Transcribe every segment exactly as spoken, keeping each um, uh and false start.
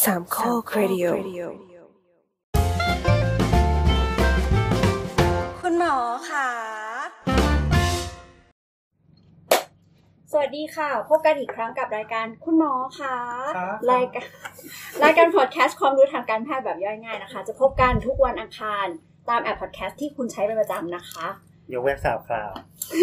สามข้อครดิโอคุณหมอค่ะสวัสดีค่ะพบกันอีกครั้งกับรายการคุณหมอค่ะรายการรายการพอดแคสต์ความรู้ทางการแพทย์แบบย่อยง่ายนะคะจะพบกันทุกวันอังคารตามแอปพอดแคสต์ที่คุณใช้เป็นประจำนะคะยกเว้นสาวคราว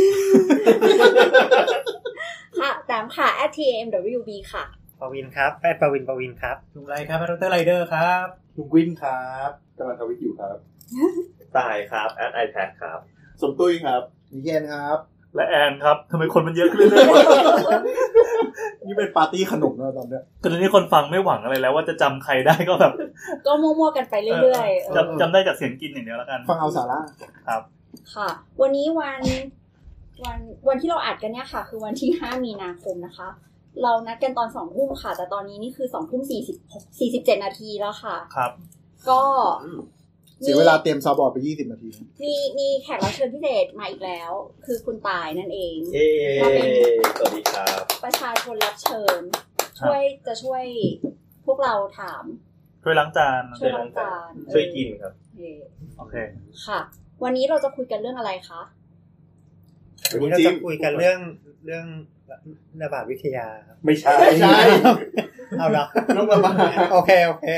ค่ะตามค่ะ แอท ที เอ เอ็ม ดับเบิลยู บี ค่ะปวินครับแอดปวินปวินครับลุงไรครับดรไรเดอร์ครับลุงวินครับกำลังทวิตอยู่ครับตายครับแอด iPad ครับสมตุ้ยครับนิเคนครับและแอนครับทำไมคนมันเยอะขึ้นเรื่อยๆนี่เป็นปาร์ตี้ขนมนะตอนเนี้ยตอนนี้คนฟังไม่หวังอะไรแล้วว่าจะจำใครได้ก็แบบก็มั่วๆกันไปเรื่อยๆจำจำได้จากเสียงกินอย่างเดียวแล้วกันฟังเอาสาระครับค่ะวันนี้วันวันวันที่เราอัดกันเนี่ยค่ะคือวันที่ห้ามีนาคมนะคะเรานัดกันตอน สองทุ่มค่ะแต่ตอนนี้นี่คือ สองทุ่มสี่สิบ สี่สิบเจ็ดนาทีแล้วค่ะครับก็เสียเวลาเตรียมซาวบอร์ดไปยี่สิบนาทีมีมีแขกรับเชิญพิเศษมาอีกแล้วคือคุณตายนั่นเองเย้สวัสดีครับประชาชนรับเชิญช่วยจะช่วยพวกเราถามช่วยล้างจานช่วยล้างจานช่วยกินครับโอเคค่ะวันนี้เราจะคุยกันเรื่องอะไรคะวันนี้เราจะคุยกันเรื่องเรื่องระบาดวิทยาไม่ใช่ใช่เอาละโรคระบาดโอเคโอเค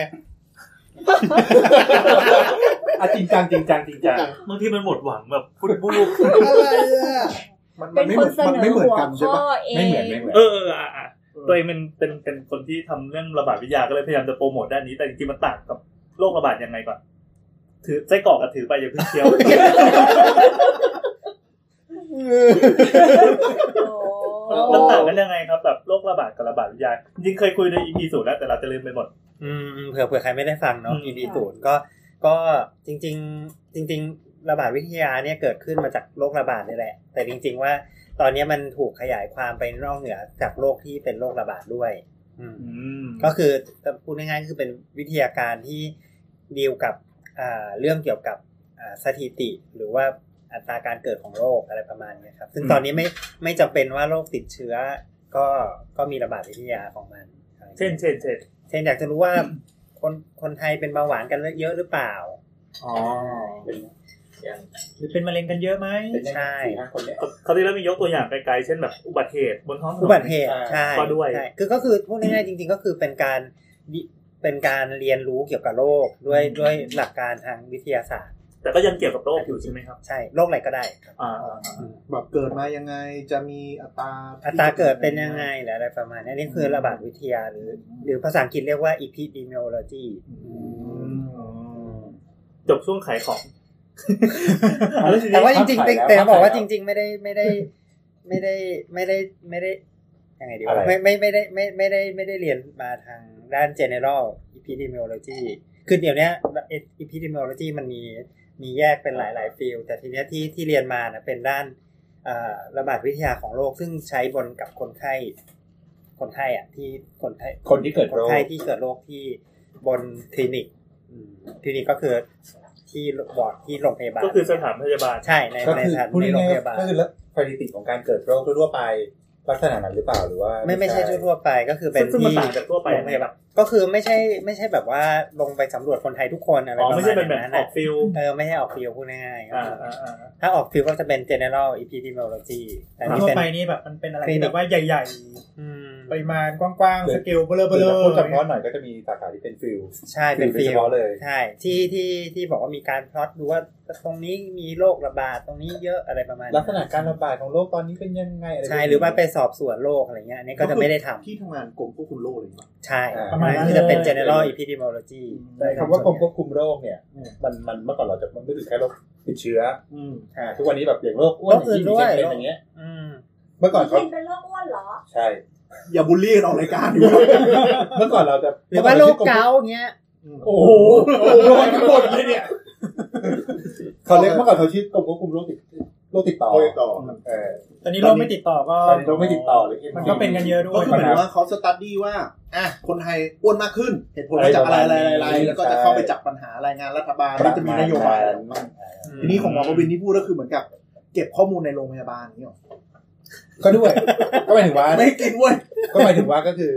อ่ะจริงจังจริงจังจริงจังบางทีมันหมดหวังแบบพูดบู๊อะไรอ่ะมันไม่มันไม่เหมือนกันใช่ป่ะไม่เหมือนไม่เหมือนเออๆอ่ะตัวเองมันเป็นเป็นคนที่ทำเรื่องระบาดวิทยาก็เลยพยายามจะโปรโมทด้านนี้แต่จริงๆมันต่างกับโรคระบาดยังไงก่อนถือไส้กรอกก็ถือไปอย่าเพิ่งเคี้ยวมันต่างกันยังไงครับแบบโรคระบาดกับระบาดวิทยาจริงเคยคุยใน อี พี ศูนย์แล้วแต่เราจะลืมไปหมดอืมเผื่อเผื่อใครไม่ได้ฟังเนาะ อี พี ศูนย์ก็ก็จริงๆจริงๆระบาดวิทยาเนี่ยเกิดขึ้นมาจากโรคระบาดนี่แหละแต่จริงๆว่าตอนนี้มันถูกขยายความไปนอกเหนือจากโรคที่เป็นโรคระบาดด้วยอืมก็คือพูดง่ายๆคือเป็นวิทยาการที่ดีลกับอ่าเรื่องเกี่ยวกับอ่าสถิติหรือว่าอัตราการเกิดของโรคอะไรประมาณนี้ครับซึ่งตอนนี้ไม่ไม่จำเป็นว่าโรคติดเชื้อก็ก็มีระบาดวิทยาของมันเช่นเช่นเช่นเช่นอยากจะรู้ว่าคนคนไทยเป็นเบาหวานกันเยอะหรือเปล่าอ๋อเป็นหรือเป็นมะเร็งกันเยอะไหมใช่เขาที่แล้วมียกตัวอย่างไกลๆเช่นแบบอุบัติเหตุบนท้องถนนอุบัติเหตุใช่ก็ด้วยใช่คือก็คือพูดง่ายๆจริงๆก็คือเป็นการเป็นการเรียนรู้เกี่ยวกับโรคด้วยด้วยหลักการทางวิทยาศาสตร์แต่ก็ยังเกี่ยวกับโรคอยู่ใช่ไหมครับใช่โรคอะไรก็ได้ครับอ่าแบบเกิดมายังไงจะมีอัตราอัตราเกิดเป็นยังไงหรืออะไรประมาณนี้นี่คือระบาดวิทยาหรือหรือภาษาอังกฤษเรียกว่า epidemiology จบช่วงขายของแต่ว่าจริงๆแต่บอกว่าจริงๆไม่ได้ไม่ได้ไม่ได้ไม่ได้ไม่ได้ยังไงดีวะไม่ไม่ไม่ได้ไม่ไม่ได้ไม่ได้เรียนมาทางด้าน general epidemiology คือเดี๋ยวนี้ epidemiology มันมีมีแยกเป็นหลายๆฟิลแต่ทีเนี้ยที่ที่เรียนมานะเป็นด้านระบาดวิทยาของโรคซึ่งใช้บนกับคนไข้คนไข้อ่ะที่คนไข้คนที่เกิดโรคคนไข้ที่เกิดโรคที่บนคลินิกคลินิกก็คือที่บอร์ดที่โรงพยาบาลก็คือสถานพยาบาลใช่ในในสถานในโรงพยาบาลก็คือสถิติของการเกิดโรคทั่วไปลักษณะนั้นหรือเปล่าหรือว่าไม่ไม่ใช่ทั่วไปก็คือเป็นที่ทั่วไปโรงพยาบาลก็คือไม่ใช่ไม่ใช่แบบว่าลงไปสำรวจคนไทยทุกคนอะไรประมาณนั้นอ๋อไม่ใช่เป็นแบบออกฟิลเออไม่ใช่ออกฟิลพูดง่ายๆถ้าออกฟิลก็จะเป็น general epidemiology แต่ทั่วไปนี่แบบมันเป็นอะไรที่แบบว่าใหญ่ๆปริมาณกว้างๆสเกลเบลอๆพูดเฉพาะหน่อยก็จะมีสาขาที่เป็นฟิลใช่เป็นฟิลเลยใช่ที่ที่ที่บอกว่ามีการพลอตดูว่าตรงนี้มีโรคระบาดตรงนี้เยอะอะไรประมาณลักษณะการระบาดของโรคตอนนี้เป็นยังไงอะไรใช่หรือว่าไปสอบสวนโรคอะไรเงี้ยอันนี้ก็จะไม่ได้ทำที่ทำงานกรมควบคุมโรคเลยมั้ยใช่ประมาณนั้นจะเป็น general epidemiology แต่คำว่ากรมควบคุมโรคเนี่ยมันมันเมื่อก่อนเราจะมันไม่ถึงแค่โรคติดเชื้ออืมอ่าทุกวันนี้แบบอย่างโรคอ้วนอื่นด้วยเป็นอย่างเงี้ยอืมเมื่อก่อนเขาเป็นโรคอ้วนเหรอใช่อย่าบูลลี่ออกรายการอยู่เมื่อก่อนเราจะหรือว่าโรคเกาต์เงี้ยโอ้โหโดนหมดเลยเนี่ยเขาเรียกเมื่อก่อนเขาชื่อกรมควบคุมโรคติดโรคติดต่อเออตอนนี้โรคไม่ติดต่อก็ตอนนี้โรคไม่ติดต่อเลยมันก็เป็นกันเยอะด้วยก็คือเหมือนว่าเขาสตั๊ดดี้ว่าอ่ะคนไทยอ้วนมากขึ้นเหตุผลมาจากอะไรๆๆแล้วก็จะเข้าไปจับปัญหารายงานรัฐบาลที่จะมีนโยบายอะไรบ้างทีนี้ของหมอกวินที่พูดก็คือเหมือนกับเก็บข้อมูลในโรงพยาบาลนี่หรอก็ด้วยก็หมายถึงว่าไม่กินเว้ยก็หมายถึงว่าก็คือ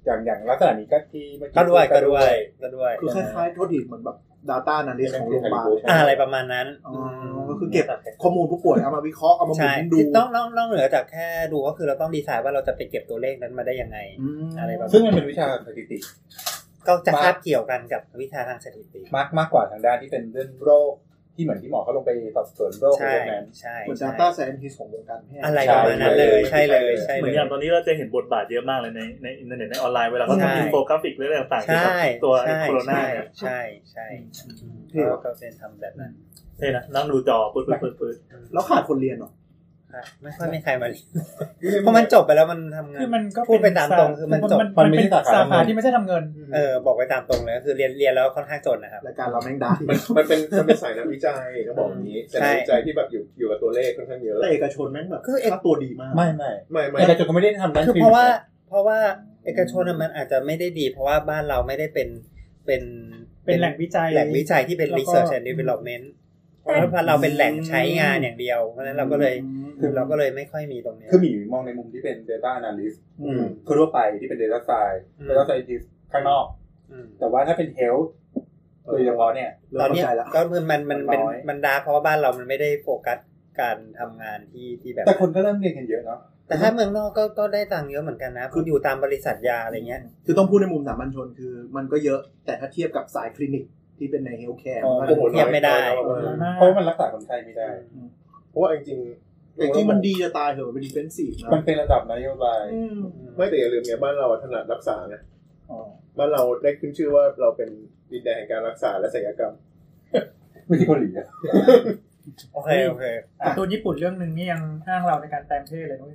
อย่างอย่างลักษณะนี้ก็ที่เมื่อกี้ก็ด้วยก็ด้วยก็ด้วยคือคล้ายๆโทษทีเหมือนแบบ data analyst ของโรงพยาบาลอะไรประมาณนั้นอ๋อก็คือเก็บข้อมูลผู้ป่วยเอามาวิเคราะห์เอามาหมุนดูต้องต้องต้องเหนือจากแค่ดูก็คือเราต้องดีไซน์ว่าเราจะไปเก็บตัวเลขนั้นมาได้ยังไงอะไรประมาณซึ่งมันเป็นวิชาสถิติก็จะคาบเกี่ยวกันกับวิชาทางสถิติมากมากกว่าทางด้านที่เป็นเรื่องโรคที่เหมือนที่หมอเขาลงไปสอบสวนโรคพวกนั้นใช่เหมือน data scientist ของวงการแพทย์อะไรประมาณนั้นเลยใช่เลยใช่เลยเหมือนอย่างตอนนี้เราจะเห็นบทบาทเยอะมากเลยในในอินเทอร์เน็ตในออนไลน์เวลาเขาทำอินโฟกราฟิกเรื่องต่างๆเกี่ยวกับตัวโคโรนาใช่ใช่ก็เป็นทำแบบนั้นใช่นะนั่งดูจอปืดๆๆแล้วขาดคนเรียนหรอไม่ค่อยมีใครมาเรียนเพราะมันจบไปแล้วมันทำงานคือมันก็พูดไปตามตรงคือมันจบมันเป็นสาขาที่ไม่ใช่ทำเงินเออบอกไปตามตรงเลยคือเรียนเรียนแล้วค่อนข้างจนนะครับรายการเราแม่งได้มันเป็นมันเป็นสายนักวิจัยก็บอกอย่างนี้แต่นักวิจัยที่แบบอยู่อยู่กับตัวเลขค่อนข้างเยอะแต่เอกชนแม่งแบบคือค่าตัวดีมากไม่ไม่ไม่ไม่เอกชนก็ไม่ได้ทำด้านคือเพราะว่าเพราะว่าเอกชนมันอาจจะไม่ได้ดีเพราะว่าบ้านเราไม่ได้เป็นเป็นเป็นแหล่งวิจัยแหล่งวิจัยที่เป็น research and developmentเพราะเราเป็นแหล่งใช้งานอย่างเดียวเพราะฉะนั้นเราก็เลยคือเราก็เลยไม่ค่อยมีตรงนี้คือมีมองในมุมที่เป็น data analyst คือทั่วไปที่เป็น data science data scientist ข้างนอกแต่ว่าถ้าเป็น health โดยเฉพาะเนี่ยตอนนี้ก็คือมันมันเป็นมันดาร์กเพราะว่าบ้านเรามันไม่ได้โฟกัสการทำงานที่ที่แบบแต่คนก็เริ่มเรียนกันเยอะเนาะแต่ถ้าเมืองนอกก็ก็ได้ตังค์เยอะเหมือนกันนะคืออยู่ตามบริษัทยาอะไรเงี้ยคือต้องพูดในมุมสามัญชนคือมันก็เยอะแต่ถ้าเทียบกับสายคลินิกที่เป็นในเฮลท์แคร์มันเทียบไม่ได้เพราะมันรักษาคนไข้ไม่ได้เพราะว่าจริงๆจริงๆมันดีจะตายเหรอเป็นดิเฟนซีฟนะมันเป็นระดับนโยบายไม่แต่อย่าลืมเนี่ยบ้านเราถนัดรักษาไงบ้านเราได้ขึ้นชื่อว่าเราเป็นดินแดนแห่งการรักษาและศัลยกรรมไม่ใช่เกาหลีอะโอเคโอเคการ์ตูนญี่ปุ่นเรื่องนึงนี่ยังห้างเราในการแปลงเพศเลยนุ้ย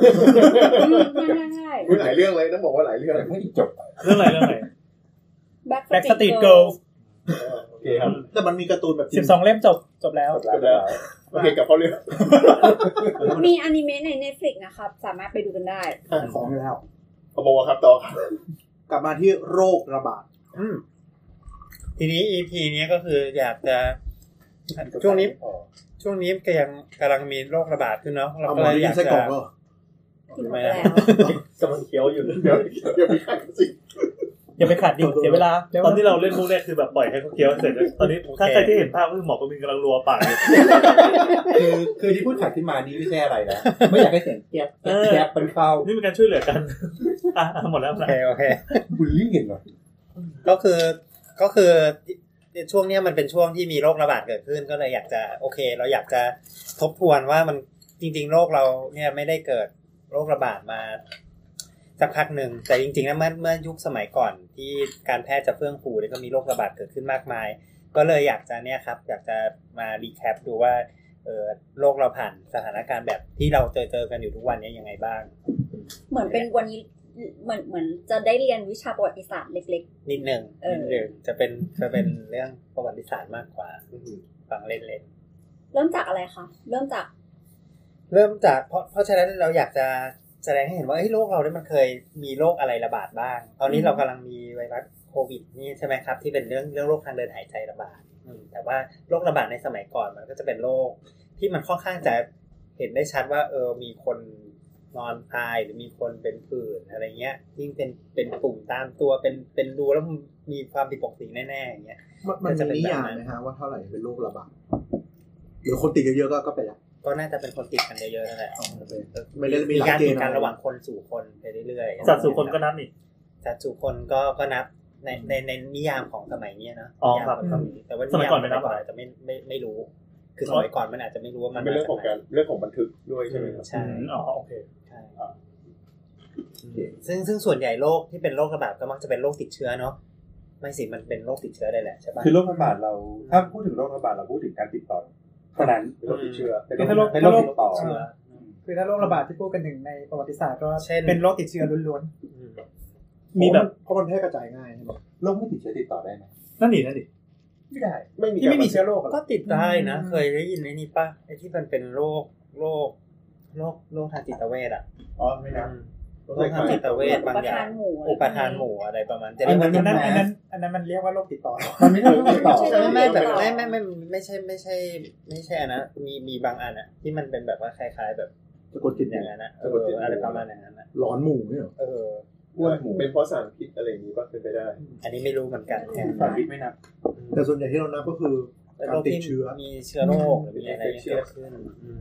ใช่หลายเรื่องเลยต้องบอกว่าหลายเรื่องไม่จบเรื่องอะไรเรื่องอะไร Backstreet Girls โอเคครับแต่มันมีการ์ตูนแบบสิบสองเล่มจบจบแล้วจบแล้วโอเคกับเขาเรื่องมีอนิเมะใน Netflix นะครับสามารถไปดูกันได้ของแล้วเอาบอกว่าครับต่อครับกลับมาที่โรคระบาดทีนี้ อี พี นี้ก็คืออยากจะช่วงนี้ช่วงนี้ก็ยังกำลังมีโรคระบาดขึ้นเนาะเราก็เลยอยากจะกินไปแล้วกำลังเคี้ยวอยู่เดี๋ยวเดี๋ยวพี่ขัดสิอย่าไปขัดดิเสียเวลาตอนที่เราเล่นมุกแรกคือแบบปล่อยให้เขาเคี้ยวเสร็จตอนนี้ถ้าใครที่เห็นภาพก็คือหมอประมินกำลังรัวปากคือคือที่พูดขัดขึ้นมานี่ไม่ใช่อะไรนะไม่อยากให้เสียงแก๊บแก๊บเป็นเข้านี่เป็นการช่วยเหลือกันอ่ะหมดแล้วโอเคโอเคบูลลี่กันเหรอก็คือก็คือช่วงนี้มันเป็นช่วงที่มีโรคระบาดเกิดขึ้นก็เลยอยากจะโอเคเราอยากจะทบทวนว่ามันจริงๆโรคเราเนี่ยไม่ได้เกิดโรคระบาดมาสักพักหนึ่งแต่จริงๆแล้วเมื่อเมื่อยุคสมัยก่อนที่การแพทย์จะเฟื่องฟูเนี่ยก็มีโรคระบาดเกิดขึ้นมากมายก็เลยอยากจะเนี่ยครับอยากจะมารีแคปดูว่าเออโรคเราผ่านสถานการณ์แบบที่เราเจอเจอกันอยู่ทุกวันนี้ยังไงบ้างเหมือนเป็นวันนี้เหมือนเหมือนจะได้เรียนวิชาประวัติศาสตร์เล็กๆนิดนึงนิดนึงจะเป็นจะเป็นเรื่องประวัติศาสตร์มากกว่าฟังเล่นๆเริ่มจากอะไรคะเริ่มจากเริ่มจากเพราะเพราะฉะนั้นเราอยากจะแสดงให้เห็นว่าเฮ้ยโลกเราเนี่ยมันเคยมีโรคอะไรระบาดบ้างตอนนี้เรากำลังมีไวรัสโควิดนี่ใช่ไหมครับที่เป็นเรื่องเรื่องโรคทางเดินหายใจระบาดแต่ว่าโรคระบาดในสมัยก่อนมันก็จะเป็นโรคที่มันค่อนข้างจะเห็นได้ชัดว่าเออมีคนนอนตายหรือมีคนเป็นผื่นอะไรเงี้ยยิ่งเป็นเป็นปุ่มตามตัวเป็นเป็นดูแล้วมีความผิดปกติแน่ๆอย่างเงี้ยมันจะเป็นนิยามนะฮะว่าเท่าไหร่เป็นโรคระบาดหรือคนติดเยอะๆก็ก็เป็นละก็น่าจะเป็นคนติดกันเยอะๆนั่นแหละไม่ได้มีการติดกันระหว่างคนสู่คนไปเรื่อยๆสัตว์สู่คนก็นับนี่สัตว์สู่คนก็ก็นับในในในนิยามของสมัยนี้นะอ๋อครับแต่ว่านิยามของสมัยก่อนอาจจะไม่ไม่ไม่รู้คือสมัยก่อนมันอาจจะไม่รู้ว่ามันเป็นเรื่องของการเรื่องของบันทึกด้วยใช่ไหมครับใช่อ๋อโอเคใช่ซึ่งซึ่งส่วนใหญ่โรคที่เป็นโรคระบาดก็มักจะเป็นโรคติดเชื้อเนาะไม่สิมันเป็นโรคติดเชื้อได้แหละใช่ป่ะคือโรคระบาดเราถ้าพูดถึงโรคระบาดเราพูดถึงการติดต่อเท่านั้นเป็นโรคติดเชื้อเป็นโรคเป็นโรคติดต่อคือถ้าโรคระบาดที่พูดกันถึงในประวัติศาสตร์ก็เป็นโรคติดเชื้อล้วนๆมีแบบเพราะมันแพร่กระจายง่ายใช่ไหมโรคไม่ติดเชื้อติดต่อได้ไหมนั่นดินั่นดิไม่ได้ที่ไม่มีเชื้อโรคก็ติดได้นะเคยได้ยินไอ้นี่ป่ะไอ้ที่มันเป็นโรคโรคโรคโรคทางจิตเวชอ่ะอ๋อไม่นะโรคทางจิตเวชบางอย่างอุปทานหมู่อะไรประมาณจะเรียกว่าอันนั้นอันนั้นอันนั้นมันเรียกว่าโรคติดต่อมันไม่ใช่โรคติดต่อไม่แบบไม่ไม่ไม่ไม่ใช่ไม่ใช่ไม่ใช่อันนั้นมีมีบางอันอ่ะที่มันเป็นแบบว่าคล้ายๆแบบสะกดจิตอย่างนั้นนะเอออะไรประมาณอย่างนั้นนะร้อนหมู่เนี่ยเอออ้วนหมูเป็นเพราะสารพิษอะไรอย่างนี้ก็เป็นไปได้อันนี้ไม่รู้เหมือนกันสารพิษไม่นับแต่ส่วนใหญ่ที่เรานับก็คือการติดเชื้อมีเชื้อโรคหรือมีอะไรเกิดขึ้น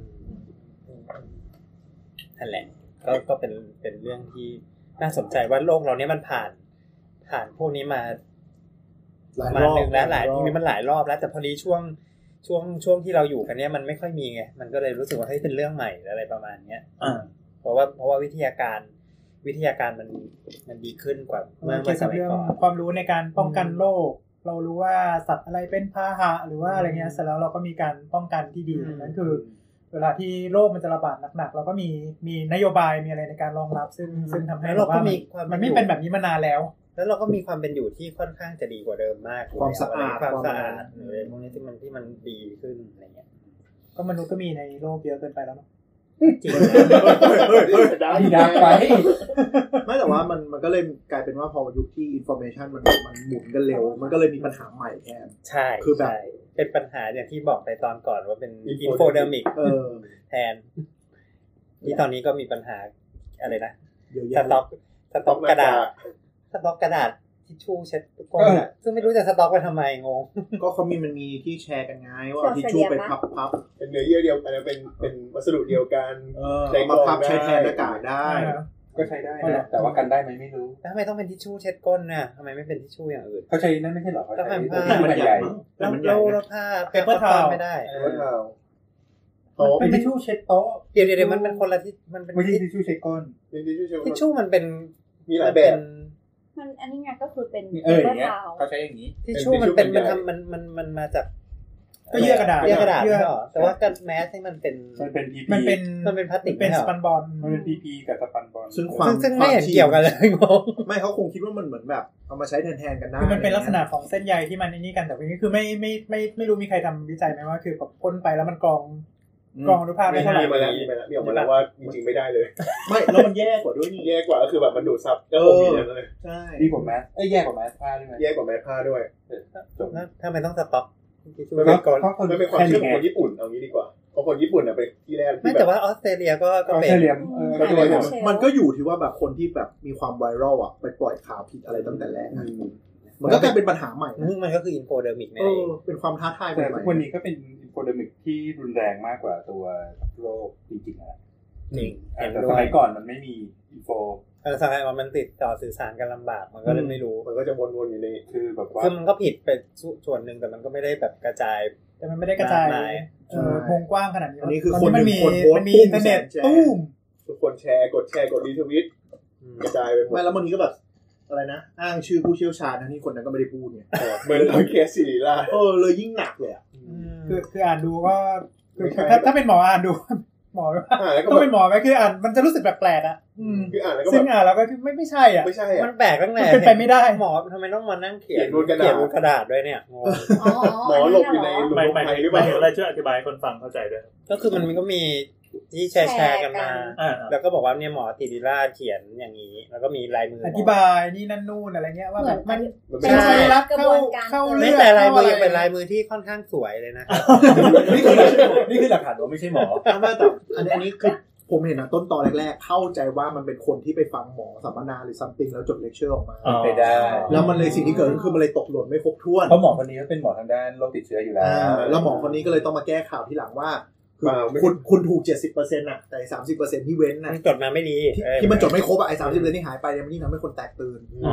นั่นแหละก็ก็เป็นเป็นเรื่องที่น่าสนใจว่าโลกเราเนี้ยมันผ่านผ่านพวกนี้มาหลายรอบนึงแล้วหลายทีนี้มันหลายรอบแล้วแต่พอดีช่วงช่วงช่วงที่เราอยู่กันเนี้ยมันไม่ค่อยมีไงมันก็เลยรู้สึกว่าเฮ้ยเป็นเรื่องใหม่อะไรประมาณเนี้ยอ่าเพราะว่าเพราะว่าวิทยาการวิทยาการมันมันดีขึ้นกว่าเมื่อสมัยก่อนความรู้ในการป้องกันโรคเรารู้ว่าสัตว์อะไรเป็นพาหะหรือว่าอะไรเงี้ยเสร็จแล้วเราก็มีการป้องกันที่ดีนั่นคือเวลาที่โรคมันจะระบาดหนักๆเราก็มีมีนโยบายมีอะไรในการรองรับซึ่งซึ่งทำให้เราก็มีมันไม่เป็นแบบนี้มานานแล้วแล้วเราก็มีความเป็นอยู่ที่ค่อนข้างจะดีกว่าเดิมมากความสะอาดความสะอาดหรืออะไรพวกนี้ที่มันที่มันดีขึ้นอะไรเงี้ยก็มนุษย์ก็มีในโลกเยอะเกินไปแล้วเนาะจริงได้ดังไปไม่แต่ว่ามันมันก็เลยกลายเป็นว่าพอยุคที่อินโฟเมชันมันมันหมุนกันเร็วมันก็เลยมีปัญหาใหม่แทนใช่คือแบบเป็นปัญหาอย่างที่บอกไปตอนก่อนว่าเป็นอินโฟเดมิกแทนที่ตอนนี้ก็มีปัญหาอะไรนะสต็อกสต็อกกระดาษสต็อกกระดาษทิชชู่เช็ดก้นซึ่งไม่รู้จะสต็อกไว้ทำไมงงก็เขามีมันมีที่แชร์กันไงว่าทิชชู่ไปพับๆเป็นเนื้อเยื่อเดียวกันเป็นเป็นวัสดุเดียวกันใช้มาพับใช้แทนหน้ากากได้ก็ใช้ได้นะแต่ว่ากันได้ไหมไม่รู้แล้วทำไมต้องเป็นทิชชู่เช็ดก้นน่ะทำไมไม่เป็นทิชชู่อย่างอื่นเขาใช้นั่นไม่ใช่หรอเขาใช้ผ้ามันใหญ่แล้วแล้วผ้าเปเปอร์ทาวไม่ได้เปเปอร์ทาวเป็นทิชชู่เช็ดโต๊ะเดี๋ยวเดี๋ยวมันเป็นคนละที่มันเป็นไม่ใช่ทิชชู่เช็ดก้นทิชชู่มันเป็นมีหลายแบบมันอันนี้ไงก็คือเป็นเอออย่างเงี้ยเขาใช้อย่างนี้ทิชชู่มันเป็นมันทำมันมันมันมาจากก็เยื่อกระดาษเยื่อกระดาษไม่หรอแต่ว่ากันแมสนี่มันเป็นมันเป็น พี พีมันเป็นมันเป็นพลาสติกเป็นสปันบอลมันเป็น พี พี กับสปันบอลซึ่งความซึ่งไม่เห็นเกี่ยวกันเลยงงไม่เขาคงคิดว่ามันเหมือนแบบเอามาใช้แทนๆกันได้คือมันเป็นลักษณะของเส้นใยที่มันนี่กันแต่นี่คือไม่ไม่ไม่ไม่รู้มีใครทำวิจัยไหมว่าคือแบบพ่นไปแล้วมันกรองกรองอนุภาคได้เท่าไหร่มาแล้วมีมาแล้วมีออกมาแล้วว่าจริงๆไม่ได้เลยไม่แล้วมันแย่กว่าด้วยนี่แย่กว่าก็คือแบบมันดูดซับก็ผมมีเลยใช่ดีกว่าแมสเอ้ยแย่กว่าแมสผ้าด้วยแย่กว่าแมสผ้าด้วยจบถ้าไม่ต้องสต็อกมันเป็นก่อนมันเป็นความเชื่อของคนญี่ปุ่นเอางี้ดีกว่าเพราะคนญี่ปุ่นน่ะเป็นที่แรกไม่แต่ว่าออสเตรเลียก็ก็เป็นมันก็อยู่ที่ว่าแบบคนที่แบบมีความไวรัลอ่ะไปปล่อยข่าวผิดอะไรตั้งแต่แรกมันก็กลายเป็นปัญหาใหม่มันก็คืออินโฟเดมิกเออเป็นความท้าทายใหม่วันนี้ก็เป็นอินโฟเดมิกที่รุนแรงมากกว่าตัวโรคจริงๆนะจริงแต่สมัยก่อนมันไม่มีอินโฟแต่สมัยก่อนมันติดต่อสื่อสารกันลำบากมันก็เลยไม่รู้มันก็จะวนๆอยู่ในคือแบบว่าคือมันก็ผิดไปส่วนหนึ่งแต่มันก็ไม่ได้แบบกระจายแต่มันไม่ได้กระจายวงกว้างขนาดนี้อันนี้คือคนมันมีมันมีอินเทอร์เน็ตตุ้มทุกคนแชร์กดแชร์กดรีทวิตกระจายไปหมดไม่แล้วบางทีก็แบบอะไรนะอ้างชื่อผู้เชี่ยวชาญทั้งที่คนนั้นก็ไม่ได้พูดเนี่ยเหมือนเราเคสซิริล่าเออเลยยิ่งหนักเลยอ่ะคือคืออ่านดูก็ถ้าถ้าเป็นหมออ่านดูหมอต้องเป็นหมอไหมคืออ่านมันจะรู้สึกแปลกๆอ่ะคืออ่านแล้วก็ซึ่งอ่านแล้วก็ไม่ไม่ใช่อ่ะไม่ใช่อ่ะมันแปลกตั้งแต่เป็นไปไม่ได้หมอทำไมต้องมานั่งเขียนบนกระดาษบนกระดาษด้วยเนี่ยหมอหลบอยู่ในหลุมไฟหรือเปล่าอะไรช่วยอธิบายคนฟังเข้าใจด้วยก็คือมันก็มีที่แชร์แชร์กันมาแล้วก็บอกว่าเนี่ยหมอติริราชเขียนอย่างนี้แล้วก็มีลายมืออธิบายนี่นั่นนู่นอะไรเงี้ยว่าแบบมันเป็นไวรัสเข้าเข้าเลือดแต่ลายมือยังเป็นลายมือที่ค่อนข้างสวยเลยนะครับนี่คือนี่คือหลักฐานว่าไม่ใช่หมอไม่แต่อันนี้อันนี้คือผมเห็นนะต้นตอนแรกๆเข้าใจว่ามันเป็นคนที่ไปฟังหมอสัมมนาหรือซัมติงแล้วจดเลคเชอร์ออกมาไปได้แล้วมันเลยสิ่งที่เกิดขึ้นคือมันเลยตกหล่นไม่ครบถ้วนเพราะหมอคนนี้ก็เป็นหมอทางด้านโรคติดเชื้ออยู่แล้วแล้วหมอคนนี้ก็เลยต้องมาแก้ข่าวที่หลังว่าคุณคุณถูก เจ็ดสิบเปอร์เซ็นต์ น่ะแต่ สามสิบเปอร์เซ็นต์ ที่เว้นน่ะมันจดมาไม่ดีที่มันจดไม่ครบอ่ะไอ้ สามสิบเปอร์เซ็นต์ ที่หายไปเนี่ยมันยิ่งทำให้คนแตกตื่นอ๋อ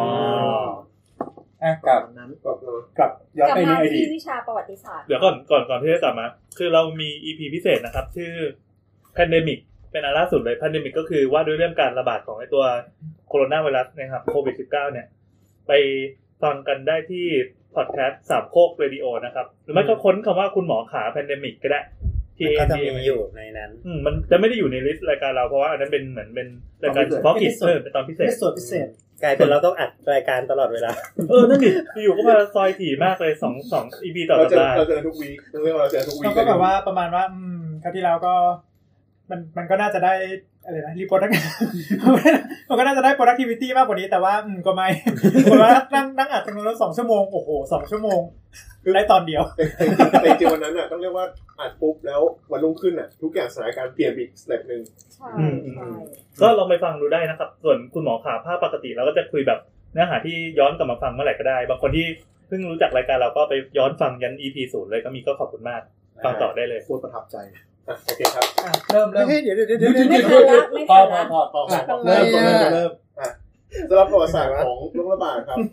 อ่ะกลับนั้นกลับย้อนไปในอดีตวิชาประวัติศาสตร์เดี๋ยวก่อนก่อนก่อนที่จะกลับมาคือเรามี อี พี พิเศษนะครับชื่อ Pandemic เป็นอันล่าสุดเลย Pandemic ก็คือว่าด้วยเรื่องการระบาดของไอ้ตัวโคโรนาไวรัสนะครับโควิด สิบเก้า เนี่ยไปฟังกันได้ที่พอดแคสต์สามโคกเรดิโอนะครับหรือไม่ก็ค้นคำว่าคุณหมอขา Pandemic ก็ได้ก็จะมีอยู่ในนั้นอืมมันจะไม่ได้อยู่ในลิสต์รายการเราเพราะว่าอันนั้นเป็นเหมือนเป็นรายการเฉพาะกิจเออเป็นตอนพิเศษพิเศษกลายเป็นเราต้องอัดรายการตลอดเวลาเออนั่นดิอยู่ก็มาซอยถี่มากเลยสอง สอง อี พี ต่อสัปดาห์เราเจอทุกวีคเรื่องเราเจอทุกวีคก็แบบว่าประมาณว่าอืมคราวที่แล้วก็มันมันก็น่าจะได้อะไรนะรีโปรดักมันก็น่าจะได้ productivity มากกว่านี้แต่ว่าอืมก็ไม่เพราะว่านั่งนั่งอัดตรงนั้นสองชั่วโมงโอ้โหสองชั่วโมงได้ตอนเดียวแต่จริงๆวันนั้นน่ะต้องเรียกว่าอัดปุ๊บแล้ววันรุ่งขึ้นน่ะทุกอย่างสถานการณ์เปลี่ยนอีกสเต็ปนึงใช่ใช่ก็ลองไปฟังดูได้นะครับส่วนคุณหมอขาภาพปกติเราก็จะคุยแบบเนื้อหาที่ย้อนกลับมาฟังเมื่อไหร่ก็ได้บางคนที่เพิ่งรู้จักรายการเราก็ไปย้อนฟังยัน อี พี ศูนย์เลยก็มีก็ขอบคุณมากฟังต่อได้เลยโคตรประทับใจอ่ะโอเคครับอ่ะเริ่มเริ่มเดี๋ยวเดี๋ยวเดี๋ยวเดี๋ยวไม่ทันละไม่ทันละพอพอพอเริ่มเริ่มเริ่มอ่ะสำหรับประวัติศาสตร์ของโรคระบาดครับ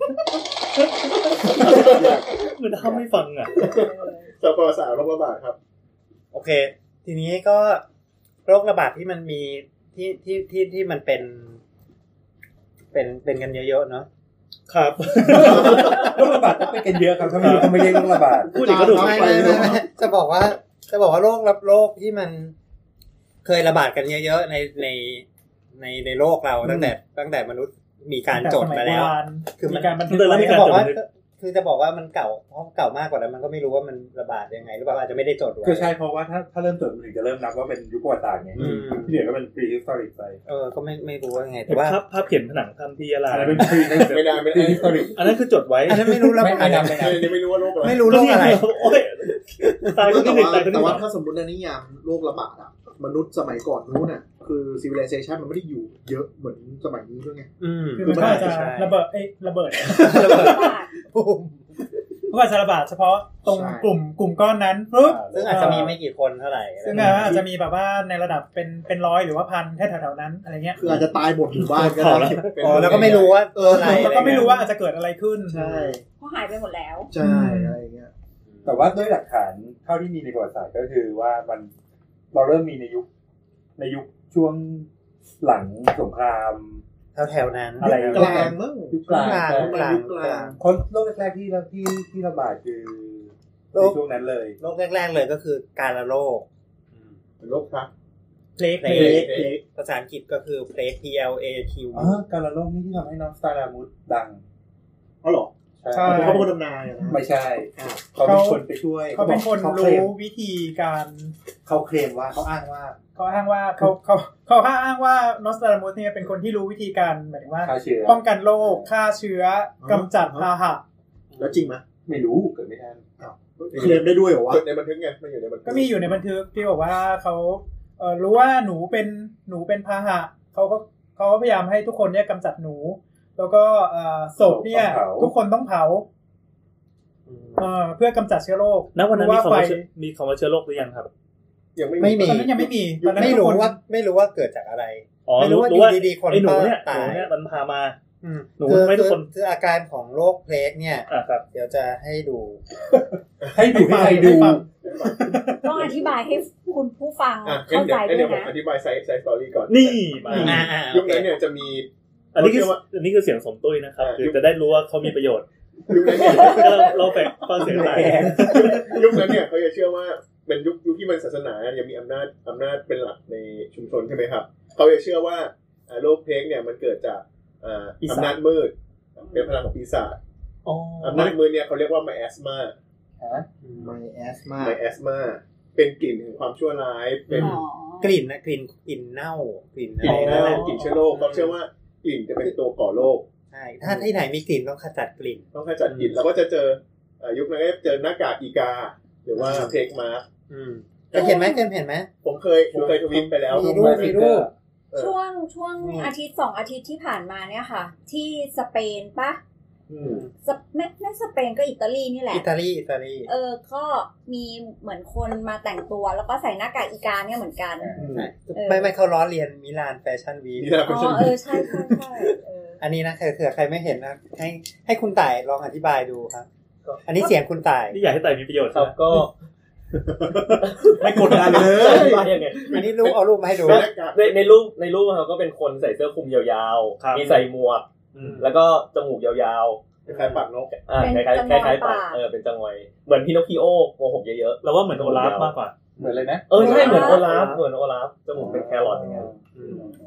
เหมือนทำไม่ฟังอ่ะสำหรับประวัติศาสตร์โรคระบาดครับโอเคทีนี้ก็โรคระบาดที่มันมีที่ที่ที่ที่มันเป็นเป็นเป็นกันเยอะๆเนาะครับโรคระบาดต้องเป็นกันเยอะครับถ้าไม่ก็ไม่เรียกโรคระบาดพูดอีกก็ถูกไม่ไม่จะบอกว่าจะบอกว่าโรครับโรคที่มันเคยระบาดกันเยอะๆในในในในโลกเราตั้งแต่ตั้งแต่มนุษย์มีการจดมาแล้วคือมันการบันทึกแล้วมีการบอกว่าคือจะบอกว่ามันเก่าเพราะเก่ามากกว่าแล้วมันก็ไม่รู้ว่ามันระบาดยังไงหรือเปล่าอาจจะไม่ได้จดไว้คือใช่เพราะว่าถ้าถ้าเริ่มจดมันถึงจะเริ่มนับว่าเป็นยุคประวัติศาสตร์ไงที่เหลือก็เป็น prehistoric ไปเออก็ไม่ไม่รู้ว่าไงแต่ว่าภาพภาพเขียนผนังถ้ำที่ยะลาอันนั้นเป็น pre ไม่ได้ไม่ได้ prehistoric อันนั้นคือจดไว้อันนั้นไม่รู้แล้วไม่ไม่ไม่ไม่รู้ว่าโรคอะไรไม่รู้โรคอะไรโอ๊ยตายก็ที่หนึ่งตายก็ที่แต่ว่าถ้าสมมุติในนิยามโรคระบาดอ่ะมนุษย์สมัยก่อนนู้นน่ะคือ civilization มันไม่ได้อยู่เยอะเหมือนสมัยนี้ด้วยไงคือมันอาจจะระเบิดเอ้ยระเบิดระเบิดเพราะว่าจะระบาดเฉพาะตรงกลุ่มกลุ่มก้อนนั้นปุ๊บซึ่งอาจจะมีไม่กี่คนเท่าไหร่ซึ่งอาจจะมีแบบว่าในระดับเป็นเป็นร้อยหรือว่าพันแค่แถวๆนั้นอะไรเงี้ยคืออาจจะตายหมดหมู่บ้านก็ได้แล้วก็ไม่รู้ว่าเออแล้วก็ไม่รู้ว่าอาจจะเกิดอะไรขึ้นใช่เพราะหายไปหมดแล้วใช่อะไรเงี้ยแต่ว่าด้วยหลักฐานเท่าที่มีในประวัติศาสตร์ก็คือว่ามันเราเริ่มมีในยุคในยุคช่วงหลังสงครามแถวๆนั้นอะไรกลางมั้งยุคกลางยุคกลางคนโรคแรกๆที่ที่ที่ระบาดคือในช่วงนั้นเลยโรคแรกๆเลยก็คือการระโรคเป็นโรคครับเพลกภาษาอังกฤษก็คือ plague P L A Q อ๋อการระโรคนี่ที่ทำให้น้องสตารามุสดังอ๋อเหรอใช่เขาเป็นคนดำนาไม่ใช่เขาเป็นคนไปช่วยเขาเป็นคนรู้วิธีการเขาเคลมว่าเขาอ้างว่าเขาอ้างว่าเขาเขาเขาอ้างว่านอสตราดามุสเนี่ยเป็นคนที่รู้วิธีการหมายถึงว่าป้องกันโรคฆ่าเชื้อกำจัดพาหะแล้วจริงไหมไม่รู้เกิดไม่ทันเคลมได้ด้วยเหรอวะในบันทึกไงมันอยู่ในบันทึกก็มีอยู่ในบันทึกที่บอกว่าเขาเอ่อรู้ว่าหนูเป็นหนูเป็นพาหะเขาก็เขาพยายามให้ทุกคนเนี่ยกำจัดหนูแล้วก็เอ่อศพเนี่ยทุกคนต้องเผาเอ่อเพื่อกำจัดเชื้อโรคแล้ววันนั้นมีคำว่ามีคำว่าเชื้อโรคหรือยังครับยังไม่มีตอนนั้นยังไม่มีตอนนั้นไม่รู้ว่าไม่รู้ว่าเกิดจากอะไรไม่รู้ว่าอยู่ดีๆคนหนูเนี่ยหนูเนี่ยมันพามาหนูไม่ทุกคนคืออาการของโรคเพลกเนี่ยเดี๋ยวจะให้ดูให้ดูให้ใครดูต้องอธิบายให้คุณผู้ฟังเข้าใจด้วยนะเดี๋ยวผมอธิบายไซส์ไซส์สตอรี่ก่อนนี่มายุคนั้นเนี่ยจะมีอันนี้คืออันนี้คือเสียงสมตุ้ยนะครับคือจะได้รู้ว่าเขามีประโยชน์ยุคนั้นเนี่ยเราแฝงฟังเสียงไหนยุคนั้นเนี่ยเขาจะเชื่อว่าเป็นยุคยุคที่มันศาสนายังมีอำนาจอำนาจเป็นหลักในชุมชนใช่ไหมครับเขาจะเชื่อว่าโรคเพลกเนี่ยมันเกิดจากอำนาจมืดเป็นพลังของปีศาจอำนาจมืดเนี่ยเขาเรียกว่าไมแอสมาไมแอสมาไมแอสมาเป็นกลิ่นแห่งความชั่วร้ายเป็นกลิ่นนะกลิ่นกลิ่นเน่ากลิ่นกลิ่นเน่ากลิ่นเชื้อโรคเขาเชื่อว่ากลิ่นจะเป็นตัวก่อโรคใช่ถ้าที่ไหนมีกลิ่นต้องขจัดกลิ่นต้องขจัดกลิ่นแล้วก็จะเจอยุคนั้นก็เจอหน้ากากอีกาหรือว่าเพลกมาร์เคยเห็นไหมเคยเห็นไหมผมเคยผมเคยทวิตไปแล้วมีรูปมีรูปช่วงช่วงอาทิตย์สองอาทิตย์ที่ผ่านมาเนี่ยค่ะที่สเปนปะไม่ไม่สเปนก็อิตาลีนี่แหละอิตาลีอิตาลีเออก็มีเหมือนคนมาแต่งตัวแล้วก็ใส่หน้ากากอีกาเนี่ยเหมือนกันไม่ไม่เขาล้อเลียนมิลานแฟชั่นวีคอ๋อเออใช่ใช่ใช่อันนี้นะเผื่อใครไม่เห็นนะให้ให้คุณต่ายลองอธิบายดูครับอันนี้เสียงคุณต่ายนี่อยากให้ต่ายมีประโยชน์ครับก็ไม่กดดันเลยอันนี้รูปเอารูปมาให้ดูในในรูปในรูปเขาก็เป็นคนใส่เสื้อคลุมยาวๆมีใส่หมวกแล้วก็จมูกยาวๆคล้ายๆปากนกอ่าคล้ายๆคล้ายๆปากเออเป็นจังหวะเหมือนพินอคคิโอโกหกเยอะๆแล้วว่าเหมือนโอลาฟมากกว่าเหมือนเลยนะเออใช่เหมือนโอลาฟเหมือนโอลาฟจมูกเป็นแครอทอย่างเงี้ยพ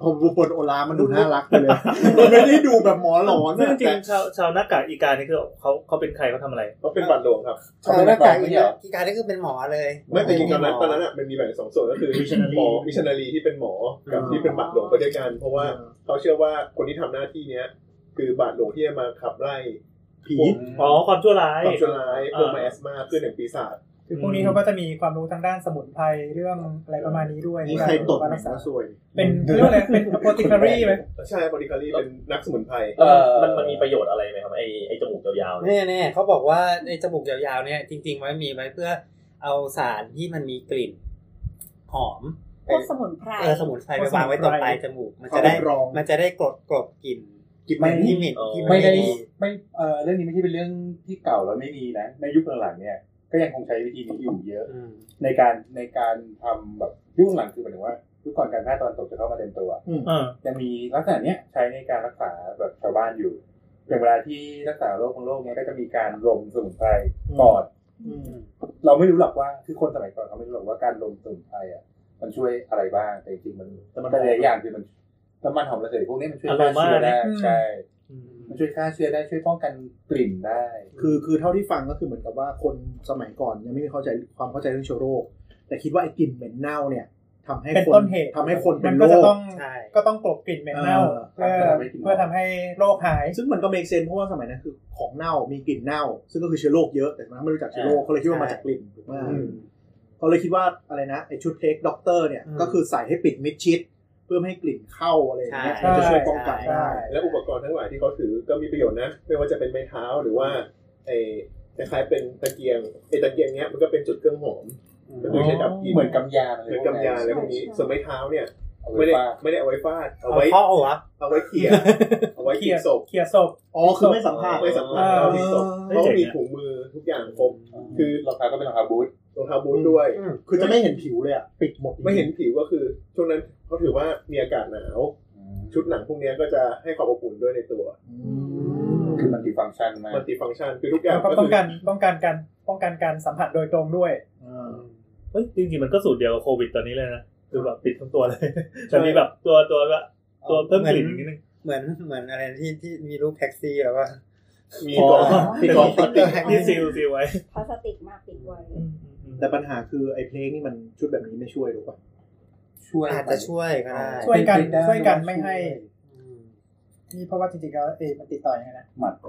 พอปวดโอลามันดูน่ารักไปเลยมันไม่ได้ดูแบบหมอหลอนซึ่งจริงๆชาวชาวหน้ากากอีกานี่คือเขาเขาเป็นใครเขาทำอะไรเขาเป็นบาทหลวงครับชาวหน้ากากอีกานี่คือเป็นหมอเลยไม่แต่จริงๆตอนนั้นตอนนั้นอ่ะมันมีแบ่งสองส่วนก็คือหมอมิชชันนารีที่เป็นหมอกับที่เป็นบาทหลวงไปด้วยกันเพราะว่าเขาเชื่อว่าคนที่ทำหน้าที่เนี้ยคือบาทหลวงที่จะมาขับไล่ผีอ๋อความชั่วร้ายความชั่วร้ายพวกแมสมาคือหนึ่งปีศาจคือพวกนี้เขาก็จะมีความรู้ทางด้านสมุนไพรเรื่องอะไรประมาณนี้ด้วยนี่ใครตดรักษาสวยเป็นเรื่องอะไรเป็น apothecary มั้ยใช่ apothecary เป็นนักสมุนไพรเออมันมันมีประโยชน์อะไรมั้ยครับไอ้ไอ้จมูกยาวๆเนี่ยแน่ๆเขาบอกว่าไอ้จมูกยาวๆเนี่ยจริงๆไว้มีไว้เพื่อเอาสารที่มันมีกลิ่นหอมพวกสมุนไพรเออสมุนไพรไปวางไว้ตรงปลายจมูกมันจะได้มันจะได้กลบกลบกลิ่นกลิ่นที่เหม็นที่ไม่ได้ไม่เอ่อเรื่องนี้ไม่ใช่เป็นเรื่องที่เก่าแล้วไม่มีนะในยุคหลังๆเนี่ยก็ยังคงใช้วิธีนี้อยู่เยอะในการในการทำแบบยุคหลังคือหมายถึงว่ายุคก่อนการแพทย์ตอนตกจะเข้ามาเต็มตัวยังมีลักษณะเนี้ยใช้ในการรักษาแบบชาวบ้านอยู่อย่างเวลาที่รักษาโรคบางโรคเนี้ยก็จะมีการรมสมุนไพรก่อนเราไม่รู้หรอกว่าคือคนสมัยก่อนเขาไม่รู้หรอกว่าการรมสมุนไพรอ่ะมันช่วยอะไรบ้างแต่จริงๆมันแต่หลายอย่างคือมันน้ำมันหอมระเหยพวกนี้มันช่วยฆ่าเชื้อได้ใช่มันช่วยฆ่าเชื้อได้ช่วยป้องกันกลิ่นได้คือคือเท่าที่ฟังก็คือเหมือนกับว่าคนสมัยก่อนยังไม่มีเข้าใจความเข้าใจเรื่องเชื้อโรคแต่คิดว่าไอ้กลิ่นเหม็นเน่าเนี่ยทำให้คนทำให้คนเป็นโรคก็ต้องกลบกลิ่นเหม็นเน่าเพื่อเพื่อทำให้โรคหายซึ่งมันก็เมคเซนส์เพราะว่าสมัยนั้นคือของเน่ามีกลิ่นเน่าซึ่งก็คือเชื้อโรคเยอะแต่มันไม่รู้จักเชื้อโรคเขาเลยคิดว่ามาจากกลิ่นถูกไหมเขาเลยคิดว่าอะไรนะไอ้ชุดเพล็กด็อกเตอร์เนี่ยก็คือใส่ให้ปิดมิดชิดเพื่อให้กลิ่นเข้าอะไรอย่างเงี้ยจะช่วยป้องกันได้และอุปกรณ์ทั้งหลายที่เขาถือก็มีประโยชน์นะไม่ว่าจะเป็นไม้เท้าหรือว่าไอ้คล้ายๆเป็นตะเกียงไอ้ตะเกียงเนี้ยมันก็เป็นจุดเครื่องหอมก็คือใช้ดับกลิ่นเหมือนกำยาเหมือนกำยาอะไรพวกนี้ส่วนไม้เท้าเนี่ยไม่ได้ไม่ได้เอาไว้ฟาดเอาไว้เอาไว้เขี่ยเอาไว้เขี่ยศพเขี่ยศพอ๋อคือไม่สัมผัสไม่สัมผัสเอาที่ศพเพราะมีถุงมือทุกอย่างครบคือรองเท้าก็เป็นรองเท้าบูทรองเท้าบูทด้วยคือจะไม่เห็นผิวเลยอ่ะปิดหมดไม่เห็นผิวก็คือช่วงนั้นเขาถือว่ามีอากาศหนาวชุดหนังพวกนี้ก็จะให้ความอบอุ่นด้วยในตัวคือมันติฟังก์ชันมากมันติฟังก์ชันคือทุกอย่างก็ป้องกันป้องกันการป้องกันการสัมผัสโดยตรงด้วยเฮ้ยจริงๆมันก็สูตรเดียวกับโควิดตอนนี้เลยนะคือแบบปิดทั้งตัวเลยแต่มีแบบตัวตัวละตัวเพิ่มกลิ่นนิดนึงเหมือนเหมือนอะไรที่ที่มีรูปแท็กซี่แล้วว่ามีกล่องมีกล่องพลาสติกที่ซีลซีลไว้พลาสติกมาปิดไว้แต่ปัญหาคือไอ้เพลงนี่มันชุดแบบนี้ไม่ช่วยหรือเปล่าช่วยอาจจะช่วยก็ได้ช่วยกันช่วยกันไม่ให้นี่เพราะว่าจริงๆแล้วเอมันติดต่อยังไงนะหมัด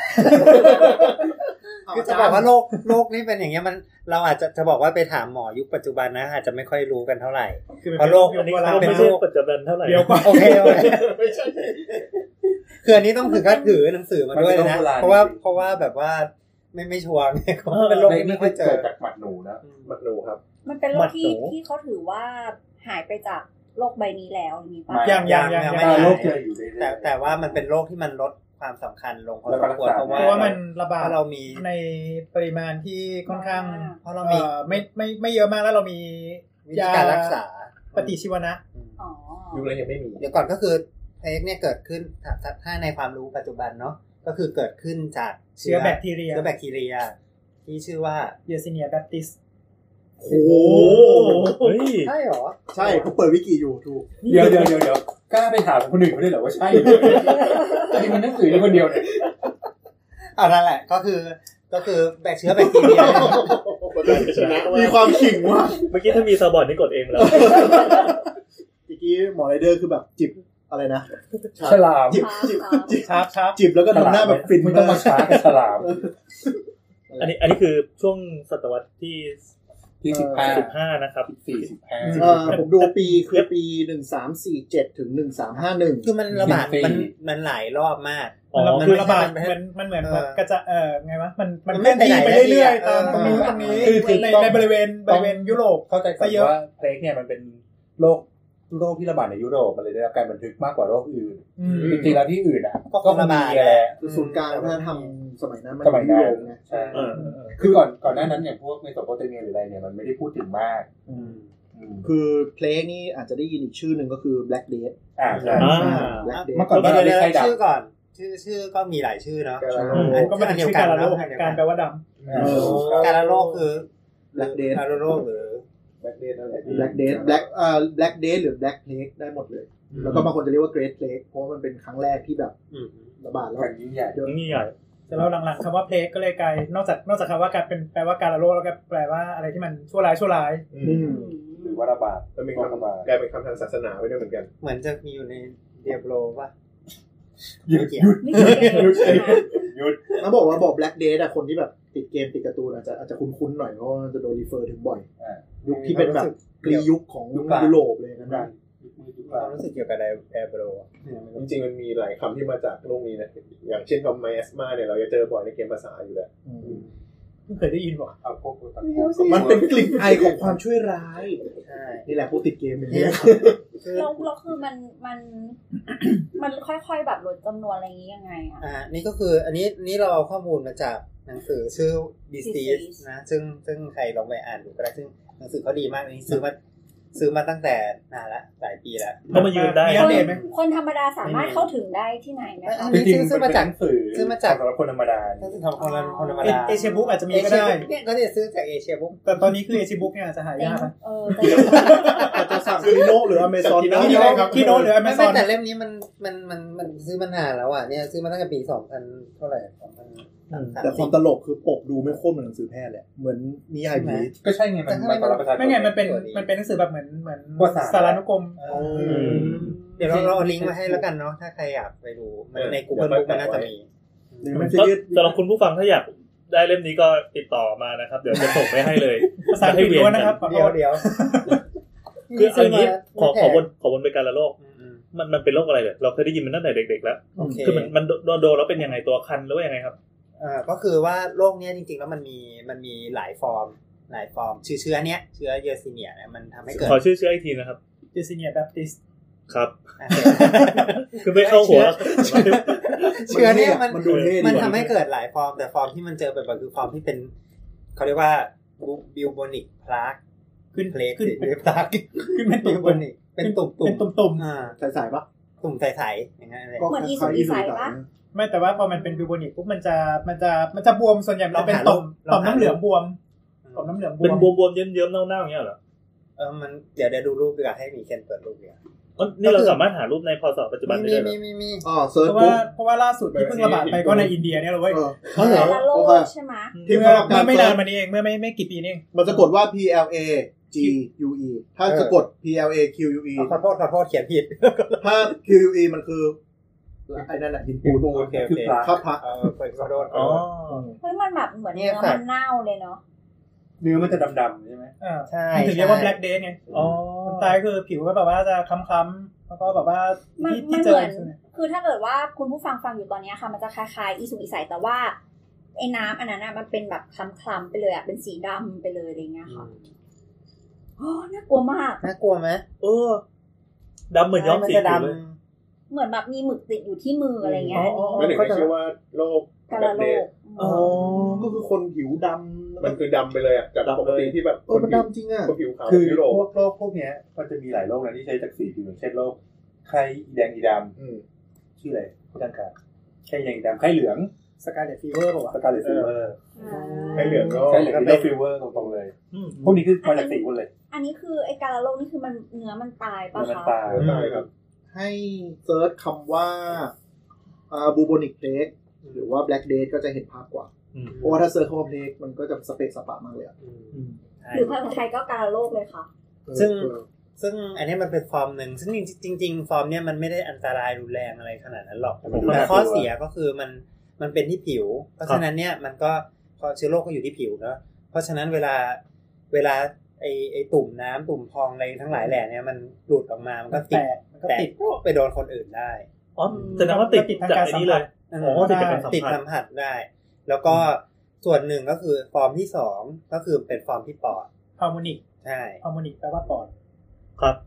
คือจะบอกว่าโรคโรคนี่เป็นอย่างเงี้ยมันเราอาจจะจะบอกว่าไปถามหมอยุคปัจจุบันนะอาจจะไม่ค่อยรู้กันเท่าไหร่เพราะโรคอันนี้เราเป็นโรคปัจจุบันเท่าไหร่เดี๋ยวโอเคไม่ใช่คืออันนี้ต้องถือก็ถือหนังสือมาด้วยนะเพราะว่าเพราะว่าแบบว่าไม่ไม่ชัวร์เนี่ยเป็นโรคที่ไม่ค่อยเจอจากหมัดหนูนะหมัดหนูครับมันเป็นโรคที่ที่เขาถือว่าหายไปจากโลกใบนี้แล้วนี่ป่ะยังยังยังไม่โรคเจออยู่แต่แต่ว่ามันเป็นโรคที่มันลดความสำคัญลงพอสมควรเพราะว่าเพราะว่ามันระบาดเรามีในปริมาณที่ค่อนข้างเพราะเรามีไม่ไม่ไม่เยอะมากแล้วเรามียาการรักษาปฏิชีวนะอ๋ออยู่เลยยังไม่มีเดี๋ยวก่อนก็คือเพลกเนี่ยเกิดขึ้นถ้าในความรู้ปัจจุบันเนาะก็คือเกิดขึ้นจากเชื้อแบคทีเรียเชื้อแบคทีเรียที่ชื่อว่า Yersinia pestis โอ้โหใช่หรอใช่ผมเปิดวิกิอยู่ถูกเดี๋ยวเดี๋ยวเดี๋ยวเดี๋ยวกล้าไปถามคนอื่นเขาได้เหรอว่าใช่แต่ที่มันหนังสือนี่คนเดียวเนี่ยอ่านั่นแหละก็คือก็คือแบคเชื้อแบคทีเรียมีความขิงว่ะเมื่อกี้ถ้ามีซาบอนนี่กดเองแล้วเมื่อกี้หมอไรเดอร์คือแบบจิบอะไรนะฉลามจิบจิบจิบชาร์ปชาร์ปจิบแล้วก็ทำหน้าแบบฟินไม่ต้องมาช้ากับฉลามอันนี้อันนี้คือช่วงศตวรรษที่ที่สิบห้าสิบห้านะครับสี่สิบห้าเออผมดูปีคือปีหนึ่งสามสี่เจ็ดถึงหนึ่งสามห้าหนึ่งคือมันระบาดมันมันหลายรอบมากอ๋อคือระบาดมันมันเหมือนกระจะเอ่อไงวะมันมันเคลื่อนที่ไปเรื่อยๆตามตรงนี้ตรงนี้ในในบริเวณบริเวณยุโรปเข้าใจก่อนว่าเพลกเนี่ยมันเป็นโรคโรคที่ระบาดในยุโรปมันเลยได้รับการบันทึกมากกว่าโรคอื่นจริงๆแล้วที่อื่นอ่ะก็ระบาดแหละคือศูนย์กลางวัฒนธรรมสมัยนั้นมันสมัยนั้นใช่คือก่อนก่อนหน้านั้นอย่างพวกเมโสโปเตเมียหรืออะไรเนี่ยมันไม่ได้พูดถึงมากคือเพลงนี่อาจจะได้ยินอีกชื่อหนึ่งก็คือ Black Death อ่าใช่ Black Death เมื่อก่อนเราได้ชื่อก่อนชื่อชื่อก็มีหลายชื่อเนาะก็เป็นชื่อการละโรคการแปลว่าดำการละโรคคือ Black Death การละโรคหรือ Black Death นั่นแหละ Black Death Black เอ่อ Black Death หรือ Black Plague ได้หมดเลยแล้วก็บางคนจะเรียกว่า Great Plague เพราะมันเป็นครั้งแรกที่แบบระบาดแล้วยิ่งใหญ่ยิ่งใหญ่แต่เราหลังๆคำว่า plague ก็เลยกลายนอกจากนอกจากคำว่าการเป็นแปลว่าการระโรคแล้วก็แปลว่าอะไรที่มันชั่วร้ายชั่วร้ายหรือว่าระบาดแล้วมีคำกลายเป็นคำทางศาสนาไปด้วยเหมือนกันเหมือนจะมีอยู่ในเดียโบรป่ะหยุดหยุดหยุดหยุดแล้วบอกว่าบอก Black Death อ่ะคนที่แบบติดเกมติดการ์ตูนอาจจะอาจจะคุ้นๆหน่อยเพราะมันจะโดนรีเฟอร์ถึงบ่อยยุคที่เป็นแบบกรียุคของยุโรปเลยนะความรู้สึกเกี่ยวกับไดโบรจริงๆมันมีหลายคำที่มาจากโลกนี้นะอย่างเช่นคำไมแอสมาเนี่ยเราจะเจอบ่อยในเกมภาษาอยู่แล้วเคยได้ยินบ่เอาพวกมันเป็นกลิ่นไอของความชั่วร้ายใช่นี่แหละพวกติดเกมอย่างนี้เราเราคือมันมันมันค่อยๆแบบลดจำนวนอะไรอย่างนี้ยังไงอ่ะอ่านี่ก็คืออันนี้นี่เราเอาข้อมูลมาจากหนังสือชื่อ Disease นะซึ่งซึ่งใครลองไปอ่านดูก็ได้ซึ่งหนังสือเขาดีมากนี่ซื้อมาซื้อมาตั้งแต่นานละหลายปีแล้วก็มายืนได้คนธรรมดาสามารถเข้าถึงได้ที่ไหนไหมคะจริงๆซื้อมาจากสื่อซื้อมาจากสำหรับคนธรรมดาซื้อของคนคนธรรมดาเอเชียบุ๊กอาจจะมีก็ได้เนี่ยก็จะซื้อจากเอเชียบุ๊กแต่ตอนนี้คือเอเชียบุ๊กเนี่ยอาจจะหายากนะเอออาจจะสั่งคีโนหรืออเมซอนได้ครับคีโนหรืออเมซอนแต่เล่มนี้มันมันมันมันซื้อมานานแล้วอ่ะเนี่ยซื้อมาตั้งแต่ปีสองพันเท่าไหร่สองพันแต่ความตลกคือปกดูไม่โคตรเหมือนหนังสือแพทย์แหละเหมือนนิยายผีก็ใช่ไงมันมันไม่ไงมันเป็นมันเป็นหนังสือแบบเหมือนเหมือนสารานุกรมเดี๋ยวเราเราลิงก์มาให้แล้วกันเนาะถ้าใครอยากไปดูมันใน Google Book มันน่าจะมีสำหรับคุณผู้ฟังถ้าอยากได้เล่มนี้ก็ติดต่อมานะครับเดี๋ยวจะส่งไปให้เลยภาษาอังกฤษล้วนนะครับเดี๋ยวเดี๋ยวคืออันนี้ขอขอวนขอวนไปการละโรคมันมันเป็นโรคอะไรเลยเราเคยได้ยินมันตั้งแต่เด็กๆแล้วคือมันมันโดนโดนแล้วเป็นยังไงตัวคันหรือว่ายังไงครับอ่าก็คือว่าโรคเนี้ยจริงๆแล้วมันมีมันมีหลายฟอร์มหลายฟอร์มชื่อเชื้อเนี้ยเชื้อเยอร์ซีเนียเนี่ยมันทำให้เกิดขอชื่อเชื้ออีกทีนะครับเยอร์ซีเนียแบปติสครับคือไม่เข้าหัวเชื้อเนี้ยมันมันทำให้เกิดหลายฟอร์มแต่ฟอร์มที่มันเจอบ่อยๆคือฟอร์มที่เป็นเขาเรียกว่าบิวโบนิกพลาร์กขึ้นเพลกขึ้นพลาร์กขึ้นเป็นตุ่มโบนิกเป็นตุ่มๆเป็นตุ่มๆอ่าใสๆป่ะตุ่มใสๆอย่างเงี้ยเหมือนอีสุอีใสป่ะไม่แต่ว่าพอมันเป็นบิวโบนิกปุ๊บมันจะมันจะมันจะบวมส่วนใหญ่มันเป็นต่อมต่อมน้ำเหลืองบวมต่อมน้ำเหลืองบวมเป็นบวมๆเยิ้มๆเน่าๆอย่างเงี้ยเหรอเออมันเดี๋ยวเดี๋ยวดูรูปดีกว่าให้มีเคนเปิดรูปดีกว่านี่เราสามารถหารูปในพศปัจจุบันได้เลยมีมีอ๋อเซิร์ชเพราะว่าเพราะว่าล่าสุดที่เพิ่งระบาดไปก็ในอินเดียเนี่ยเลยเว้ยอ๋อเหรอโลกใช่มั้ยที่เมื่อไม่นานมานี้เองเมื่อไม่ไม่กี่ปีนี่เองมันสะกดว่า P L A G U E ถ้าสะกด P L A Q U E ขอโทษขอโทษเขียนผิดถ้า Q U E มันคือไอ้นั่นน่ะหินปูนคือพระพักเออขอโทษอ๋อเฮ้ยมันแบบเหมือนเนื้อมันเน่าเลยเนาะเนื้อมันจะดำๆใช่ไหมอ่าใช่ถึงเรียกว่า black death ไงอ๋อคนตายคือผิวก็แบบว่าจะคล้ำๆแล้วก็แบบว่าที่ที่เจอคือถ้าเกิดว่าคุณผู้ฟังฟังอยู่ตอนนี้ค่ะมันจะคล้ายๆอีสุกอีใสแต่ว่าไอ้น้ำอันนั้นน่ะมันเป็นแบบคล้ำๆไปเลยอ่ะเป็นสีดำไปเลยอะไรเงี้ยค่ะโอ้น่ากลัวมากน่ากลัวไหมเออดำเหมือนย้อมสีเลยเหมือนแบบมีหมึกติดอยู่ที่มืออะไรเงี้ยไม่ได้ชื่อว่าโรคกาลาโรคอ๋อก็คือคนผิวดำมันคือดำไปเลยอ่ะจากปกติที่แบบคนดำจริงอ่ะคนผิวขาวคือพวกโรคพวกเนี้ยมันจะมีหลายโรคนะที่ใช้จากสีผิวอย่างเช่นโรคไข้แดงอีดำชื่ออะไรพูดกันค่ะไข้แดงอีดำไข้เหลืองสกาเลตฟีเวอร์ป่ะสกาเลตฟีเวอร์ไข้เหลืองก็ไข้เหลืองก็ฟีเวอร์ตรงๆเลยพวกนี้คือมาจากสีหมดเลยอันนี้คือไอ้กาลาโรคนี่คือมันเนื้อมันตายป่ะคะมันตายตายครับให้เซิร์ชคำว่าอ่าบูโบนิกเพลกหรือว่า Black Death ก็จะเห็นภาพกว่าเพราะว่าถ้าเซิร์ชคำว่าเพลกมันก็จะสเปซสปะมากเลยอ่ะหรือภาษาไทยก็กาลาโรคเลยค่ะซึ่งซึ่งอันนี้มันเป็นฟอร์มหนึ่งซึ่งจริงๆฟอร์มเนี้ยมันไม่ได้อันตรายรุนแรงอะไรขนาดนั้นหรอกแต่ข้อเสียก็คือมันมันเป็นที่ผิวเพราะฉะนั้นเนี่ยมันก็พอเชื้อโรคก็อยู่ที่ผิวเนาะเพราะฉะนั้นเวลาเวลาไอไอตุ่มน้ำตุ่มพองอะไรทั้งหลายแหล่เนี่ยมันหลุดออกมามันก็ติดแตกไปโดนคนอื่นได้อ๋อแสดงว่าติดจากไอ้นี้เลยอ๋อติดจากติดสัมผัสได้แล้วก็ส่วนหนึ่งก็คือฟอร์มที่สองก็คือเป็นฟอร์มที่ปอดฮาร์โมนิกใช่ฮาร์โมนิกแปลว่าปอดครับ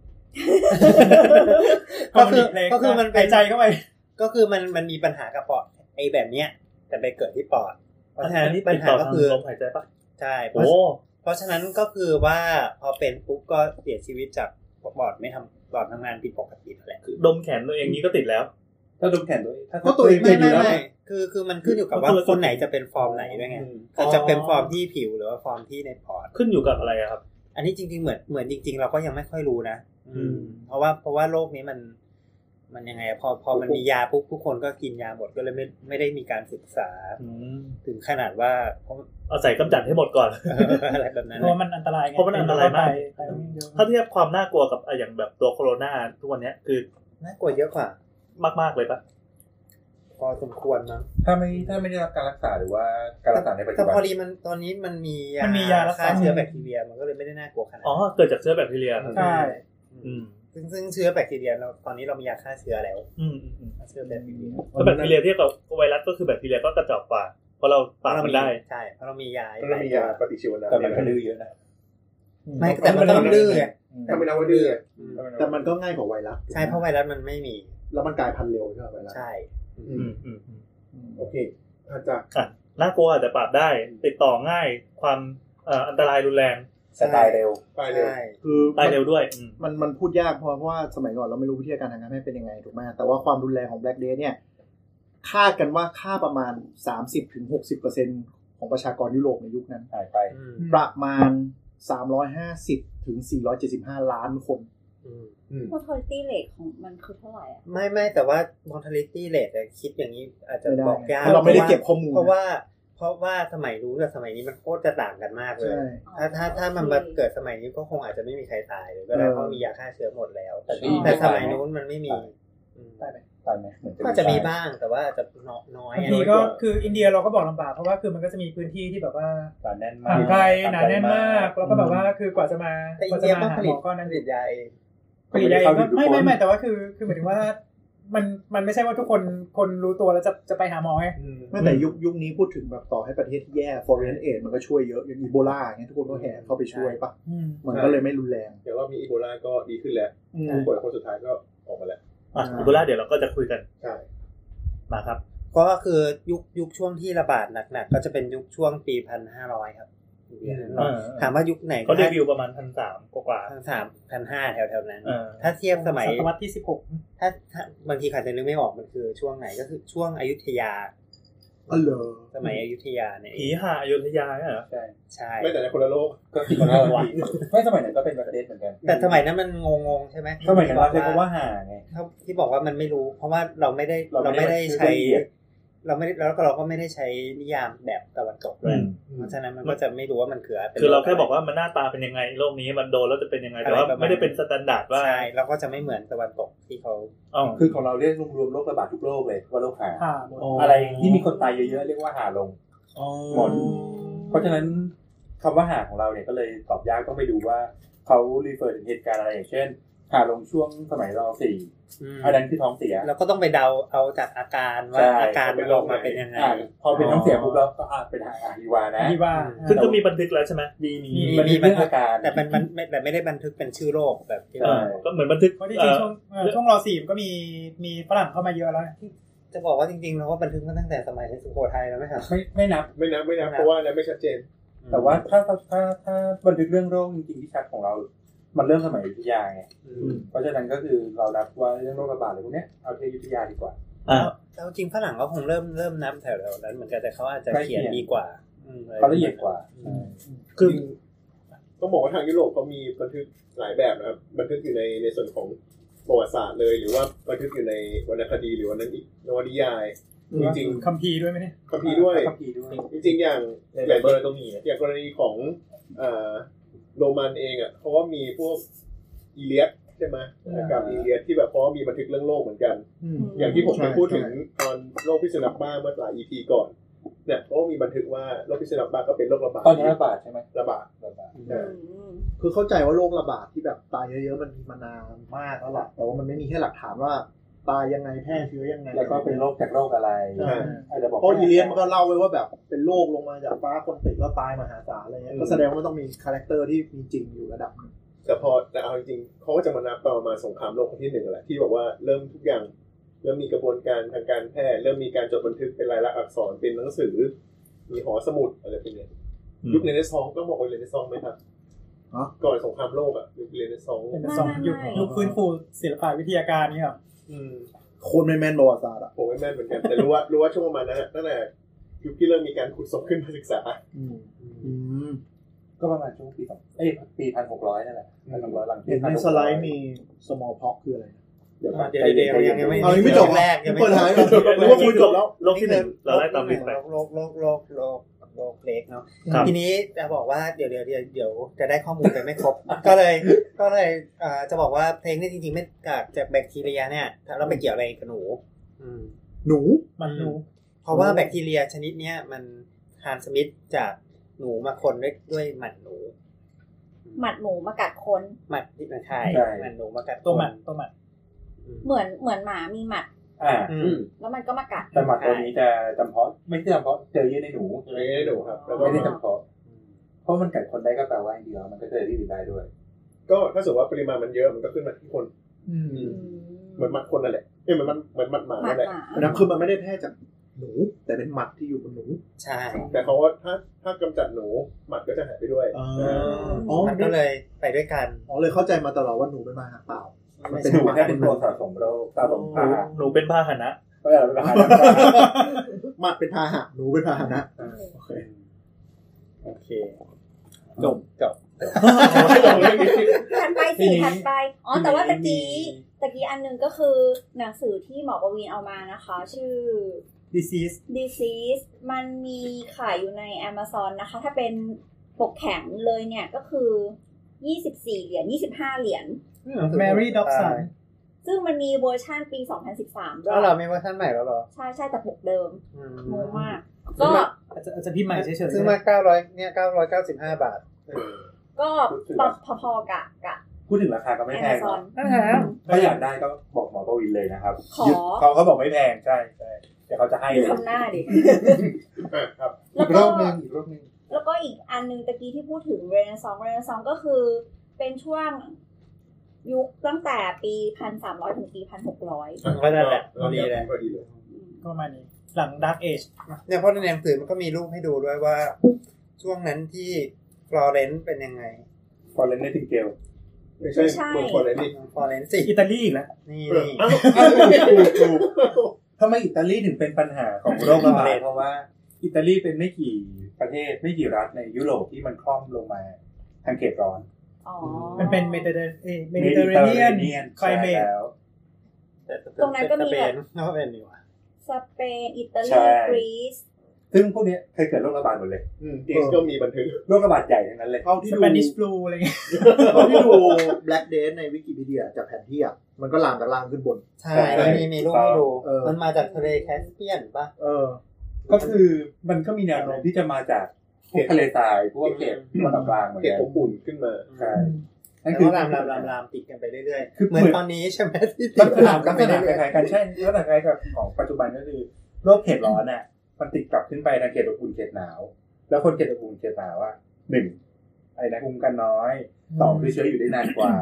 ก็คือก็คือมันหายใจเข้าไปก็คือมันมันมีปัญหากับปอดไอ้แบบเนี้ยแต่ไปเกิดที่ปอดเพราะฉะนั้นปัญหาก็คือลมหายใจปะใช่โอ้เพราะฉะนั้นก็คือว่าพอเป็นปุ๊บก็เสียชีวิตจากปอดไม่ทำปอดทำงานผิดปกติแหละคือดมแขนตัวเองนี้ก็ติดแล้วถ้าดมแขนตัวเองถ้าตัวเองไม่ไม่ไม่คือคือมันขึ้นอยู่กับว่าคนไหนจะเป็นฟอร์มไหนด้วยไงอาจจะเป็นฟอร์มที่ผิวหรือว่าฟอร์มที่ในปอดขึ้นอยู่กับอะไรครับอันนี้จริงๆเหมือนเหมือนจริงๆเราก็ยังไม่ค่อยรู้นะอืมเพราะว่าเพราะว่าโรคนี้มันมันยังไงพอพอมันมียาปุ๊บทุกคนก็กินยาหมดก็เลยไม่ไม่ได้มีการศึกษาถึงขนาดว่าเอาใส่กำจัดให้หมดก่อนอะไรแบบนั้นเพราะมันอันตรายไงเพราะมันอันตรายมากถ้าเทียบความน่ากลัวกับอย่างแบบตัวโคโรนาทุกวันนี้คือน่ากลัวเยอะกว่ามากๆเลยปะพอสมควรมั้งถ้าไม่ถ้าไม่ได้รับการรักษาหรือว่าการรักษาในปัจจุบันแต่พอดีมันตอนนี้มันมียามันมียารักษาเชื้อแบคทีเรียมันก็เลยไม่ได้น่ากลัวขนาดอ๋อเกิดจากเชื้อแบคทีเรียใช่อืมซึ่งซึ่งเชื้อแบคทีเรียเราตอนนี้เรามียาฆ่าเชื้อแล้วอืมเชื้อแบคทีเรียแล้วแบคทีเรียที่กับไวรัสก็คือแบคทีเรียก็กระจอกกว่าเพราะเราปราบมันได้ใช่เพราะเรามียาเรามียาปฏิชีวนะแต่มันก็ดื้อเยอะนะไม่แต่มันต้องดื้อไงถ้าไม่นับว่าดื้อแต่มันก็ง่ายกว่าไวรัสใช่เพราะไวรัสมันไม่มีแล้วมันกลายพันธุ์เร็วใช่ไหมไวรัสใช่อืมอืมโอเคอาจารย์อ่ะน่ากลัวแต่ปราบได้ติดต่อง่ายความเอ่ออันตรายรุนแรงแต่ตายเร็วตายเร็วคือตายเร็วด้วยมันมันพูดยากเพราะเพราะว่าสมัยก่อนเราไม่รู้วิทยาการทางการแพทย์เป็นยังไงถูกไหมแต่ว่าความรุนแรงของ Black Death เนี่ยคาดกันว่าค่าประมาณ สามสิบถึงหกสิบเปอร์เซ็นต์ ของประชากรยุโรปในยุคนั้นหายไปประมาณสามร้อยห้าสิบถึงสี่ร้อยเจ็ดสิบห้าล้านคน mortality rate ของมันคือเท่าไหร่อ่ะไม่ไม่แต่ว่า mortality rate คิดอย่างนี้อาจจะบอกยากเราไม่ได้เก็บข้อมูลเพราะว่าเพราะว่าสมัยนู้นกับสมัยนี้มันโคตรจะต่างกันมากเลยถ้าถ้าถ้ามันมาเกิดสมัยนี้ก็คงอาจจะไม่มีใครตายเลยก็ได้เพราะมียาฆ่าเชื้อหมดแล้วแต่สมัยนู้นมันไม่มีตายไหมตายไหมก็จะมีบ้างแต่ว่าจะน้อยบางทีก็คืออินเดียเราก็บอกลำบากเพราะว่าคือมันก็จะมีพื้นที่ที่แบบว่าหนาแน่นมากห่างไกลหนาแน่นมากแล้วก็แบบว่าคือกว่าจะมากว่าจะมาหาหมอก็นั่นผลิตยาเองผลิตยาเองก็ไม่ไม่ไม่แต่ว่าคือคือหมายถึงว่ามันมันไม่ใช่ว่าทุกคนคนรู้ตัวแล้วจะจะไปหาหมอไงไม่แต่ยุคยุคนี้พูดถึงแบบต่อให้ประเทศที่แย่ foreign aid มันก็ช่วยเยอะอย่างอีโบลาอย่างเงี้ยทุกคนก็แห่เข้าไปช่วยป่ะมันก็เลยไม่รุนแรงเดี๋ยวว่ามีอีโบลาก็ดีขึ้นแล้วผู้ป่วยคนสุดท้ายก็ออกมาแล้วอ่ะอีโบลาเดี๋ยวเราก็จะคุยกันใช่มาครับก็คือยุคยุคช่วงที่ระบาดหนักๆก็จะเป็นยุคช่วงปีหนึ่งพันห้าร้อยครับถามว่ายุคไหนก็เดบิวต์ประมาณ หนึ่งพันสามร้อย กว่าหนึ่งพันสามร้อย หนึ่งพันห้าร้อย แถวๆนั้นถ้าเทียบสมัยศตวรรษที่สิบหกถ้าบางทีอาจจะนึกไม่ออกมันคือช่วงไหนก็คือช่วงอยุธยาอ๋อเหรอสมัยอยุธยาเนี่ยผีหาอยุธยาเหรอใช่ใช่ไม่แต่ในคนละโลกก็คนละวันไม่สมัยนั้นก็เป็นประเทศเหมือนกันแต่สมัยนั้นมันงงๆใช่ไหมสมัยนั้นเราใช้คำว่าหาไงที่บอกว่ามันไม่รู้เพราะว่าเราไม่ได้เราไม่ได้ใช้เราไม่แล้วก็เราก็ไม่ได้ใช้นิยามแบบตะวันตกด้วยเพราะฉะนั้นมันก็จะไม่รู้ว่ามันคืออะไรคือเราแค่บอกว่ามันหน้าตาเป็นยังไงโลกนี้มันโดนแล้วจะเป็นยังไงแต่ว่าไม่ได้เป็นสแตนดาร์ดว่าใช่เราก็จะไม่เหมือนตะวันตกที่เขาอ๋อคือของเราเรียกรวมๆโรคระบาดทุกโรคเลยว่าโรคหาอะไรที่มีคนตายเยอะๆเรียกว่าหาลงหมดเพราะฉะนั้นคำว่าหาของเราเนี่ยก็เลยตอบยากต้องไปดูว่าเขารีเฟอร์ถึงเหตุการณ์อะไรอย่างเช่นหาลงช่วงสมัยร.สี่อันนั้นคือท้องเสียแล้วก็ต้องไปเดาเอาจากอาการว่าอาการมันออกมาเป็นยังไงพอเป็นท้องเสียปุ๊บเราก็อาจเป็นหาฮีวานะฮีวาซึ่งก็มีบันทึกแล้วใช่ไหมมีมีมีบันทึกอาการแต่มันมันแต่ไม่ได้บันทึกเป็นชื่อโรคแบบที่ก็เหมือนบันทึกเพราะจริงๆช่วงช่วงร.สี่ก็มีมีฝรั่งเข้ามาเยอะแล้วจะบอกว่าจริงๆเราก็บันทึกมาตั้งแต่สมัยในสุโขทัยแล้วไหมครับไม่ไม่นับไม่นับไม่นับเพราะว่านั้นไม่ชัดเจนแต่ว่าถ้าถ้าถ้าถ้าบันทึกเรื่องโรคจริงๆที่ชัดของเรามันเริ่มสมัยอยุธยาไงเพราะฉะนั้นก็คือเรานับว่าเรื่องโรคระบาดอะไรพวกนี้เอาที่อยุธยาดีกว่าอ่าแล้วจริงฝรั่งก็คงเริ่มเริ่มนับแถวๆนั้นเหมือนกันแต่เขาอาจจะเขียนดีกว่าเขาละเอียดกว่าคือต้องบอกว่าทางยุโรปเขามีบันทึกหลายแบบนะครับบันทึกอยู่ในในส่วนของประวัติศาสตร์เลยหรือว่าบันทึกอยู่ในวรรณคดีหรือว่านั้นอีกนวนิยายจริงๆคัมภีร์ด้วยไหมเนี่ยคัมภีร์ด้วยจริงๆอย่างอย่างกรณีอย่างกรณีของอ่าโรมันเองอ่ะเขาก็มีพวกอีเลียดใช่ไหมกับอีเลียดที่แบบเพราะมีบันทึกเรื่องโลกเหมือนกันอย่างที่ผมไปพูดถึงตอนโรคพิษสุนัขบ้าเมื่อหลาย อี พี ก่อนเนี่ยเขามีบันทึกว่าโรคพิษสุนัขบ้าก็เป็นโรคระบาดตอนนี้ระบาดใช่ไหมระบาดระบาดคือเข้าใจว่าโรคระบาดที่แบบตายเยอะๆมันมีมานานมากแล้วแหละแต่ว่ามันไม่มีแค่หลักฐานว่าตายยังไงแพร่เชื้อยังไงแล้วก็เป็นโรคจากโรคอะไรเพราะอีเลียนมันก็เล่าไว้ว่าแบบเป็นโรคลงมาจากฟ้าคนติดแล้วตายมหาศาลอะไรเงี้ยก็แสดงว่ามันต้องมีคาแรคเตอร์ที่มีจริงอยู่ระดับนึงแต่พอแต่เอาจริงๆเขาก็จะมานับต่อมาสงครามโลกครั้งที่หนึ่งแหละที่บอกว่าเริ่มทุกอย่างเริ่มมีกระบวนการทางการแพทย์เริ่มมีการจดบันทึกเป็นลายลักษณ์อักษรเป็นหนังสือมีหอสมุดอะไรพวกนี้ยุคเรเนซองส์ต้องบอกว่าเรเนซองส์ไหมครับก่อนสงครามโลกอ่ะยุคเรเนซองส์เรเนซองส์ยุคยุคฟื้นฟูศิลปะวิทยาการนี่หรอโคนไม่แม่นประวัติศาสตร์อ่ะผมไม่แม่นเหมือนกันแต่รู้ว่ารู้ว่าช่วงประมาณนั้นตั้งแต่ยุคที่เริ่มมีการขุดศพขึ้นมาศึกษาก็ประมาณช่วงปีสองเอ้ยปีพันหกร้อยนั่นแหละพันหกร้อยหลังเห็นในสไลด์มี small pox คืออะไรเดี๋ยวเดี๋ยวเดี๋ยวยังยังไม่เอายังไม่จบแรกยังไม่เปิดหายหรือว่าคุยจบแล้วโลกที่หนึ่งเราไล่ตามลิสต์ไปโลกโลกโลกโลกโลกเล็กเนาะทีนี้จะบอกว่าเดี๋ยวเดี๋ยวเดี๋ยวเดี๋ยวจะได้ข้อมูลไปไม่ครบ ก็เลยก็เลยอ่าจะบอกว่าเพลงนี่จริงๆไม่เกิดจากแบคทีเรียเนี่ยเราไปเกี่ยวอะไรกับหนูหนูมันหนูเพราะว่าแบคทีเรียชนิดเนี้ยมันทรานสมิตจากหนูมาคนด้วยด้วยหมัดหนูหมัดหนูมากัดคนหมัดที่มันใช่หมัดหนูมากัดตัวหมัดตัวหมัดเหมือนเหมือนหมามีหมัดอ่าแล้วมันก็มากัดแต่หมัดตัวนี้จะจำเพาะไม่ใช่จำเพาะเจอเยอะในหนูเจอเยอะในหนูครับแล้วไม่ได้จำเพาะเพราะมันกัดคนได้ก็แปลว่าเดียวมันก็เจอที่อื่นได้ด้วยก็ถ้าสมมติว่าปริมาณมันเยอะมันก็ขึ้นมาที่คนเหมือนมัดคนนั่นแหละเอ้ยเหมือนมันเหมือนมัดหมานั่นแหละนั่นคือมันไม่ได้แพร่จากหนูแต่เป็นหมัดที่อยู่บนหนูใช่แต่เขาว่าถ้าถ้ากำจัดหนูหมัดก็จะหายไปด้วยอ๋อมันก็เลยไปด้วยกันอ๋อเลยเข้าใจมาตลอดว่าหนูเป็นพาหะเปล่ามันเป็นหนูแค่เป็นตัวสะสมโรคสะสมพาหะหนูเป็นพาหนะก็อย่าเป็นพาหนะหมัดเป็นพาหะหนูเป็นพาหนะโอเคโอเคจบจบถัดไปสี่ถัดไปอ๋อแต่ว่าตะกี้ตะกี้อันนึงก็คือหนังสือที่หมอประวินเอามานะคะชื่อ disease disease มันมีขายอยู่ใน Amazon นะคะถ้าเป็นปกแข็งเลยเนี่ยก็คือยี่สิบสี่เหรียญยี่สิบห้าเหรียญ Mary Dobson ซึ่งมันมีเวอร์ชันปีสองพันสิบสามด้วยแล้วเรามีเวอร์ชันใหม่แล้วเหรอใช่ๆแต่ปกเดิมงงมากก็อาจจะอาจจะพิมพ์ใหม่เฉยๆซื้อมาเก้าร้อยเนี่ยเก้าร้อยเก้าสิบห้าบาทก็พอๆกับกับพูดถึงราคาก็ไม่แพงถ้าอยากได้ก็บอกหมอประวินเลยนะครับเขาเขาบอกไม่แพงใช่ใช่เดี๋ยวเขาจะให้เลยทำหน้าดิครับอีกรอบนึงอีกรอบนึงแล้วก็อีกอันนึงตะกี้ที่พูดถึงเรเนซองส์เรเนซองส์ก็คือเป็นช่วงยุคตั้งแต่ปีหนึ่งพันสามร้อยถึงปีหนึ่งพันหกร้อยก็นั่นแหละดีเลยก็มานี้หลัง Dark Age เนี่ยเพราะในหนังสือมันก็มีรูปให้ดูด้วยว่าช่วงนั้นที่ฟลอเรนซ์เป็นยังไงฟลอเรนซ์ไนติงเกลไม่ใช่เมืองฟลอเรนซ์ฟลอเรนซ์สิอิตาลีอีกแล้วนี่ทำไมอิตาลีถึงเป็นปัญหาของโรคระบาดเพราะว่าอิตาลีเป็นไม่กี่ประเทศไม่กี่รัฐในยุโรปที่มันคล่อมลงมาทางเขตร้อนมันเป็นเมดิเตอร์เมดิเตอร์เรเนียนไคลเมทตรงนั้นก็มีแบบก็เป็นนี่ว่ะสเปนอิตาลีกรีซซึ่งพวกนี้เคยเกิดโรคระบาดหมดเลยอืมกรีซก็มีบันทึกโรคระบาดใหญ่ทั้งนั้นเลยเท่าที่ดู Spanish flu อะไรเงี้ยเท่าที่ดู Black Death ในวิกิพีเดียจากแผนที่อ่ะมันก็ลามจากล่างขึ้นบนใช่มีมีรูปให้ดูมันมาจากทะเลแคสเปียนป่ะเออก็คือมันก็มีแนวโน้มที่จะมาจากพวกทะเลทรายพวกเขตตะวันกลางเหมือนกันเขตอบอุ่นขึ้นมาใช่นั่นคือลามลามลามลามติดกันไปเรื่อยๆคือเหมือนตอนนี้ใช่ไหมที่ติดตามกันไปเรื่อยๆกันใช่แล้วแต่ใครกับของปัจจุบันก็คือโรคเขตร้อนน่ะมันติดกลับขึ้นไปในเขตอบอุ่นเขตหนาวแล้วคนเขตอบอุ่นเขตหนาวอ่ะหนึ่งอะไรนะภูมิกันน้อยสองคือเชื้ออยู่ได้นานกว่า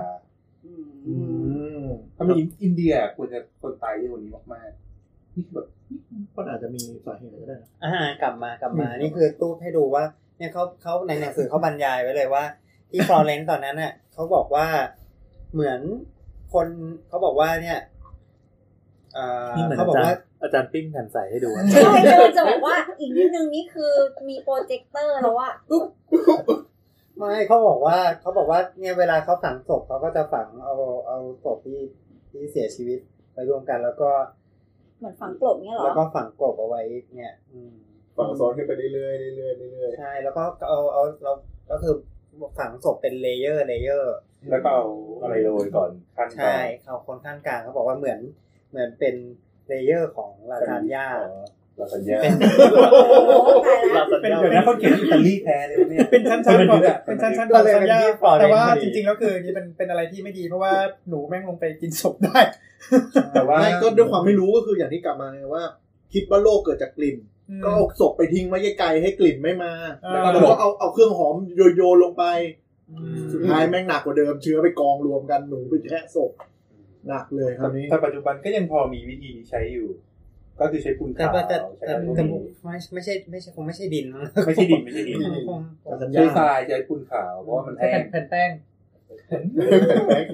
ถ้ามีอินเดียควรจะคนตายเยอะกว่านี้มากๆนี่แบบก็อาจจะมีสาเหตุก็ได้นะอ่ากลับมากลับมานี่คือตู้ให้ดูว่าเนี่ยเขาเขาในหนังสือเขาบรรยายไว้เลยว่าที่ฟลอเรนซ์ตอนนั้นน่ะเขาบอกว่าเหมือนคนเขาบอกว่าเนี่ยเขาบอกว่าอาจารย์ปิ้งแผ่นใสให้ดูใช่เลยจะบอกว่าอีกนิดนึงนี่คือมีโปรเจคเตอร์แล้วอะไม่เขาบอกว่าเขาบอกว่าเนี่ยเวลาเขาฝังศพเขาก็จะฝังเอาเอาศพที่ที่เสียชีวิตไปรวมกันแล้วก็เหมือนฝังกลบเนี่ยหรอแล้วก็ฝังกลบเอาไว้เนี่ยฝังซ้อนขึ้นไปเรื่อยๆเรื่อยๆเรื่อยๆใช่แล้วก็เอาเอาเราก็คือฝังศพเป็นเลเยอร์เลเยอร์แล้วก็เอาอะไรโรยก่อนขั้นใช่เขาคนข้างกลางเขาบอกว่าเหมือนเหมือนเป็นเลเยอร์ของลาซานญ่าลาซานญ่าเป็นเป็นเดี๋ยวนะเขาเขียนอิตาลีแท้เลยเนี่ยเป็นชั้นๆก่อนเป็นชั้นๆลาซานญ่าแต่ว่าจริงๆแล้วคือนี่เป็นเป็นอะไรที่ไม่ดีเพราะว่าหนูแม่งลงไปกินศพได้แต่ว่าก็ด้วยความไม่รู้ก็คืออย่างที่กลับมาไงว่าคิดว่าโรคเกิดจากกลิ่นก็เอาศพไปทิ้งไว้ไกลๆให้กลิ่นไม่มาแล้วก็เอาเอาเครื่องหอมโยนลงไปสุดท้ายแม่งหนักกว่าเดิมเชื้อไปกองรวมกันหนูไปแทะศพหนักเลยครับนี้แต่ปัจจุบันก็ยังพอมีวิธีใช้อยู่ก็คือใช้ปูนขาวแต่แต่ไม่ไม่ใช่ไม่ใช่คงไม่ใช่ดินไม่ใช่ดินไม่ใช่ดินใช้ทรายใช้ปูนขาวเพราะว่ามันแห้งแผ่นแป้ง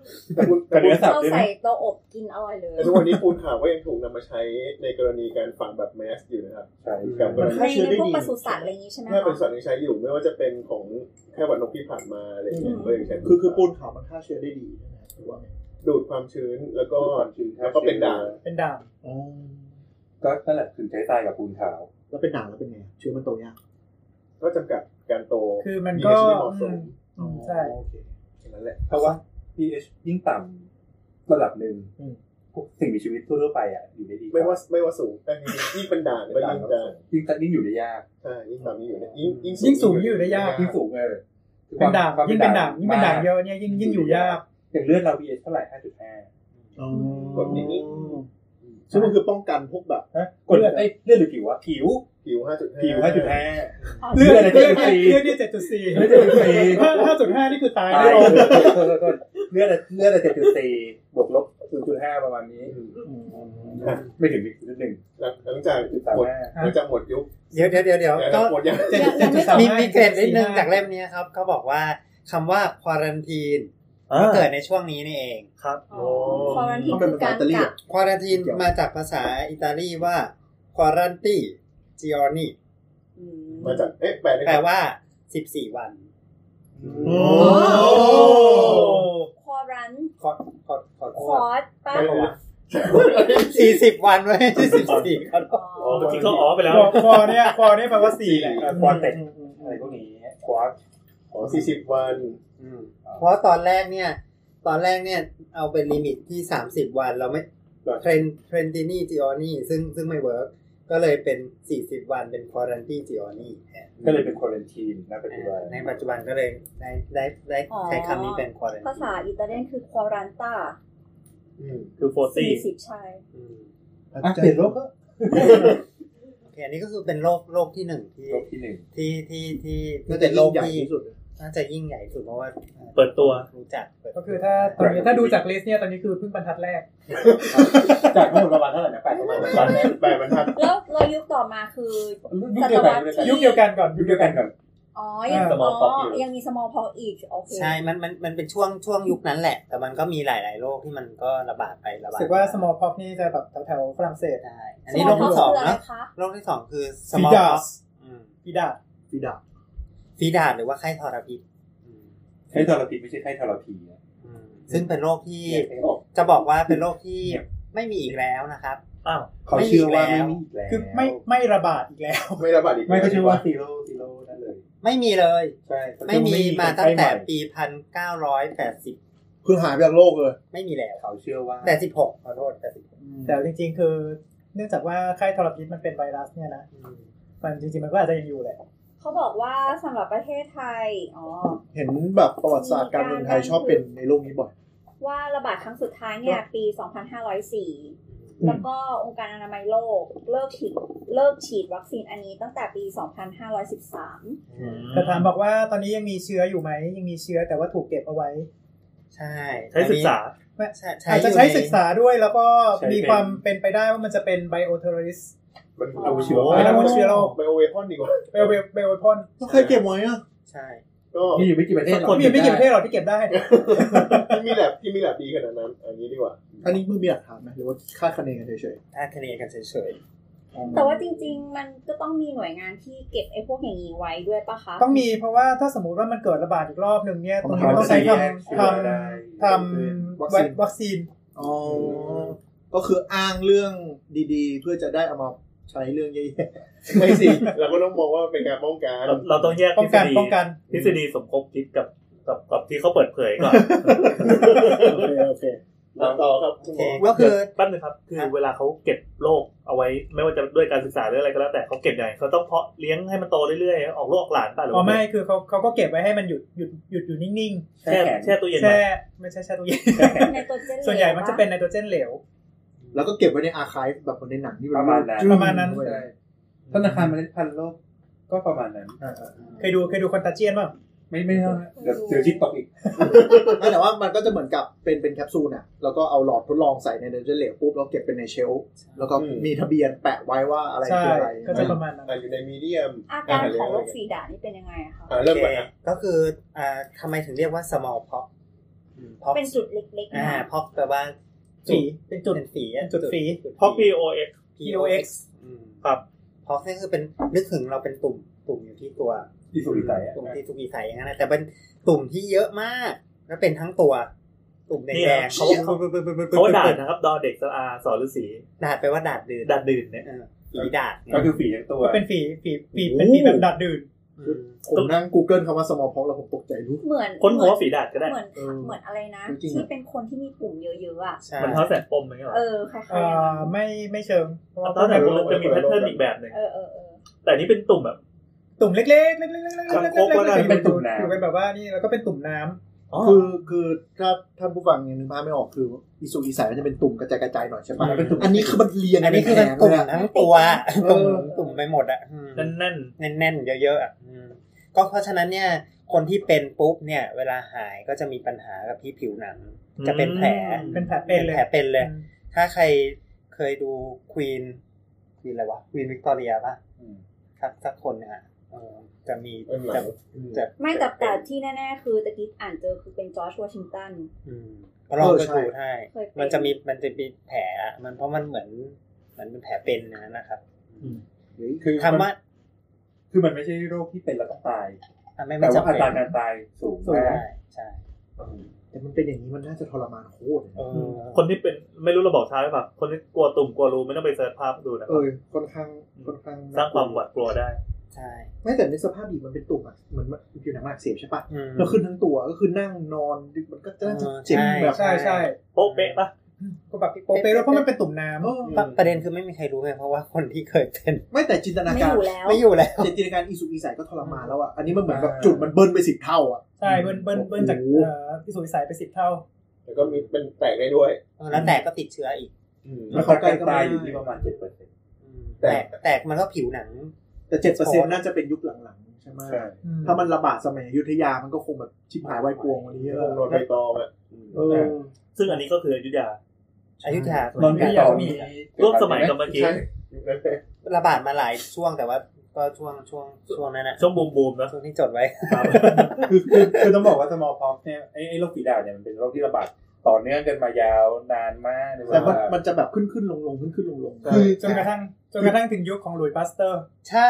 แต่คุณกระเนื้อสับเราด้วยใส่นะตัวอบกินอร่อยเลยแต่ทุกวันนี้ปูนขาวก็ยังถูกนำมาใช้ในกรณีการฝังแบบแมสอยู่นะครับใช่กับกรในณีในพวกปศุสัตว์อะไรอย่างนี้ใช่ไหมถ้าเป็นคะสัตว์ยังใช้อยู่ไม่ว่าจะเป็นของแค่หวัดนกที่ผ่านมาอะไรอย่างเงี้ยก็ยังใช้คือคือปูนขาวมันฆ่าเชื้อได้ดีใช่ไหมหรือว่าไงดูดความชื้นแล้วก็ความชื้นแล้วก็เป็นด่างเป็นด่างอ๋อก็นั่นแหละคือใช้ทรายกับปูนขาวแล้วเป็นด่างแล้วเป็นไงเชื้อมันโตยากก็จำกัดการโตคือมันก็ pH ที่เหมาะสมอืมใช่โอเคแค่นั้นแหละเพราะว่า pH ยิ่งต่ำระดับหนึ่งอืมพวกสิ่งมีชีวิตทั่วๆไปอ่ะอยู่ได้ดีไม่ว่าไม่ว่าสูงแต่ยิ่งเป็นด่างก็ยิ่งจะยิ่งตัดยิ่งอยู่ได้ยากใช่ยิ่งต่ำยิ่งอยู่เนี่ยยิ่งยิ่งยิ่งสูงยิ่งอยู่ได้ยากยิ่งสูงเออเป็นด่างยิ่งเป็นด่างยิ่งเป็นด่างเยอะเนี่ยยิ่งยิ่งอยู่ยากอย่างเลือดเรา pH เท่าไหร่ ห้าจุดห้าอ๋อกดนิดซึ่งมันคือป้องกันพวกแบบฮะกดเลือดเอ้ยเลือดหรือผิววะผิวผิว ห้าจุดห้าผิว ห้าจุดห้าเลือดเลืเลืออดดเลืเลืออดดเนี่ยเจ็ดจุดสี่เลือดเจ็ดจุดสี่ห้าจุดห้านี่คือตายตายแน่นอนโทษโทษโทษเลือดเลือดเจ็ดจุดสี่บวกลบศูนย์จุดห้าประมาณนี้ไม่ถึงนิดหนึ่งหลังจากหมดหลังจากหมดยุคเดี๋ยวเดี๋ยวเดี๋ยวเดี๋ยวก็หมดยังเจ็ดเจ็ดจุดสามมีห้ามีเกร็ดนิดนึงจากเล่มนี้ครับเขาบอกว่าคำว่าควอรันทีนก็เกิดในช่วงนี้นี่เองครับอ๋อควอรันทีนคือการกักควอรันทีนมาจากภาษาอิตาลีว่าควอรันตีจิออนีอืมมาจากเอ๊ะแปลได้แปลว่าสิบสี่วันโอ้ควอรันขอขอขอโทควอษดป้าไม่รู้สี่สิบวันไว้ที่สิบสี่ขอโทษอ๋อเมื่อกี้เขาอ๋อไปแล้วควอควอเนี่ยควอเนี่ยแปลว่าสี่แหละควอเต็กอะไรพวกนี้ควออ๋อสี่สิบวันเพราะตอนแรกเนี่ยตอนแรกเนี่ยเอาเป็นลิมิตที่สามสิบวันเราไม่เทรนเทรนตินีจิออนีซึ่งซึ่งไม่เวิร์กก็เลยเป็นสี่สิบวันเป็นควอรันตีจิออนีก็เลยเป็นควอรันทีนนะปัจจุบันในปัจจุบันก็เลยได้ได้ได้ใช้คำนี้เป็นควอรันตีภาษาอิตาเลียนคือควอรันต้าคือโฟร์ตี้สี่สิบใช่อ่ะเปลี่ยนโลกก็โอเคอันนี้ก็คือเป็นโรคโรคที่หนึ่งที่โลกที่หนึ่งที่ที่ที่ที่น่าจะเป็นโรยิ่งคใหญ่ที่ที่สุดน่าจะยิ่งใหญ่สุดเพราะว่าเปิดตัวรู้จักเปิดก็คือถ้าตอนนี้ถ้าดูจากลิสต์เนี่ยตอนนี้คือเพิ่งบรรทัดแรกจากทั้งหมดประมาณเท่าไหร่นะแปดประมาณตอนแรกแปลบรรทัดแล้วเรายุคต่อมาคือยุคเดียวกันยุคเดียวกันก่อนยุคเดียวกันก่อนอ๋อยังสมอลพ็อกอยู่ยังมี small pox อีกโอเคใช่มันมันมันเป็นช่วงช่วงยุคนั้นแหละ แต่มันก็มีหลาย ๆ โรคที่มันก็ระบาดไประบาดรู้สึกว่า small pox นี่จะแบบแถวๆฝรั่งเศสใช่อันนี้โรคที่สองคืออะไรนะคะโรคที่สองคือฟี small ดา pox สอืมฟีดาสฟีดาฟีดาดหรือว่าไข้ทรพิษอืมไข้ทรพิษไม่ใช่ไข้ทรพีนะอืมซึ่งเป็นโรคที่ไข้ออกจะบอกว่าเป็นโรคที่ไม่มีอีกแล้วนะครับอ้าวเขาเชื่อว่าไม่มีอีกแล้วคือไม่ไม่ระบาดอีกแล้วไม่ระบาดอีกไม่เขาเชื่อว่าซีโร่ซีโร่นั่นเลยไม่มีเลยใช่ไม่มีมาตั้งแต่ปีพันเก้าร้อยแปดสิบคือหายไปจากโลกเลยไม่มีแล้วเขาเชื่อว่าแปดสิบหกขอโทษแปดสิบหกแต่จริงๆ คือเนื่องจากว่าไข้ทรพิษมันเป็นไวรัสเนี่ยนะมันจริงๆมันก็อาจจะยังอยู่แหละเขาบอกว่าสำหรับประเทศไทยอ๋อเห็นแบบประวัติศาสตร์การเมืองไทยชอบเป็นในโลกนี้บ่อยว่าระบาดครั้งสุดท้ายเนี่ยปี สองพันห้าร้อยสี่ แล้วก็องค์การอนามัยโลกเลิกฉีดเลิกฉีดวัคซีนอันนี้ตั้งแต่ปี สองพันห้าร้อยสิบสามแต่ถามบอกว่าตอนนี้ยังมีเชื้ออยู่ไหมยังมีเชื้อแต่ว่าถูกเก็บเอาไว้ใช่ใช้ศึกษาใช่อาจจะใช้อยู่นศึกษาด้วยแล้วก็ใช้เป็นมีความเป็นไปได้ว่ามันจะเป็นไบโอเทอร์ริสมันเอาเชื้อไม่ต้องเอาเชื้อโรคไบโอเวพอนดีกว่าไบโอไบโอพอนก็เคยเก็บไว้อะใช่ก็มีอยู่ไม่กี่ประเทศหรอกมีไม่กี่ประเทศหรอกที่เก็บได้ที่มีแลบที่มีแลบดีขนาดนั้นอันนี้ดีกว่าอันนี้มึงมีหลักฐานไหมหรือว่าคาดคะเนกันเฉยถ้าคะแนนกันเฉยแต่ว่าจริงๆ มันก็ต้องมีหน่วยงานที่เก็บไอ้พวกอย่างนี้ไว้ด้วยปะคะต้องมีเพราะว่าถ้าสมมุติว่ามันเกิดระบาดอีกรอบหนึ่งเนี่ยตรงนี้มันต้องใช้ทำทำทำวัคซีนๆอ๋อก็คืออ้างเรื่องดีๆ เพื่อจะได้เอามาใช้เรื่องแย่ไม่สิ เราก็ต้องมองว่าเป็นการป้องกันเราเราต้องแยกป้ทองฤษกันฎีป้องกันทฤษฎีสมคบคิดกับกับกับที่เขาเปิดเผยก่อนๆโอเคโอเคต่อครับคุณหมอๆก็คือแป๊บนึงครับ คือเวลาเขาเก็บโรคเอาไว้ไม่ว่าจะด้วยการศึกษาหรืออะไรก็แล้วแต่เขาเก็บยังไงเขาต้องเพาะเลี้ยงให้มันโตเรื่อยๆออกลูกออกหลานป่ะหรืออ๋อว่าไม่คือเขาเขาก็เก็บไว้ให้มันหยุดหยุดหยุดอยู่นิ่งแช่แช่ตู้เย็นๆไว้แช่ไม่ใช่แช่ตู้เย็นในตัวเจนส่วนใหญ่มันจะเป็นไนโตรเจนเหลวแล้วก็เก็บไว้ในอาร์คายฟ์แบบคนในหนังที่ประมาณนั้นประมาณนั้นด้วยใช่ธนาคารเมล็ดพันธุ์โลกก็ประมาณนั้นเคยดูเคยดูคอนตาเจียนป่ะไม่ไม่เท่านะเดี๋ยวเดี๋ยวชิดตกอีกไม่แต่ว่ามันก็จะเหมือนกับเป็นเป็นแคปซูลน่ะแล้วก็เอาหลอดทดลองใส่ในไนโตรเจนเหลวปุ๊บแล้วเก็บเป็นในเชลฟ์แล้วก็มีทะเบียนแปะไว้ว่าอะไรใช่คืออะไรก็จะประมาณนั้นอ่ะอยู่ในมีเดียมอาการของโรคฝีดาษนี่เป็นยังไงอะคะอ่าเริ่มก่อนนะก็คืออ่าทำไมถึงเรียกว่า small pox เป็นจุดเล็กๆอ่านะพอกแปลว่าฝีเป็นจุดเป็นฝีเป็นจุดฝีเพราะ พี โอ เอ็กซ์พี โอ เอ็กซ์ครับพอกนี่คือเป็นนึกถึงเราเป็นตุ่มตุ่มอยู่ที่ตัวที่สุริไตอ่ะตุ่มที่ทุกอีไซอย่างนั้นนะแต่เป็นตุ่มที่เยอะมากแล้วเป็นทั้งตัวตุ่มแดงๆเขาเขาด่านะครับดอเด็กสอาสอฤาษีดาดแปลว่าดาดดื่นดาดดื่นเนี่ยฝีดาดก็คือฝีทั้งตัวก็เป็นฝีฝีฝีเป็นฝีแบบดัดดื่นผมนั่ง Google คำว่า small pox แล้วผมตกใจรู้เหมือนค้นหัวฝีดาดก็ได้เหมือนเหมือนอะไรนะจริงๆที่เป็นคนที่มีปุ่มเยอะๆอ่ะมันเท้าแสนปมอย่างเงี้ยหรอเออคล้ายๆเอ่อไม่ไม่เชิงเพราะว่าเท้าแสนปมมันจะมีแพทเทิร์นอีกแบบหนึ่งเออเออเออแต่นี่เป็นตุ่มแบบตุ่มเล็กๆเล็กๆเล็กๆเล็กๆเล็กๆคางคกก็ได้เป็นตุ่มน้ำเป็นแบบว่านี่แล้วก็เป็นตุ่มน้ำคือคือถ้าท่านผู้ฟังยังนึกภาพไม่ออกคืออีสุกอีใสมันจะเป็นตุ่มกระจายกระจายหน่อยใช่ปะอันนี้คือมันเรียงอันนี้คือเป็นตุ่มทั้งตัวตุ่มตุ่มไปหมดอ่ะแน่นแน่นๆเยอะๆอ่ะก็เพราะฉะนั้นเนี่ยคนที่เป็นปุ๊บเนี่ยเวลาหายก็จะมีปัญหากับที่ผิวหนังจะเป็นแผลเป็นแผลเป็นเลยแผลเป็นเลยถ้าใครเคยดูควีนควีนอะไรวะควีนวิกตอเรียป่ะสักสักคนเนี่ยจะมีจะจะไม่แต่แต่ที่แน่ๆคือตะกี้อ่านเจอคือเป็นจอร์จวอชิงตันก็ลองไปดูใช่มันจะมีมันจะมีแผลมันเพราะมันเหมือนเหมือนเป็นแผลเป็นนะครับคือคำว่าคือมันไม่ใช่โรคที่เป็นแล้วต้องตายแต่ว่าอัตราการตายสูงมากใช่แต่มันเป็นอย่างนี้มันน่าจะทรมานโคตรคนที่เป็นไม่รู้เราบอกช้าหรือเปล่าคนที่กลัวตุ่มกลัวรูไม่ต้องไปเสิร์ชภาพดูนะเออค่อนข้างค่อนข้างสร้างความหวาดกลัวได้ใช่ไม่แต่ในสภาพดีมันเป็นตุ่มอ่ะเหมือนผิวหนังอักเสบใช่ปะแล้วขึ้นทั้งตัวก็คือนั่งนอนมันก็จะเจ็บแบบใช่ใช่โป๊ะเป๊ะปะก็แบบโป๊ะเป๊ะเพราะมันเป็นตุ่มน้ำประเด็นคือไม่มีใครรู้ไงเพราะว่าคนที่เคยเป็นไม่แต่จินตนาการไม่อยู่แล้วจินตนาการอีสุกอีใสก็ทรมานแล้วอ่ะอันนี้มันเหมือนแบบจุดมันเบิ้ลไปสิบเท่าอ่ะใช่เบิ้ลเบิ้ลเบิ้ลจากอีสุกอีใสไปสิบเท่าแล้วก็มีเป็นแตกได้ด้วยแล้วแตกก็ติดเชื้ออีกแล้วเขาใกล้ตายอยู่ที่ประมาณเจ็ดเปอร์เซ็นต์แตกแตกมันก็ผิวหนังแต่เจ็ดเปอร์เซ็นต์น่าจะเป็นยุคหลังๆใช่ไหมถ้ามันระบาดสมัยอยุธยามันก็คงแบบชิบหายวายป่วงวันนี้เยอะโดนไปตองอ่ะซึ่งอันนี้ก็คืออยุธยาอยุธยาตอนนี้ก็มีร่วมสมัยกับเมื่อกี้ระบาดมาหลายช่วงแต่ว่าก็ช่วงช่วงช่วงนั้นนะช่วงบูมบูมนะช่วงที่จดไว้คือคือต้องบอกว่า small pox เนี่ยไอ้ไอ้โรคฝีดาษเนี่ยมันเป็นโรคที่ระบาดต่อเนื่องกันมายาวนานมากแต่มันมันจะแบบขึ้นขึ้นลงลงขึ้นขึ้นลงลงคือจนกระทั่งจนกระทั่งถึงยุคของหลุยส์พาสเตอร์ใช่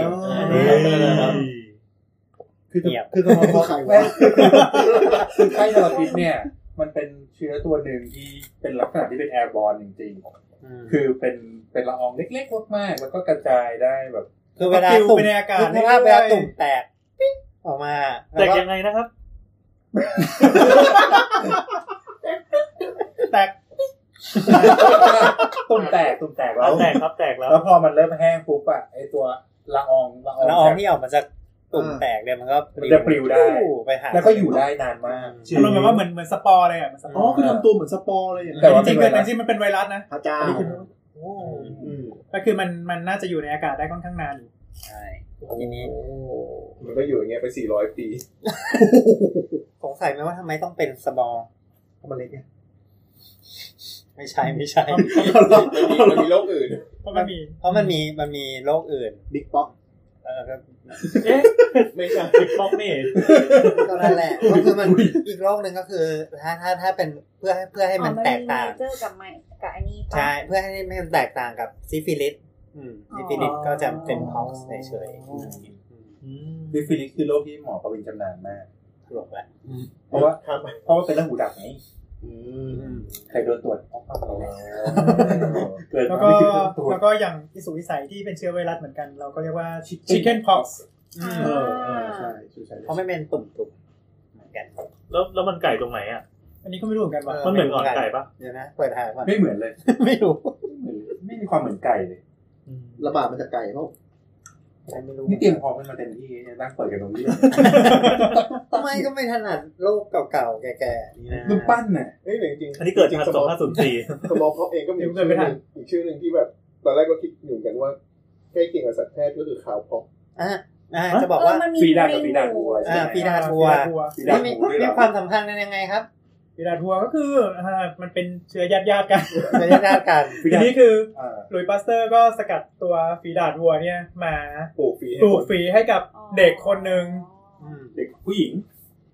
คือคือ small pox คือไข้ทรพิษเนี่ยมันเป็นเชื้อตัวหนึ่งที่เป็นลักษณะที่เป็นแอร์บอร์นจริงๆคือเป็นเป็นละอองเล็กๆมากๆแล้วก็กระจายได้แบบคือเวลาตุ่มในอากาศเวลาตุ่มแตกปิ๊งออกมาแตกยังไงนะครับแตกตุ่มแตกตุ่มแตกแล้วแตกครับแตกแล้วแล้วพอมันเริ่มแห้งปุ๊บอะไอตัวละอองละอองละอองที่ออกมาจากตุ่มแตกเนี่ยมันก็จะปลิวได้แล้วก็อยู่ได้นานมากมันเหมือนว่าเหมือนเหมือนสปอร์เลยอ่ะอ๋อคือทำตัวเหมือนสปอร์เลยแต่จริงๆคือจริงๆมันเป็นไวรัสนะพระเจ้าโอ้ก็คือมันมันน่าจะอยู่ในอากาศได้ค่อนข้างนานอยู่ใช่ทีนี้มันก็อยู่อย่างเงี้ยไปสี่ร้อยปีสงสัยไหมว่าทำไมต้องเป็นสปอร์เพราะมันเล็กไงไม่ใช่ไม่ใช่มันมีโรคอื่นเพราะมันมีเพราะมันมีมันมีโรคอื่นบิ๊กป๊อกเออครับเอ๊ะไม่ใช่บิ๊กป๊อกนี่ก็นั่นแหละก็คือมันอีกโรคนึงก็คือถ้าถ้าถ้าเป็นเพื่อเพื่อให้มันแตกต่างเจอกับไม่กับอันนี้ใช่เพื่อให้มันแตกต่างกับซิฟิลิสอืมซิฟิลิสก็จะเป็นพ็อกซ์เฉยๆซิฟิลิสคือโรคที่หมอประวินชำนาญมากหลอกแหละเพราะว่าเพราะว่าเป็นเรื่องหูดับไงใครโดนตรวจแล้วก็แล้วก็อย่างอิสุวิสัยที่เป็นเชื้อไวรัสเหมือนกันเราก็เรียกว่า chicken pox เออใช่ใช่เพราะไม่เป็นตุ่มๆเหมือนกันแล้วแล้วมันไก่ตรงไหนอ่ะอันนี้ก็ไม่รู้เหมือนกันว่ามันเหมือนหงอนไก่ปะเดี๋ยวนะเปิดหาก่อนไม่เหมือนเลยไม่รู้ไม่มีความเหมือนไก่เลยระบาดมันจะไก่เพราะนี่เตรียมพร้อมกันมาเต็มที่นั่งเปิดกันตรงนี้ทำไมก็ไม่ถนัดโรคเก่าๆแก่ๆนี่นะรูปปั้นน่ะเอ้ยจริงๆอันนี้เกิดจากสองพันสี่สมองเขาเองก็มีชื่อนึงอีกชื่อนึงที่แบบตอนแรกก็คิดอยู่กันว่าใกล้เคียงกับสัตวแพทย์ก็คือข่าวพอกอ่ะอ่าจะบอกว่าฟีดากับฟีดาทัวอ่าฟีดาทัวมีมีความสัมพันธ์กันยังไงครับฟีดาทัวก็คืออ่ามันเป็นเชื้อญาติๆกันเชื้อญาติๆกันทีนี้คือหลุยส์พาสเตอร์ก็สกัดตัวฟีดาทัวเนี่ยมาปลูกฝีปลูกฝีให้กับเด็กคนนึงเด็กผู้หญิง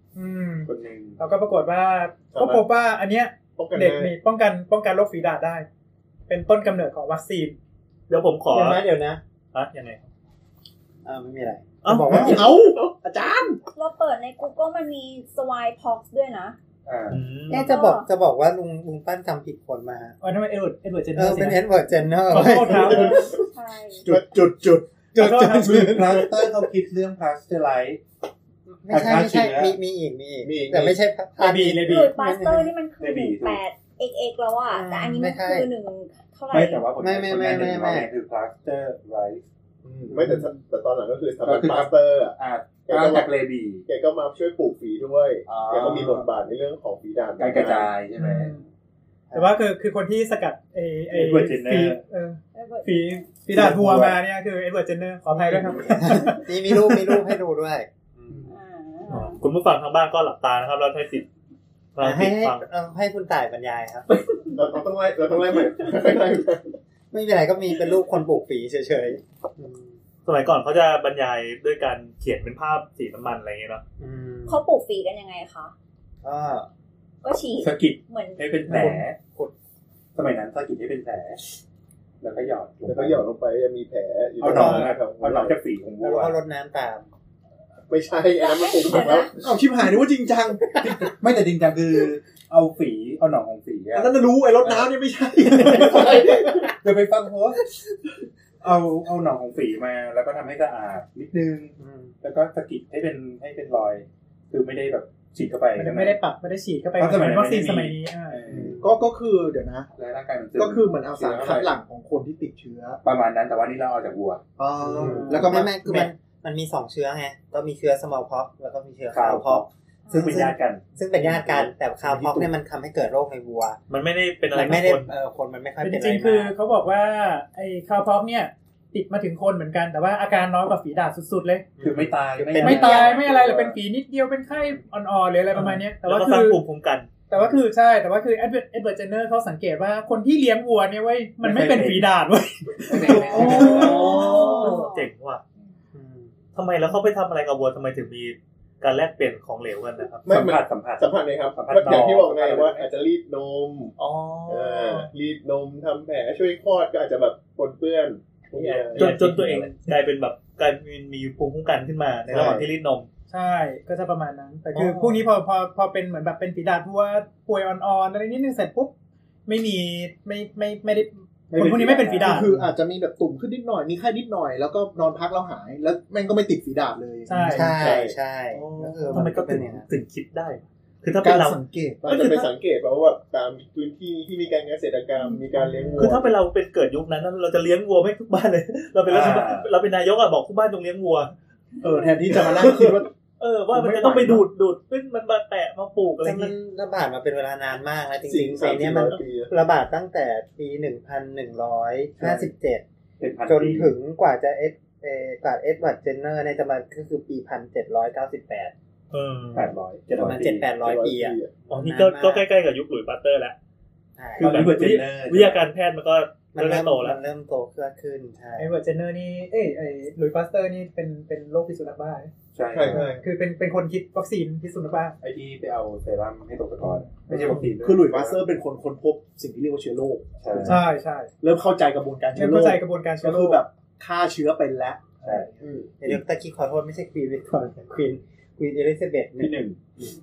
อืมคนหนึ่งแล้วก็ปรากฏว่าก็พบว่าอันเนี้ยเด็กมีป้องกันป้องกันโรคฝีดาษได้เป็นต้นกำเนิดของวัคซีนเดี๋ยวผมขอเดี๋ยวนะเดี๋ยวนะอ่ะยังไงอ่าไม่มีอะไรจะบอกว่าเอาอาจารย์เราเปิดใน Google มันมี Swine-Pox ด้วยนะอ่าแค่จะบอกจะบอกว่าลุงลุงปั้นจำผิดคนมาฮะอ๋อทำไมเอ็ดเวิร์ดเอ็ดเวิร์ดเจนเนเอออร์เป็นเอ็ดเวิร์ดเจนเนอร์ขอโทษครับใช่จุดจุดจุดจุดจุดพลาสเตอร์เขาคิดเรื่องพลาสเตอร์ไลท์ไม่ใช่ไม่ใช่มีมีอีกมีอีกแต่ไม่ใช่พาบีเลยหลุยส์ปาสเตอร์นี่มันคือหนึ่งแปด เอ็กซ์ เอ็กซ์ แล้วอ่ะแต่อันนี้มันคือหนึ่งเท่าไหร่ไม่แต่ว่าผลไม่ไม่ไม่ไม่ไม่คือพลาสเตอร์ไลท์ไม่แต่แต่ตอนหลังก็คือสถาบันมาสเตอร์อ่ะอ่าจากเลบีแกก็มาช่วยปลูกฝีด้วยแกก็มีบทบาทในเรื่องของฝีดาษการกระจายใช่ไหมแต่ว่าคือคือคนที่สกัดไอไอฝีเออฝีฝีดาษวัวมาเนี่ยคือเอ็ดเวิร์ดเจนเนอร์ขออภัยด้วยครับนี่มีรูปมีรูปให้ดูด้วยคุณผู้ฟังทางบ้านก็หลับตานะครับเราใช้สิทธิ์ให้ให้ให้คุณต่ายบรรยายครับเราต้องไล่เราต้องไล่ใหม่ไม่ไล่ไม่เป็นไรก็มีเป็นรูปคนปลูกฝีเฉยๆสมัยก่อนเขาจะบรรยายด้วยการเขียนเป็นภาพสีน้ำมันอะไรอย่างเงี้ยเนาะเขาปลูกฝีกันยังไงคะก็ก็ฉีดสกิดเหมือนให้เป็นแผลสมัยนั้นสกิดให้เป็นแผลแล้วก็หยอดแล้วก็หยอดลงไปจะมีแผลเอาหนองนะครับเอาหนองจากฝีของวัวแล้วก็รดน้ำตามไม่ใช่อันนั้นมันปลูกฝังแล้วเอาชิบหายนึกว่าจริงจังไม่แต่จริงจังคือเอาฝีเอาหนองของฝีอันนั้นรู้ไอ้รดน้ำเนี่ยไม่ใช่เดี๋ยวไปฟังโพสเอาเอาหนองของฝีมาแล้วก็ทำให้สะอาดนิดนึงแล้วก็สกิดให้เป็นให้เป็นรอยคือไม่ได้แบบฉีดเข้าไปไม่ได้ปรับไม่ได้ฉีดเข้าไปเหมือนวัคซีนสมัยนี้ก็ก็คือเดี๋ยวนะแล้วร่างกายมันก็คือเหมือนเอาสารคัดหลั่งของคนที่ติดเชื้อประมาณนั้นแต่ว่านี่เราเอาจากวัวอ๋อแล้วก็ไม่ไม่คือมันมันมีสองเชื้อไงก็มีเชื้อ smallpox แล้วก็มีเชื้อ cowpox ซึ่งเป็นญาติกันซึ่งเป็นญาติกันแต่ cowpox เนี่ยมันทำให้เกิดโรคในวัวมันไม่ได้เป็นอะไรไม่ได้เออคนมันไม่ค่อยเป็นจริงๆคือเขาบอกว่าไอ้ cowpox เนี่ยติดมาถึงคนเหมือนกันแต่ว่าอาการน้อยกว่าฝีดาษสุดๆเลยคือไม่ตายไม่ตายไม่อะไรหรือเป็นฝีนิดเดียวเป็นไข้อ่อนๆหรืออะไรประมาณนี้แต่ว่าคือภูมิคุ้มกันแต่ว่าคือใช่แต่ว่าคือเอ็ดเวิร์ดเอ็ดเวิร์ดเจนเนอร์เขาสังเกตว่าคนที่เลี้ยงวัวเนี่ยเว้ยมันไม่เป็นฝีดาษเว้ยโอ้เจ๋งว่ะทำไมแล้วเขาไปทำอะไรกับวัวทำไมถึงมีการแลกเปลี่ยนของเหลวกันนะครับสัมผัสสัมผัสสัมผัสเลยครับอย่างที่บอกไงว่าอาจจะรีดนมอ๋อรีดนมทำแผลช่วยคลอดก็อาจจะแบบปนเปื้อนจนจนตัวเองกลายเป็นแบบกลายเป็นมีภูมิคุ้มกันขึ้นมาในระหว่างที่รีดนมใช่ก็จะประมาณนั้นแต่คือพวกนี้พอพอพอเป็นเหมือนแบบเป็นฝีดาษทั่วป่วยอ่อนๆอะไรนิดนึงเสร็จปุ๊บไม่มีไม่ไม่ไม่ได้คนพวกนี้ไม่เป็นฝีดาษคืออาจจะมีแบบตุ่มขึ้นนิดหน่อยมีไข้นิดหน่อยแล้วก็นอนพักแล้วหายแล้วแม่งก็ไม่ติดฝีดาษเลยใช่ใช่ใช่ทำไมก็เป็นอย่างนั้นถึงคิดได้คือถ้าเป็นเราสังเกตมันจะเป็นสังเกตเพราะว่าตามพื้นที่ที่มีการเกษตรกรรมมีการเลี้ยงวัวคือถ้าเป็นเราเป็นเกิดยุคนั้นเราจะเลี้ยงวัวไม่ทุกบ้านเลยเราเป็นเราเป็นนายกอ่ะบอกทุกบ้านต้องเลี้ยงวัวเออแทนที่จะมานั่งคิดว่าเออว่ามันจะต้องไปดูดดูดขึ้นมันมาแตะมาปลูกอะไรอย่างงี้มันระบาดมาเป็นเวลานานมากนะจริงๆไอ้นี่มันระบาดตั้งแต่ปีหนึ่งพันหนึ่งร้อยห้าสิบเจ็ดจนถึงกว่าจะเอสเอ่อกว่าเอ็ดเวิร์ดเจนเนอร์เนี่ยจะมาก็คือปีหนึ่งพันเจ็ดร้อยเก้าสิบแปดเออแปดร้อยประมาณ เจ็ดถึงแปดร้อย ปีอ่ะอ๋อนี่ก็ก็ใกล้ๆกับยุคหลุยส์ปาสเตอร์แล้วคือแบบวิทยาการแพทย์มันก็มันเริ่มโตแล้วเริ่มโตขึ้นใช่เอ็ดเวิร์ดเจนเนอร์นี่เอ้ยไอ้หลุยส์ปาสเตอร์นี่เป็นเป็นโรคพิษสุนัขบ้าใช่ใช่คือเป็นเป็นคนคิดวัคซีนพิษสุนัขบ้าไอ้ที่ไปเอาเซรั่มให้ตกตะกอนไม่ใช่วัคซีนคือหลุยส์ปาสเตอร์เป็นคนค้นพบสิ่งที่เรียกว่าเชื้อโรคใช่ใช่เริ่มเข้าใจกระบวนการเชื้อโรคเข้าใจกระบวนการเชื้อโรคคือแบบฆ่าเชื้อเป็นแล้วใช่เดี๋ยวตะกี้ขอโทษไม่ใช่ควีนวิกตอเรียควีนควีนเอลิซาเบธที่หนึ่ง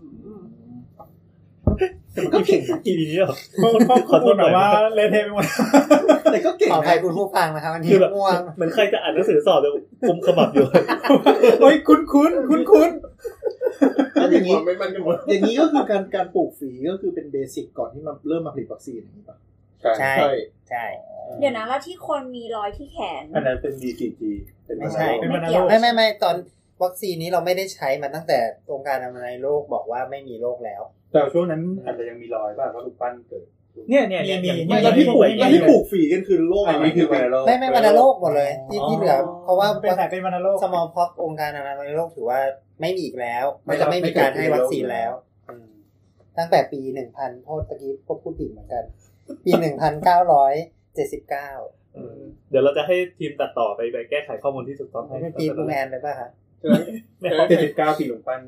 มันก็เก่งอีนี้เหรอขอโทษแบบว่าเละเทะไปหมดแต่ก็เก่งขออภัยคุณผู้ฟังนะครับอันนี้ม่วงเหมือนใครจะอ่านหนังสือสอบเลยกุมขมับอยู่เฮ้ยคุ้นคุ้นคุ้นคุ้นอย่างนี้อย่างนี้ก็คือการการปลูกฝีก็คือเป็นเบสิกก่อนที่มันเริ่มมาผลิตวัคซีนอย่างนี้ป่ะใช่ใช่เดี๋ยวนะแล้วที่คนมีรอยที่แขนอันนั้นเป็น ดี ซี จีเป็นไม่ใช่ไม่ไม่ไม่ตอนวัคซีนนี้เราไม่ได้ใช้มาตั้งแต่องค์การอนามัยโลกบอกว่าไม่มีโรคแล้วแต่ช่วงนั้นอาจจะยังมีรอยป่ะเพราะลูกปั้นเกิดเนี่ยเนี่ยมีแล้วที่ปลูกแล้วที่ปลูกฝีกันคือโรคอะไรคือวัณโรคไม่ไม่วัณโรคหมดเลยที่ที่เหลือเพราะว่าเป็นแต่เป็นวัณโรค smallpox องค์การอนามัยโลกถือว่าไม่มีอีกแล้วมันจะไม่มีการให้วัคซีนแล้วตั้งแต่ปีหนึ่งพันโทษตะกี้ก็พูดผิดเหมือนกันปีหนึ่งพันเก้าร้อยเจ็ดสิบเก้าเดี๋ยวเราจะให้ทีมตัดต่อไปไปแก้ไขข้อมูลที่ถูกต้องให้ปีลุงแอนเลยป่ะฮะเจ็ดสิบเก้าปีลุงปั้น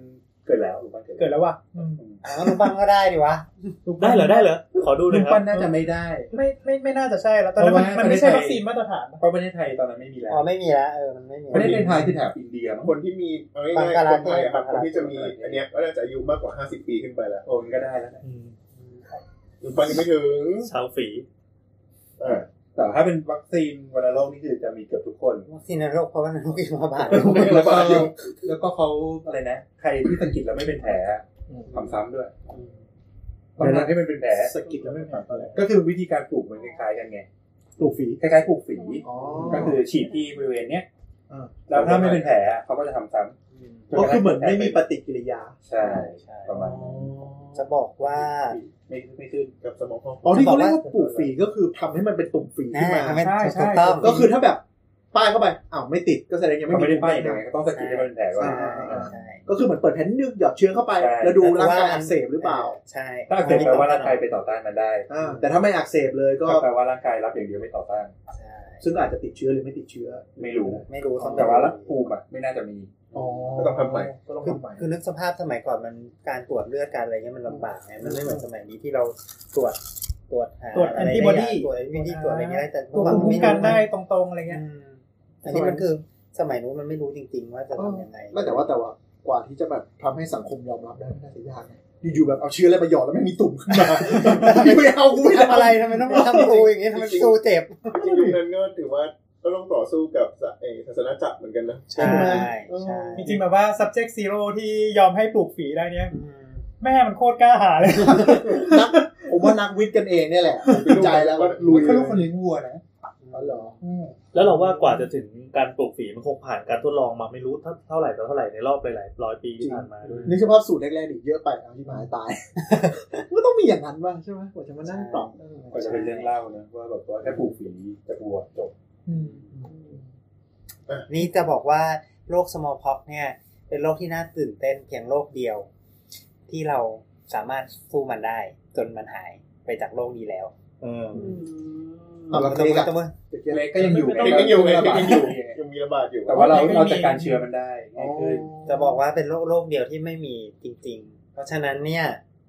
เกิดแล้วลุงปั้นเกิดแล้วว่ะอ้าวลุงปั้นก็ได้ดิวะได้เหรอได้เหรอขอดูหน่ลุอยงครับปั้นน่าจะไม่ได้ไม่ไม่ไม่น่าจะใช่แล้วตอนนั้นมันมันไม่ใช่วัคซีนมาตรฐานเพราะประเทศไทยตอนนั้นไม่มีแล้วอ๋อไม่มีแล้วเออมันไม่มีประเทศไทยคือแถบอินเดียมั้งคนที่มีเอาง่ายๆคนไทยอะครับคนที่จะมีอันเนี้ยก็น่าจะอายุมากกว่าห้าสิบปีขึ้นไปแล้วโอ้มันก็ได้แล้วนะลุงปั้นยังไม่ถึงชาวฝีอ่าแต่ถ้าเป็นวัคซีนวัณโรคนี่คือจะมีเกือบทุกคนวัคซีนโรคเพราะว่าโรคที่ระบาดแล้วก็แล้วก็เขาอะไรนะใครที่สะกิดแล้วไม่เป็นแผลทำซ้ำด้วยบางครั้งที่มันเป็นแผลสะกิดแล้วไม่เป็นแผลตอนแรกก็คือวิธีการปลูกมันคล้ายๆกันไงปลูกฝีคล้ายๆปลูกฝีอ๋อก็คือฉีดที่บริเวณเนี้ยอ่าแล้วถ้าไม่เป็นแผลเขาก็จะทำซ้ำก็คือเหมือนไม่มีปฏิกิริยาใช่ประมาณจะบอกว่าไม่ไม่ขึ้นกับสมองพองอ๋อที่เขาเรียกว่าปลูกฝีก็คือทำให้มันเป็นตุ่มฝีขึ้นมาใช่ถูกต้องก็คือถ้าแบบป้ายเข้าไปอ้าวไม่ติดก็แสดงยังเขาไม่ไม่มีได้ป้ายยังไงก็ต้องสะกิดให้มันเป็นแผลก่อนใช่ก็คือเหมือนเปิดแผ่นนึกหยอดเชื้อเข้าไปแล้วดูร่างกายอักเสบหรือเปล่าใช่ถ้าอักเสบแปลว่าร่างกายไปต่อต้านมันได้อ่าแต่ถ้าไม่อักเสบเลยก็ก็แปลว่าร่างกายรับอย่างเดียวไม่ต่อต้านใช่ซึ่งอาจจะติดเชื้อหรือไม่ติดเชื้อไม่รู้ไม่รู้แต่ว่ารักภูมิอ่ะไม่น่าจะมีอ๋อก็ต้องทำใหม่ก็ต้องคือทำใหม่คือนึกสภาพสมัยก่อนมันการตรวจเลือดการอะไรเงี้ยมันลำบากไงมันไม่เหมือนสมัยนี้ที่เราตรวจตรวจหาตรวจแอนติบอดีตรวจแอนติบอดีตรวจอะไรเงี้ยได้แต่ตัวภูมิคุ้มกันได้ตรงๆอะไรเงี้ยอันนี้มันคือสมัยนู้นมันไม่รู้จริงๆว่าจะทำยังไงไม่แต่ว่าแต่ว่ากว่าที่จะแบบทำให้สังคมยอมรับได้ไม่น่าจะยากไงอยู่ๆแบบเอาเชื้ออะไรมาหยอดแล้วไม่มีตุ่มขึ้นมาไม่เอากูไม่ทำอะไรทำไมต้องมาทำตูอย่างงี้ทำไมตูเจ็บจริงๆยุคนั้นก็ถือว่าก็ต้องต่อสู้กับศาสนาจักรเหมือนกันนะใช่ใช่จริงๆแบบว่า subject zero ที่ยอมให้ปลูกฝีได้เนี้ยแม่มันโคตรกล้าหาญเลยนักผมว่านักวิทย์กันเองเนี่ยแหละวิจัยแล้วก็ลุยเขาลูกคนเลี้ยงวัวนะอ๋อเหรอแล้วเราว่ากว่าจะถึงการปลูกฝีมันคงผ่านการทดลองมาไม่รู้เท่าไหร่ต่อเท่าไหร่ในรอบหลายๆร้อยปีที่ผ่านมาด้วยนึกเฉพาะสูตรแรกๆนี่เยอะไปเอาที่หมายตายก็ต้องมีอย่างนั้นป่ะใช่ไหมกว่าจะมานั่งปรับก็จะเป็นเรื่องเล่านะว่าแบบว่าแค่ปลูกฝีจะบวชจบนี่จะบอกว่าโรค smallpox เนี่ยเป็นโรคที่น่าตื่นเต้นเพียงโรคเดียวที่เราสามารถสู้มันได้จนมันหายไปจากโรคนี้แล้วอืมเอาละเล็กอะเล็กก็ยังอยู่เล็กยังอยู่ไงเล็กยังอยู่ยังมีระบาดอยู่แต่ว่าเราเราจัดการเชื้อมันได้ง่ายขึ้นจะบอกว่าเป็นโรคโรคเดียวที่ไม่มีจริงๆเพราะฉะนั้นเนี่ย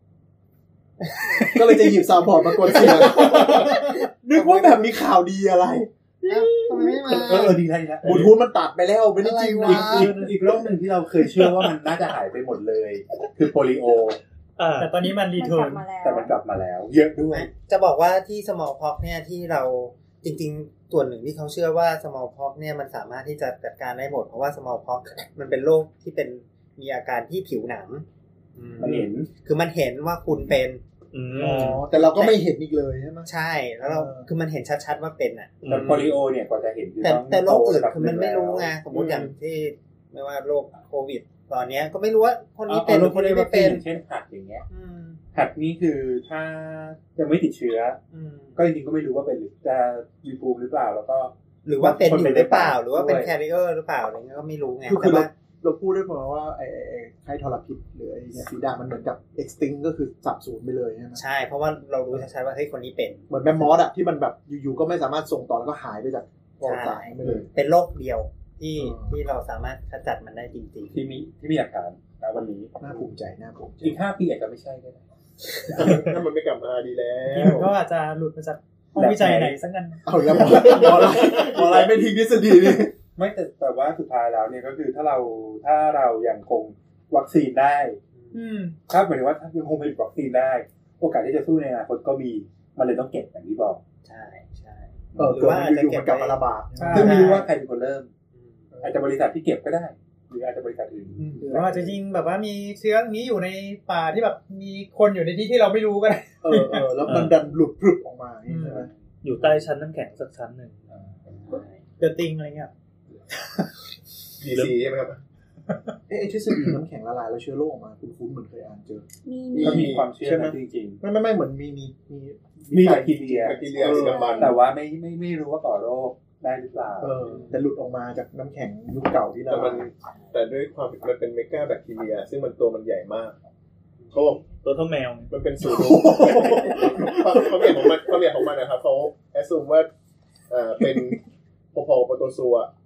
ก็เลยจะหยิบซาวพอร์ตมากดเสียงนึกว่าแบบมีข่าวดีอะไรทำไมไม่มาเออดีแล้วนะบลูทูธมันตัดไปแล้วไม่ได้จริงนะอีกอีกอีกโรคหนึ่งที่เราเคยเชื่อว่ามันน่าจะหายไปหมดเลย คือโปลิโอแต่ตอนนี้มันรีเทิร์นแต่มันกลับมาแล้ว เยอะด้วยจะบอกว่าที่ smallpox เนี่ยที่เราจริงๆส่วนหนึ่งที่เขาเชื่อว่า smallpox เนี่ยมันสามารถที่จะจัดการได้หมดเพราะว่า smallpox มันเป็นโรคที่เป็นมีอาการที่ผิวหนังมันเห็นคือมันเห็นว่าคุณเป็นอ๋อแต่เราก็ไม่เห็นอีกเลยใช่ไหมใช่แล้วเราคือมันเห็นชัดๆว่าเป็นอ่ะแต่โปลิโอเนี่ยกว่าจะเห็นคือแต่ต้องแต่โรคอื่นโตระดับคือมันไม่รู้ไงหสมมติอย่างที่ไม่ว่าโรคโควิด ตอนเนี้ยก็ไม่รู้ว่าคนนี้เอาเป็นหโรรือคคนนี้ไม่ไม่เป็เป็น นเช่นหัดอย่างเงี้ยอืมหัดนี่คือถ้ายังไม่ติดเชื้ออืมก็จริงๆก็ไม่รู้ว่าเป็นหรือจะมีภูมิหรือเปล่าแล้วก็หรือว่าเป็นอยู่หรือเปล่า หรือว่าเป็นด้วยแคริเออร์หรือเปล่าอะไรเงี้ยก็ไม่รู้ไงคือแต่คือเราว่าเราพูดได้หมดว่าไอ้ไอ้ไอ้ไข้ทรพิษหรือไอ้เนี่ยฟีดามันเหมือนกับ extinct ก็คือสับสูญไปเลยใช่ไหมใช่เพราะว่าเรารู้ชัดๆว่าเฮ้ยคนนี้เป็นเหมือนแมมมอสอะที่มันแบบอยู่ๆก็ไม่สามารถส่งต่อแล้วก็หายไปจากประวัติศาสตร์ไปเลยเป็นโรคเดียวที่อืมที่เราสามารถขจัดมันได้จริงที่มีที่มีหลักฐานณวันนี้น่าภูมิใจน่าภูมิใจอีกห้าปีอาจจะไม่ใช่ก็ได้ถ้ามันไม่กลับมาดีแล้ที่วมันก็อาจจะหลุดมาจากห้องวิจัยไหนสักกันเอาแล้วหมอหมออะไรหมออะไรไม่ทิ้งทฤษฎีนี่ไม่แต่แต่ว่าสุดท้ายแล้วเนี่ยก็คือถ้าเราถ้าเรายังคงวัคซีนได้อืมถ้าหมายถึงว่าถ้ายังคงผลิตวัคซีนได้ โอกาสที่จะสู้ในอนาคตก็มีมันเลยต้องเก็บอย่างที่บอกๆ ใช่ใช่เออหรืเกิดว่ามันอาจจะอยู่ๆเก็มับนกลับมาไว้ระบาดใช่ซึ่งไม่รู้ว่าใครเป็นคนเริ่ม อาจจะบริษัทที่เก็บก็ได้ หรืออาจจะบริษัทอื่นหรือว่าอาจจะยิงแบบว่ามีเชื้อนี้อยู่ในป่าที่แบบมีคนอยู่ในที่ที่เราไม่รู้ก็ได้เออเออแล้วมันดันหลุดพรึบออกมาอย่างนี้ใช่ไหมอยู่ใต้ชั้นน้ำแข็งสักชั้นหนึ่งเดอะติงอะไรเงี้ยดีซีใช่ไหมครับเอ๊ะไอ้ทฤษฎีน้ำแข็งละลายแล้วเชื้อโรคออกมาคุ้นๆเหมือนเคยอ่านเจอมีก็มีความเชื่อใช่ไหมนะจริงไม่ไม่ไม่เหมือนมีมีมีๆ มีแบคทีเรียแบคทีเรียสีดำบันแต่ว่าไม่ไม่ไม่รู้ว่าก่อโรคได้หรือเปล่าเออแต่หลุดออกมาจากน้ำแข็งยุคเก่าที่ละแต่มัลาน ยแต่ด้วยความมันเป็นเมกาแบคทีเรีย ซึ่งมันตัวมันใหญ่มากเขาบอกตัวเท่าแมวมันเป็นสูตรความใหญ่ของมันความใหญ่ของมันนะครับเขาแอสซูมว่าเอ่อเป็นพอๆกับโปรโตซัว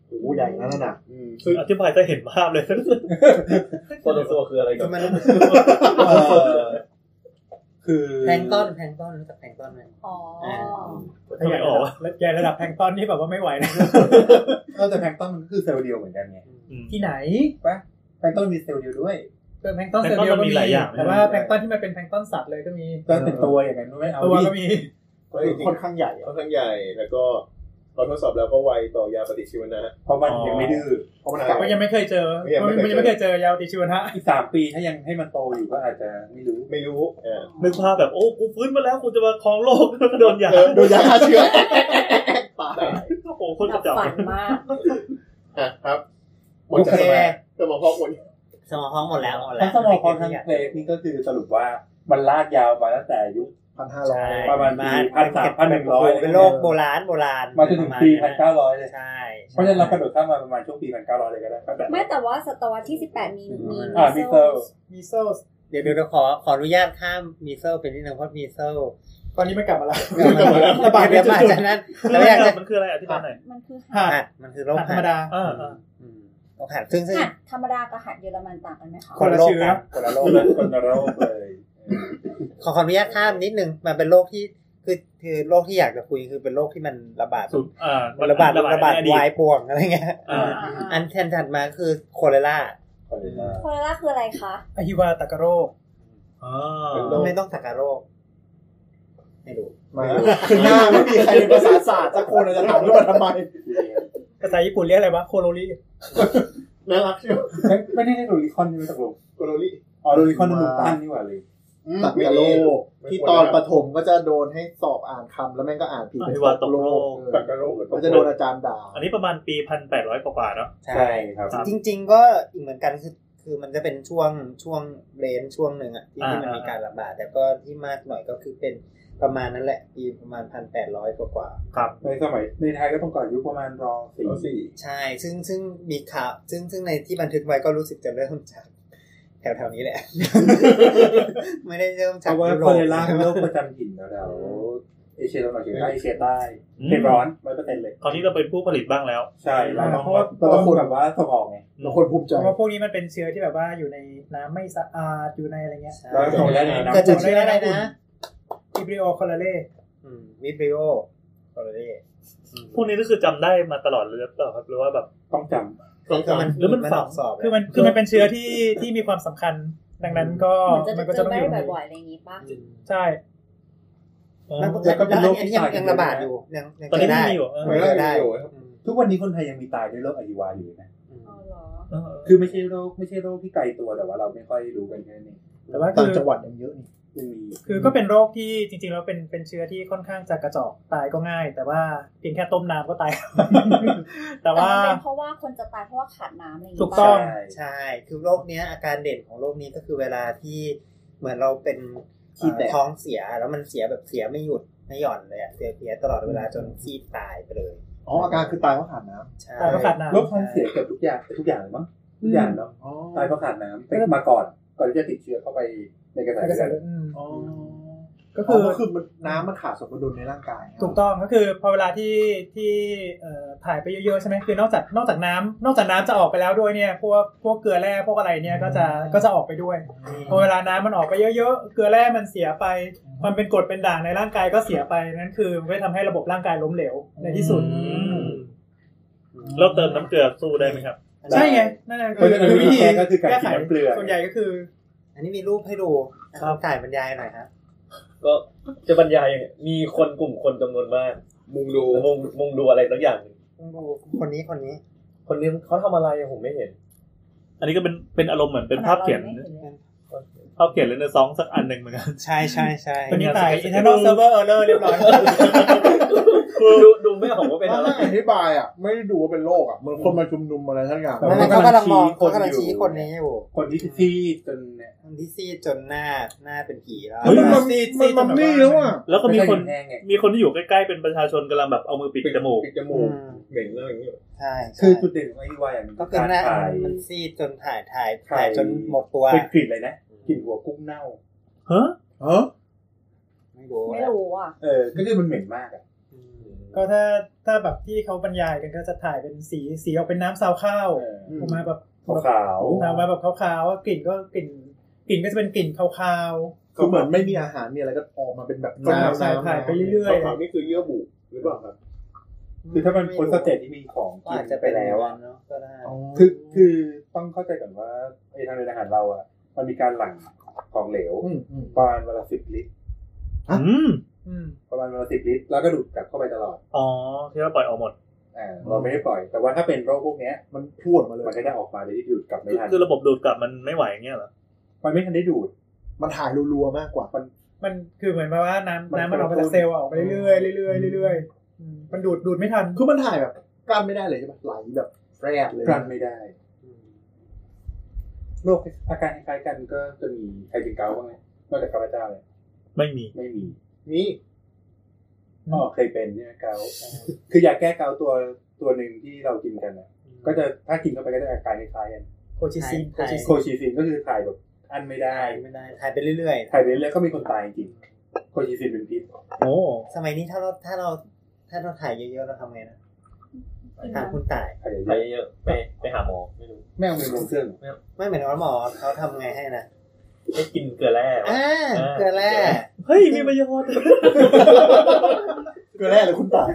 โอ้ใหญ่นั่นน่ะซึ่งอธิบายจะเห็นภาพเลยโปรโตโซคืออะไรกันคือแพลงก์ต้นแพลงก์ต้นรู้จักแพลงก์ต้นไหมอ๋อถ้าใหญ่ระดับใหญ่ระดับแพลงก์ต้นนี่แบบว่าไม่ไหวนะเออแต่แพลงก์ต้นมันคือเซลล์เดียวเหมือนกันไงที่ไหนปะแพลงก์ต้นมีเซลล์เดียวด้วยแพลงก์ต้นเซลล์เดียวก็มีแต่ว่าแพลงก์ต้นที่มันเป็นแพลงก์ต้นสัตว์เลยก็มีก็เป็นตัวอย่างนั้นไม่เอาตัวก็มีค่อนข้างใหญ่ค่อนข้างใหญ่แล้วก็พอทดสอบแล้วก็ไวต่อยาปฏิชีวนะเพราะมันยังไม่ดื้อเพราะมันก็ยังไม่เคยเจอมันยังไม่เคยเจอยาปฏิชีวนะอีกสามปีถ้ายังให้มันโตอยู่ก็อาจจะไม่รู้ไม่รู้นึกภาพแบบโอ้กูฟื้นมาแล้วกูจะมาครองโลกแล้วก็โดนยาโดนยาฆ่าเชื้อตายโอ้โหคนกระจอกฝันมากอ่ะครับหมดแค่สมองพองหมดสมองพองหมดแล้วหมดแล้วสมองพองทั้งเพลงนี่ก็คือสรุปว่ามันลากยาวมาตั้งแต่ยุคพันห้าร้อยประมาณปีพันสามพันหนึ่งร้อยเป็นโลกโบราณโบราณมาจนถึงปีพันเก้าร้อยเลยใช่เพราะฉะนั้นเรากระโดดข้ามมาประมาณช่วงปีพันเก้าร้อยเลยก็ได้ไม่แต่ว่าศตวรรษที่สิบแปดมีมีอ่ามีเซลมีเซลเดี๋ยวเดี๋ยวขอขออนุญาตข้ามมีเซลเป็นนิดนึงเพราะมีเซลตอนนี้ไม่กลับมาแล้วกลับมาแล้วระบาดเดี๋ยวมาจากนั้นแล้วอยากจะมันคืออะไรอธิบายหน่อยมันคือหัดมันคือโรคธรรมดาเออโรคหัดซึ่งซึ่งหัดธรรมดากับหัดเยอรมันต่างกันไหมคะคนละเชื้อคนละโรคคนละโรคเลยขอขออนุญาตข้ามนิดนึงมันเป็นโรคที่คือคือโรคที่อยากจะคุยคือเป็นโรคที่มันระบาดอ่าระบาดระบาดวายป่วงอะไรเงี้ยอันแทนถัดมาคือโคเลราโคเลราคืออะไรคะอหิวาตกโรคอ๋อไม่ต้องตกโรคไม่รู้มาคือหน้าไม่มีใครเป็นภาษาศาสตร์สักคนเลยจะถามว่าทำไมภาษาญี่ปุ่นเรียกอะไรวะโคโรริน่ารักเชียวไม่ได้เรียกโรลิคอนใช่ไหมตกลงโคโรริอ๋อโรลิคอนมันตั้นนี่หว่าเลยตักกะโลที่ตอนประถมก็จะโดนให้สอบอ่านคำแล้วแม่งก็อ่านผิดเป็นตกโลตักกะโลก็จะโดนอาจารย์ด่าอันนี้ประมาณปีพันแปดร้อยกว่าๆเนาะใช่ครับจริงๆก็อีกเหมือนกันคือคือมันจะเป็นช่วงช่วงเรนช่วงหนึ่งอ่ะที่ที่มันมีการระบาดแต่ก็ที่มากหน่อยก็คือเป็นประมาณนั้นแหละปีประมาณพันแปดร้อยกว่าๆครับในสมัยในไทยก็ต้องก่อนยุคประมาณรอสี่ใช่ซึ่งซึ่งมีข่าวซึ่งซึ่งในที่บันทึกไว้ก็รู้สึกจะเริ่มจากแถวๆนี้แหละไม่ได้เริ่มจากเพราะว่าโคเลราเป็นโรคประจำถิ่นแถวๆเอเชียตะวันออกเฉียงใต้เอเชียใต้เป็นร้อน ร้อยเปอร์เซ็นต์ เลยตอนนี้เราเป็นผู้ผลิตบ้างแล้วใช่เราต้องเราคนแบบว่าส่งออกไงเราคนภูมิใจเพราะพวกนี้มันเป็นเชื้อที่แบบว่าอยู่ในน้ำไม่สะอาดอยู่ในอะไรเงี้ยเราส่งได้ในน้ำเกิดจากเชื้ออะไรนะวิบริโอโคลาเล่วิบริโอโคลาเล่พวกนี้ก็คือจำได้มาตลอดเลยหรือเปล่าครับหรือว่าแบบต้องจำคือมันหรือมันฝังสอบคือมันคือมันเป็นเชื้อที่ที่มีความสำคัญดังนั้นก็มันก็จะต้องอยู่บ่อยๆอะไรอย่างนี้ป่ะใช่แล้วก็เป็นโรคที่ยังระบาดอยู่ยังตอนนี้ไม่มีอยู่ไม่ได้ทุกวันนี้คนไทยยังมีตายด้วยโรคอหิวาอยู่นะอ๋อเหรอคือไม่ใช่โรคไม่ใช่โรคที่ไกลตัวแต่ว่าเราไม่ค่อยรู้กันแค่นี้แต่ว่าต่างจังหวัดยังเยอะนี่คือก็เป็นโรคที่จริงๆแล้วเป็นเป็นเชื้อที่ค่อนข้างจะกระจอกตายก็ง่ายแต่ว่าเพียงแค่ต้มน้ำก็ตายแต่ว่าเพราะว่าคนจะตายเพราะว่าขาดน้ำอะไรอย่างเงี้ยถูกต้องใช่คือโรคนี้อาการเด่นของโรคนี้ก็คือเวลาที่เหมือนเราเป็นท้องเสียแล้วมันเสียแบบเสียไม่หยุดไม่หย่อนเลยอะเสียเสียตลอดเวลาจนซีดตายไปเลยอ๋ออาการคือตายเพราะขาดน้ำใช่ตายเพราะขาดน้ำโรคท้องเสียเกือบทุกอย่างทุกอย่างเลยมั้งทุกอย่างเนาะตายเพราะขาดน้ำเป็นมาก่อนก่อนที่จะติดเชื้อเข้าไปในกระแสเลือดอ๋อก็คือก็คือมันน้ำมันขาดสมดุลในร่างกายถูกต้องก็คือพอเวลาที่ที่เอ่อถ่ายไปเยอะๆใช่ไหมคือนอกจากนอกจากน้ำนอกจากน้ำจะออกไปแล้วด้วยเนี่ยพวกพวกเกลือแร่พวกอะไรเนี่ยก็จะก็จะออกไปด้วยพอเวลาน้ำมันออกไปเยอะๆเกลือแร่มันเสียไปความเป็นกรดเป็นด่างในร่างกายก็เสียไปนั่นคือมันทำให้ระบบร่างกายล้มเหลวในที่สุดเราเติมน้ำเกลือสู้ได้ไหมครับใช่ไงนั่นคือวิธีก็คือการกินน้ำเกลือส่วนใหญ่ก็คืออันนี้มีรูปให้ดูถ่ายบรรยายหน่อยครับก็จะบรรยายมีคนกลุ่มคนจำนวนมากมุงดูมุงมุงดูอะไรสักอย่างมุงดูคนนี้คนนี้คนนี้เขาทำอะไรผมไม่เห็นอันนี้ก็เป็นเป็นอารมณ์เหมือนเป็นภาพเขียนภาพเขียนเลยในซองสักอันหนึ่งเหมือนกันใช่ใช่ใช่คนนี้ตาย internal server error เรียบร้อยดูดูไม่ออกว่าเป็นอะไรอธิบายอ่ะไม่ได้ดูว่าเป็นโรคอ่ะเหมือนคนมาชุมนุมอะไรทั้งอย่างเขากำลังมองเขากำลังชี้คนนี้อยู่คนที่ซีดจนเนี่ยคนที่ซีดจนหน้าหน้าเป็นผีแล้วมันซีดซีดมันนี่แล้วอ่ะแล้วก็มีคนมีคนที่อยู่ใกล้ๆเป็นประชาชนกำลังแบบเอามือปิดจมูกปิดจมูกเหม็นอะไรอย่างเงี้ยใช่คือจุดเด่นของไอ้วายอย่างก็คือหน้ามันซีดจนถ่ายถ่ายถ่ายจนหมดตัวกลิ่นเลยนะกลิ่นหัวกุ้งเน่าฮะฮะไม่รู้ไม่รู้อ่ะเออก็คือมันเหม็นมากอ่ะก็ถ้าถ้าแบบที่เขาบรรยายกันก็จะถ่ายเป็นสีสีออกเป็นน้ำซาวข้าวออกมาแบบขาวๆออกมาแบบขาวๆกลิ่นก็กลิ่นกลิ่นก็จะเป็นกลิ่นคาวๆคือเหมือนไม่มีอาหารมีอะไรก็ออกมาเป็นแบบน้ำถ่ายไปเรื่อยๆขาวๆนี่คือเยื่อบุหรือเปล่าครับคือถ้ามันพ้นสเตจที่มีของกินไปแล้วอ่ะเนาะก็ได้คือคือต้องเข้าใจก่อนว่าไอ้ทางเดินอาหารเราอ่ะมันมีการหลั่งของเหลวประมาณวันละสิบลิตรประมาณวันละสิบลิตรแล้วก็ดูดกลับเข้าไปตลอดอ๋อที่เราปล่อยออกหมดอ่าเราไม่ได้ปล่อยแต่ว่าถ้าเป็นโรคพวกนี้มันพูดมาเลยมันก็จะออกมาโดยที่ดูดกลับไม่ทันคือระบบดูดกลับมันไม่ไหวอย่างเงี้ยเหรอมันไม่ทันได้ดูดมันถ่ายรัวๆมากกว่ามันมันคือเหมือนว่าน้ำน้ำมันออกมาจากเซลล์ออกไปเรื่อยๆเรื่อยๆเรื่อยๆมันดูดดูดไม่ทันคือมันถ่ายแบบกลั้นไม่ได้เลยใช่ไหมไหลแบบแรดเลยกลั้นไม่ได้โรคอาการคล้ายๆกันก็จะมีใครเป็นเกาต์บ้างไหมนอกจากข้าพเจ้าเลยไม่มีไม่มีมีอ๋อเคยเป็นเนี่ยเกาต์คือยาแก้เกาต์ตัวตัวหนึ่งที่เรากินกันนะก็จะถ้ากินเข้าไปก็จะอาการคล้ายๆกันโคชิซินโคชิซินก็คือถ่ายแบบอันไม่ได้ไม่ได้ถ่ายไปเรื่อยๆถ่ายไปเรื่อยๆก็มีคนตายจริงโคชิซินเป็นพิษโอ้สมัยนี้ถ้าเราถ้าเราถ้าเราถ่ายเยอะๆเราทำไงนะทางคุณตายถ่ายเยอะๆไปไปหาหมอไม่รู้ไม่เอาเงินลงเครื่องไม่เหมือนว่าหมอเขาทำไงให้นะให้กินเกลือแร่อ่าเกลือแร่เฮ้ยมีประโยชน์เกลือแร่เลยคุณตาย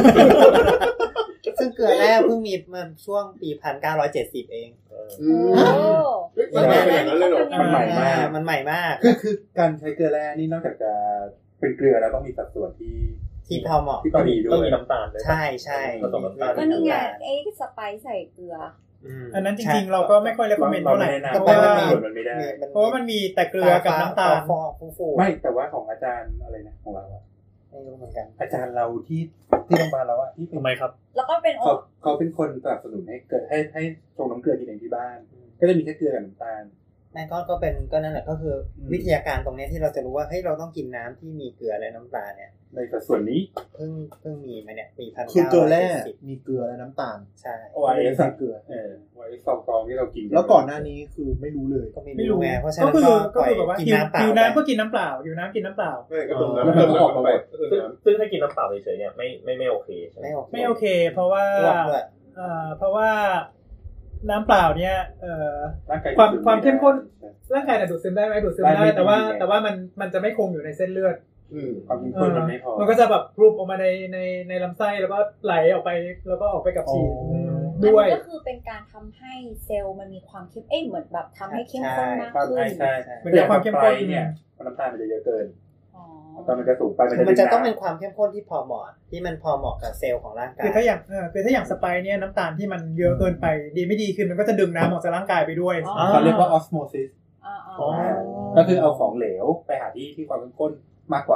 ซึ่งเกลือแร่เพิ่งมีมันช่วงปีหนึ่งพันเก้าร้อยเจ็ดสิบเองอืมมันใหม่ขนาดนั้นเลยเหรอมันใหม่มากมันใหม่มากคือคือการใช้เกลือแร่นี่นอกจากจะเป็นเกลือแล้วต้องมีสัดส่วนที่ที่พอเหมาะที่พอดีด้วยต้องมีน้ำตาลด้วยใช่ใช่ผสมน้ำตาลก็นี่ไงไอ้สไปซ์ใส่เกลืออันนั้นจริงๆเราก็ไม่ค่อยเรคคอมเมนต์เท่าไหร่เพราะว่ามันไม่ได้เพราะว่ามันมีแต่เกลือกับน้ำตาลไม่แต่ว่าของอาจารย์อะไรนะของเราอะไม่รู้เหมือนกันอาจารย์เราที่ที่โรงพยาบาลเราอะที่ทำไมครับแล้วก็เป็นเขาเขาเป็นคนสนับสนุนให้เกิดให้ให้ชงน้ำเกลือกินเองที่บ้านก็จะมีแค่เกลือกับน้ำตาลแม่ก็ก็เป็นก็นั่นแหละก็คือวิทยาการตรงนี้ที่เราจะรู้ว่าเฮ้ยเราต้องกินน้ำที่มีเกลือและน้ำตาลเนี่ยในสัดส่วนนี้เพิ่งเพิ่งมีมาเนี่ยปีพันคือเกลือแร่มีเกลือและน้ำตาลใช่โอไอเอสเกลือเออโอไอเอสสองกองที่เรากินแล้วก่อนหน้านี้คือไม่รู้เลยก็ไม่รู้ไงเพราะฉะนั้นก็คือแบบว่ากินน้ำเปล่ากินน้ำก็กินน้ำเปล่าอยู่น้ำกินน้ำเปล่าใช่ก็ตรงนั้นแล้วออกมาไปซึ่งถ้ากินน้ำเปล่าเฉยๆเนี่ยไม่ไม่ไม่โอเคไม่โอเคไม่โอเคเพราะว่าเอ่อเพราะว่าน้ำเปล่าเนี่ยเอ่อความความเข้มข้นร่างกายดูดซึมได้ไหมดูดซึมได้แต่ว่าแต่ว่ามันมันจะไม่คงอยู่ในเส้นเลือดความเข้มข้นมันไม่พอมันก็จะแบบรูปออกมาในในในลำไส้แล้วก็ไหลออกไปแล้วก็ออกไปกับฉี่ด้วยก็คือเป็นการทำให้เซลล์มันมีความเข้มเอ้ยเหมือนแบบทำให้เข้มข้นมากขึ้นใช่ใช่มันจะความเข้มข้นเนี่ยน้ำตาลมันจะเยอะเกินตอนมันจะสูงไปมันจะต้องเป็นความเข้มข้นที่พอเหมาะที่มันพอเหมาะกับเซลล์ของร่างกายคือถ้าอย่างเออคือถ้าอย่างสไปซ์เนี่ยน้ำตาลที่มันเยอะเกินไปดีไม่ดีคือมันก็จะดึงน้ำออกจากร่างกายไปด้วยเขาเรียกว่าออสโมซิสก็คือเอาของเหลวไปหาที่ที่ความเข้มข้นมากกว่า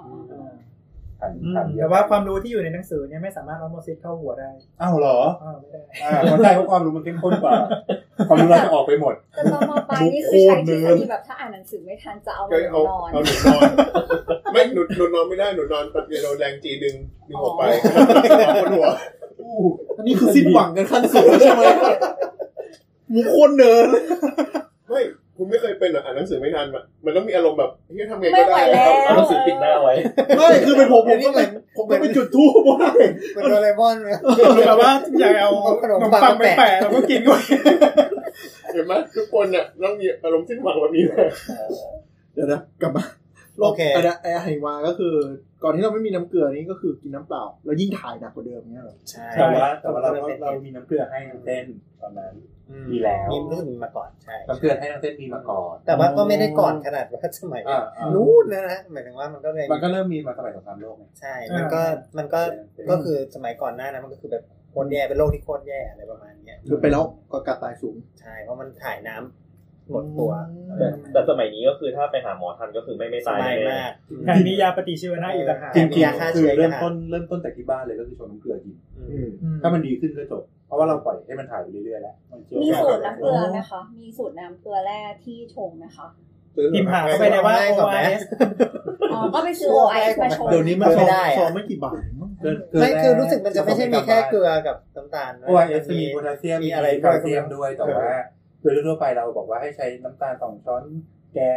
แต่ว่าความรู้ที่อยู่ในหนังสือเนี่ยไม่สามารถออสโมซิสเข้าหัวได้อ้าวเหรออ้าวไม่ได้อ่ามันใช่เพราะความรู้มันเข้มข้นกว่าความรู้เราจะออกไปหมดแต่ตอนม.ปลายนี่คือใช้ทฤษฎีแบบถ้าอ่านหนังสือไม่ทันจะเอาหนูนอนเอาหนูนอนไม่หนูหนูนอนไม่ได้หนูนอนแบบโดนแรงจีดึงดึงออกไปบนหัวอู้อันนี้คือสิ้นหวังกันขั้นสุดใช่ไหมมุกคนเดินไม่คุณไม่เคยเป็นหรออ่านหนังสือไม่ทันอ่ะมันต้องมีอารมณ์แบบเฮ้ยทำไงก็ได้เอาหนังสือปิดหน้าไว้ไม่คือเป็นผมผมก็เป็นผมก็เป็นจุดทูบว่าเป็นโดเรมอนแบบว่าอยากเอาขนมปังไปแปะแล้วก็กินด้วยเห็นไหมทุกคนเนี่ยต้องมีอารมณ์สิ้นหวังแบบนี้เลยเดี๋ยวนะกลับมาโอเคไอ้ไอ้ไฮวาก็คือก่อนที่เราไม่มีน้ำเกลือนี้ก็คือกินน้ำเปล่าแล้วยิ่งถ่ายหนักกว่าเดิมเนี้ยหรอใช่แต่ว่าแต่ว่าเราเรามีน้ำเกลือให้น้ำเต้นตอนนั้นมีแล้วมีรู้สึกมีมาก่อนใช่น้ำเกลือให้น้ำเต้นมีมาก่อนแต่ว่าก็ไม่ได้ก่อนขนาดว่าสมัยนู้นนะนะหมายถึงว่ามันก็เลยมันก็เริ่มมีมาสมัยสงครามโลกใช่มันก็มันก็ก็คือสมัยก่อนหน้านั้นมันก็คือแบบโคตรแย่เป็นโรคที่โคตรแย่อะไรประมาณนี้คือไปแล้วก็การตายสูงใช่เพราะมันถ่ายน้ำหมดตัวแต่สมัยนี้ก็คือถ้าไปหาหมอทันก็คือไม่ไม่ตายแน่แถมมียาปฏิชีวนะอีกต่างหากจริงๆคือเริ่มต้นเริ่มต้นจากที่บ้านเลยก็คือชงน้ำเกลือกินถ้ามันดีขึ้นก็จบเพราะว่าเราปล่อยให้มันถ่ายไปเรื่อยๆแล้วมีสูตรน้ำเกลือไหมคะมีสูตรน้ำเกลือแร่ที่ชงไหมคะพิมพ์หาเข้าไปในว่า โอ ไอ เอสอ๋อก็ไปซื้อ โอ ไอ เอส มาชงเดี๋ยวนี้มันไม่ได้ซองไม่กี่บาทไม่คือรู้สึกมันจะไม่ใช่มีแค่เกลือกับน้ำตาลโอ ไอ เอส มีโพแทสเซียมมีอะไรแคลเซียมด้วยแต่ว่าโดยทั่วไปเราบอกว่าให้ใช้น้ำตาลสองช้อนแกงนะ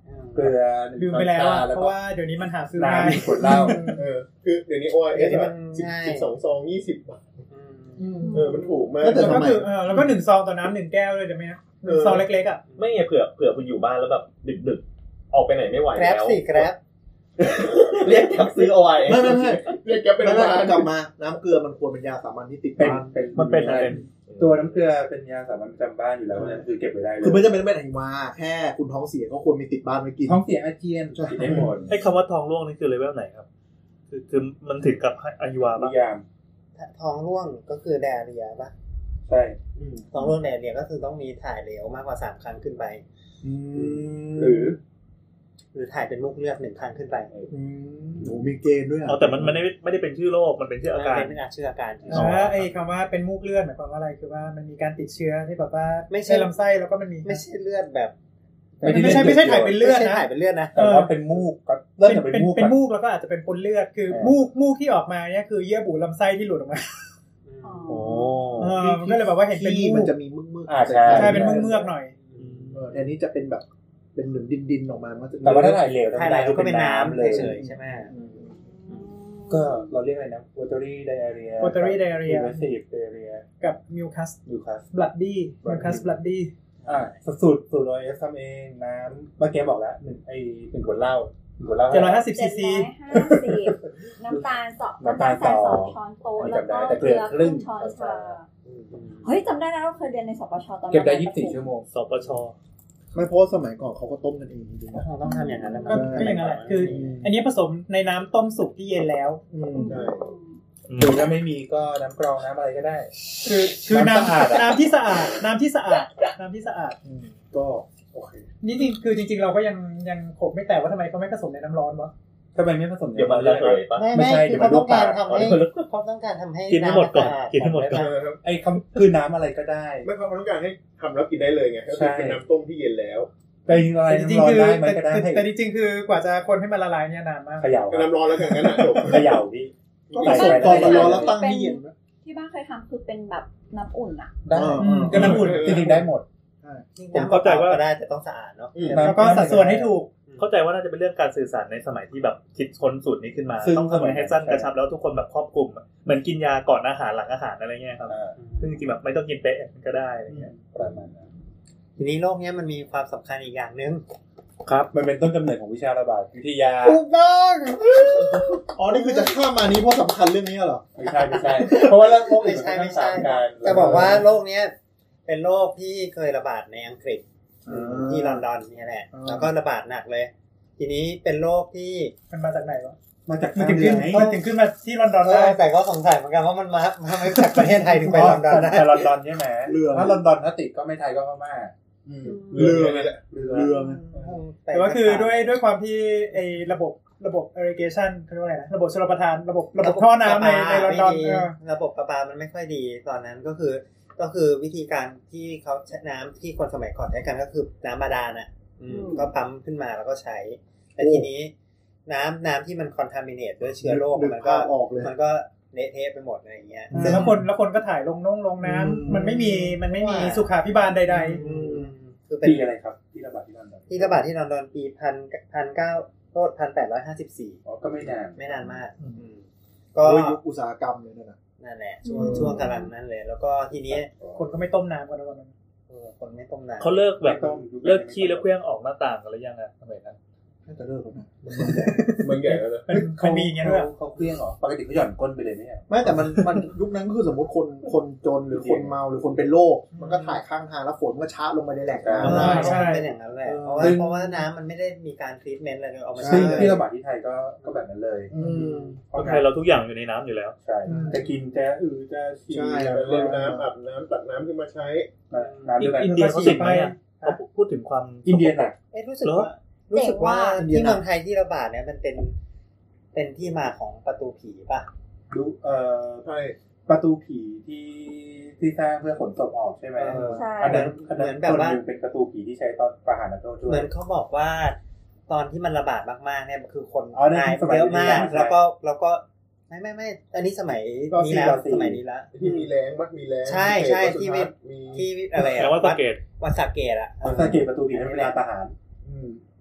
เกลือลืมไปแล้วอ่ะเพราะว่าเดี๋ยวนี้มันหาซื้อง่ายน้ำขวดเหล้าเออคือเดี๋ยวนี้ โอ อาร์ เอส แบบสิบสองซองยี่สิบบาทเออมันถูกมากแล้วก็คือเออแล้วก็หนึ่งซองต่อน้ำหนึ่งแก้วเลยใช่ไหมฮะหนึ่งซองเล็กๆอ่ะไม่ไงเผื่อเผื่อคุณอยู่บ้านแล้วแบบดึกๆออกไปไหนไม่ไหวแล้วแกร็บสิแกร็บเรียกแกร็บซื้อเอาไว้ไม่ไม่ไม่เรียกแก๊ปเป็นไม่อะไรไม่กลับมาน้ำเกลือมันควรเป็นยาสามัญที่ติดเป็นบ้านเป็นมันเป็นอะไรตัวน้ำเกลือเป็นยาสามัญประจำบ้านอยู่แล้วนั่นคือเก็บไว้ได้เลยคือไม่จำเป็นต้องเป็นไอวาแค่คุณท้องเสียก็ควรมีติดบ้านไว้กินท้องเสียอาเจียนกินได้หมดไอ้คำว่าทองร่วงนี่คือเลเวลไหนครับคือคือมันถึงกับอายุวานิปะยามท้องร่วงก็คือไดอาเรียป่ะใช่ท้องร่วงไดอาเรียก็คือต้องมีถ่ายเหลวมากกว่าสามครั้งขึ้นไปหรือหรือถ่ายเป็นมุกเลือดหนึ่งครั้งขึ้นไปโอ้มีเกณฑ์ด้วยอ่ะอ๋อแต่มันมันไม่ไม่ได้เป็นชื่อโรคมันเป็นชื่ออาการเป็นชื่ออาการอ๋อไอ้คำว่าเป็นมูกเลือดหมายความว่าอะไรคือว่ามันมีการติดเชื้อที่แบบว่าไม่ใช่ในลำไส้แล้วก็มันมีไม่ใช่เลือดแบบไม่ใช่ไม่ใช่ถ่ายเป็นเลือดไม่ใช่นะถ่ายเป็นเลือดนะแต่ว่าเป็นมูกก็เริ่มเป็นจากเป็เป็น นมูกเป็นมูกแล้วก็อาจจะเป็นปนเลือดคือมูกมูกที่ออกมาเนี่ยคือเยื่อบุลำไส้ที่หลุดออกมาโอ้เออมันก็เลยแบบว่าเห็นเป็นที่มูมันกจะมีมึกมึกอ่าใช่ใช่เป็นเมือกๆหน่อยเอออันนี้จะเป็นแบบเป็นเหมือนดินดินๆออกมามันจะแต่ว่าถ้าถ่ายเหลวถ่ายเหลวก็เป็นน้ำเลยเฉยๆใช่ไหมก็เราเรียกอะไรนะ watery diarrhea watery diarrhea invasive diarrhea กับมิวคัส mucus bloody มิวคัส bloody อ่าสูตรสูตรเราเอสทำเองน้ำเมื่อกี้บอกแล้วหนึ่งไอหนึ่งขวดเหล้าหนึ่งขวดเหล้าเจ็ดร้อยห้าสิบซีซีเจ็ดร้อยห้าสิบน้ำตาลสองน้ำตาลทรายสองช้อนโต๊ะแล้วก็เกลือครึ่งช้อนชาเฮ้ยจำได้นะเราเคยเรียนในสปชตอนนั้นเก็บได้ยี่สิบสี่ชั่วโมงสปชไม่เพราะสมัยก่อนเขาก็ต้มกันเองจริงๆนะต้องทำอย่างนั้นแล้วก็ก็อย่างนั้นแหละคือ อันนี้ผสมในน้ำต้มสุกที่เย็นแล้วใช่หรือถ้าไม่มีก็น้ำกรองน้ำอะไรก็ได้คือคือน้ำน้ำสะอาดอะน้ำที่สะอาดน้ำที่สะอาดน้ำที่สะอาดก็โอเคนี่จริงคือจริงๆเราก็ยังยังขบไม่แตกว่าทำไมเขาไม่ผสมในน้ำร้อนวะทำไมไม่ผสมเดี๋ยวมันระเหยปะไม่ไม่ไม่ใช่คือเดี๋ยวมัเขานต้องการลวกปากทำให้เขาต้องการทำให้กินให้หมดก่อนกินให้หมดก่อนไอ้คำคือน้ำอะไรก็ได้ไม่เขาต้องการให้ทำแล้วกินได้เลยไงก็คือเป็นน้ำต้มที่เย็นแล้วแต่จริงๆอะไรแต่จริงน้ำร้อๆนคือได้ไหมแต่ก็ได้แต่แต่จริงๆคือกว่าจะคนให้มันละลายเนี่ยนานมากเขย่าก็น้ำร้อนแล้วกันงั้นอ่ะจบเขย่าพี่ก็ใส่ก่อนร้อนแล้วตั้งให้เย็นนะที่บ้านเคยทำคือเป็นแบบน้ำอุ่นอ่ะได้อืมก็น้ำอุ่นจริงๆได้หมดผมเข้าใจว่าก็ได้แต่ต้องสะอาดเนาะแล้วก็สัดส่วนให้ถูกเข้าใจว่าน่าจะเป็นเรื่องการสื่อสารในสมัยที่แบบคิดค้นสูตรนี้ขึ้นมาซึ่งต้องทำให้สั้นกระชับแล้วทุกคนแบบครอบคลุมเหมือนกินยาก่อนอาหารหลังอาหารอะไรเงี้ยครับอ่าซึ่งจริงๆแบบไม่ต้องกินเป๊ะก็ได้อะไรเงี้ยประมาณนั้นทีนี้โรคเนี้ยมันมีความสำคัญอีกอย่างนึงครับ มันเป็นต้นกำเนิดของวิชาระบาดวิทยาถูกต้องอ๋อนี่คือจะข้ามมานี้เพราะสำคัญเรื่องนี้เหรอไม่ใช่ไม่ใช่ เพราะว่าเรื่องพวกไม่ใช่ไม่ใช่การจะบอกว่าโรคเนี้ยเป็นโรคที่เคยระบาดในอังกฤษอ่าที่ลอนดอนเนี่ยแหละอ่าแล้วก็ระบาดหนักเลย ทีนี้เป็นโรคที่มันมาจากไหนวะมาจากมันถึงขึ้นมันถึงขึ้นมาที่ลอนดอนเอได้อแต่ก็สงสัยเหมือนกันว่ามันมามาไม่จากประเทศไทยถึงไปลอนดอนได้แต่ลอนดอนใช่ไหมเรือถ้าลอนดอนถ้าติดก็ไม่ไทยก็พม่าเรือนี่แหละเรือไงแต่ว่าคือด้วยด้วยความที่ไอ้ระบบระบบ irrigation เขาเรียกว่าอะไรนะระบบชลประทานระบบระบบท่อน้ำในในลอนดอนไม่ดีเออระบบประปามันไม่ค่อยดีตอนนั้นก็คือ ก็คือวิธีการที่เขาใช้น้ำที่คนสมัยก่อนใช้กันก็คือน้ำบาดาลอ่ะอืมก็ปั๊มขึ้นมาแล้วก็ใช้แต่ทีนี้น้ำน้ำที่มันคอนทามิเนตด้วยเชื้อโรคนึกมันก็ภาพออกเลยมันก็เละเทะไปหมดอะไรอย่างเงี้ยแล้วคนแล้วคนก็ถ่ายลงน้องลงน้อืมำมันไม่มีมันไม่มีสุขาภิบาลใดอืมคือเป็นปีอะไรครับที่ระบาดที่ลอนดอนที่ระบาดที่ลอนดอนปีพันพันเก้าโทษพันแปดร้อยห้าสิบสี่อ๋อก็ไม่นานไม่นานมากอืมก็ก็ยุคอุตสาหกรรมเลยนั่นน่ะนั่นแหละช่วงช่วงกำลังนั้นเลย แล้วก็ทีนี้ๆ คนก็ไม่ต้มน้ำกันแล้ววันนั้นเออคนไม่ต้มน้ำเขาเลิกแบบไม่ต้องเลิกขี้แล้วเคลื่องออกหน้าต่างกันหรือยังอะสมัยนั้นน่าจะเลิกแล้วนะเมืองใหญ่แล้วนะมันมันมีอย่างเงี้ยด้วยเขาเคลี้ยงเหรอปกติเขาหย่อนก้นไปเลยไหมอ่ะไม่แต่มันมันยุคนั้นก็คือสมมติคนคนจนหรือคนเมาหรือคนเป็นโรคมันก็ถ่ายข้างทางแล้วฝนก็ช้าลงไปในแหล่งเอน้ำอใช่เป็นอย่างนั้นแหละเพราะว่าเพราะว่าน้ำมันไม่ได้มีการทรีทเมนต์อะไรเลยเอามาซึ่ใช้งเลยที่ระบาดที่ไทยก็ก็แบบนั้นเลยอืมคนไทยเราทุกอย่างอยู่ในน้ำอยู่แล้วใช่จะกินจะอือจะฉี่ใช่เล่นน้ำอาบน้ำตักน้ำขึ้นมาใช้น้ำด้วยกันอินเดียเขาติดไหมอะเขาพูดถึงความอินเดียหนักเอ๊ะรู้สึกว่ารู้สึกว่าที่เมืองไทยที่ระบาดเนี่ยมันเป็นเป็นที่มาของประตูผีป่ะดูเอ่อใช่ประตูผีที่ที่สร้างเพื่อขนศพออกใช่ไหมเออใช่อันนั้นอันเหมืนั้อน นแบบว่าส่นหนึ่งเป็นประตูผีที่ใช้ตอนประหารนักโทษด้วเหมืยอนเขาบอกว่า ตอนที่มันระบาดมากๆเนี่ยคือคนอ๋อนั่นตายสมัยเยอะมากนี้ใช่แล้วก็แล้วก็ไม่ไม่ไม่อันนี้สมัยนี้แล้วก็สี่สมัยนี้แล้วที่มีแรงมักมีแรงใช่ใช่ที่มีที่อะไรแปลว่าสังเกตวัดสักเกตอะสังเกตประตูผีนั้นเป็นเวลาประหารอืม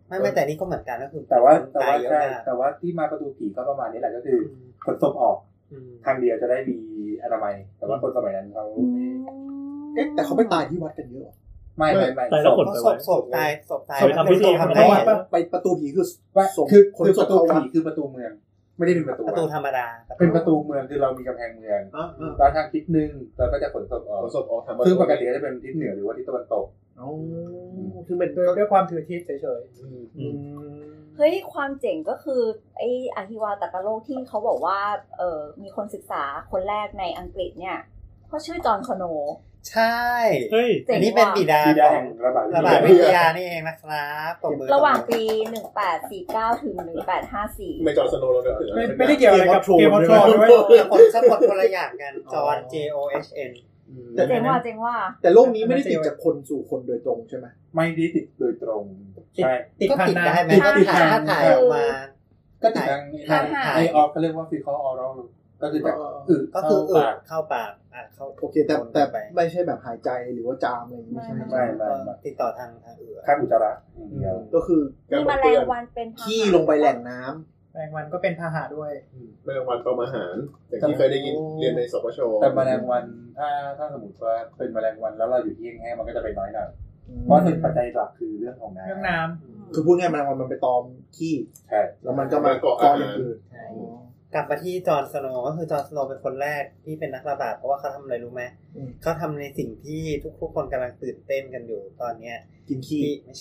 ไม่ไม่แต่นี่ก็เหมือนกันก็คือแต่ว่าแต่ตาว่ายเยอะใช่มากแต่ว่าที่มาประตูผีก็ประมาณนี้แหละก็คือขนศพออกทางเดียวจะได้มีอนามัยแต่ว่าคนสมัยนั้นเขาเอ๊ะแต่เขาไปตายที่วัดกันเยอะไม่ไม่ไม่ตายแล้วขนไปศไว้พศพตายศพตายไปทำพิธีทำเพได้ราะว่าไงไปประตูผีคือว่าส่งคือคนคือศปพระตูเข้าวัผีดคือประตูเมือง ไม่ได้เป็นประตูประตูธรรมดาเป็นประตูเมืองคือเรามีกำแพงเมืองอ่าแล้วทางทิศนึงเราก็จะขนศพออกขนศพออกทำซึ่งปกติก็จะเป็นทิศเหนือหรือว่าทิศตะวันตกอ๋อคือเป็นด้วยด้วยความถือทิศเฉยอืมเฮ้ยความเจ๋งก็คือไอ้อหิวาตกโลกที่เขาบอกว่าเออมีคนศึกษาคนแรกในอังกฤษเนี่ยเขาชื่อจอห์นสโนว์ใช่เฮ้ยอันนี้เป็นบิดาบิดาขอแห่งงระบาดระบาดวิทยานี่เองนะครับปรบมือระหว่างปีหนึ่งแปดสี่เก้าถึงหนึ่งแปดห้าสี่ไม่จอร์สโนว์เราเนี่ยถึงๆไม่ไม่ได้เกี่ยวอะไรกับเกมออฟทรอนด้วยสะกดสะกดคนละอย่างกันจอห์น J O H N เจ๋งว่าเจ๋งว่าแต่โรคนี้ไม่ได้ติดจากคนสู่คนโดยตรงใช่ไหมไม่ได้ติดโดยตรงใช่ติดก็ผ่านติดน้ได้ไหมติดถ้าติดถ่ายทางถ้าถ่ายออกมาก็ติดทางทางถ่ายไอออกเขาเรียกว่าฟิคอออรัลก็คือจากอึก็คือเข้าอึปากเข้าปากอ่ะเข้าโอเคแต่แต่ไปไม่ใช่แบบหายใจหรือว่าจามอะไรอย่างนี้ไม่ใช่ไม่ไม่ก็ติดต่อทางทางอึข้างอุจจาระอย่างเดียวก็คือมีแมลงวันเป็นพาหะขี้ลงไปแหล่งน้ำแมลงวันก็เป็นพาหะด้วยแมลงวันปมอาหารอย่างที่เคยได้ยินเรียนในสปชแต่แมลงวันถ้าถ้าสมมติว่าเป็นแมลงวันแล้วเราอยู่ที่แห้งๆมันก็จะเป็นน้อยหน่อยเพราะปัจจัยหลักคือเรื่องของน้ำเรื่องน้คือพูดง่ายๆแมลงวันมันไปตอมขี้ใช่แล้วมันก็มาเกาะอย่างอื่นกลับมาที่จอห์นสโนว์ก็คือจอห์นสโนว์เป็นคนแรกที่เป็นนักระบาดเพราะว่าเขาทำอะไรรู้ไหมเขาทำในสิ่งที่ทุกๆคนกำลังตื่นเต้นกันอยู่ตอนเนี้ยกินขี้ที่ไม่ใช่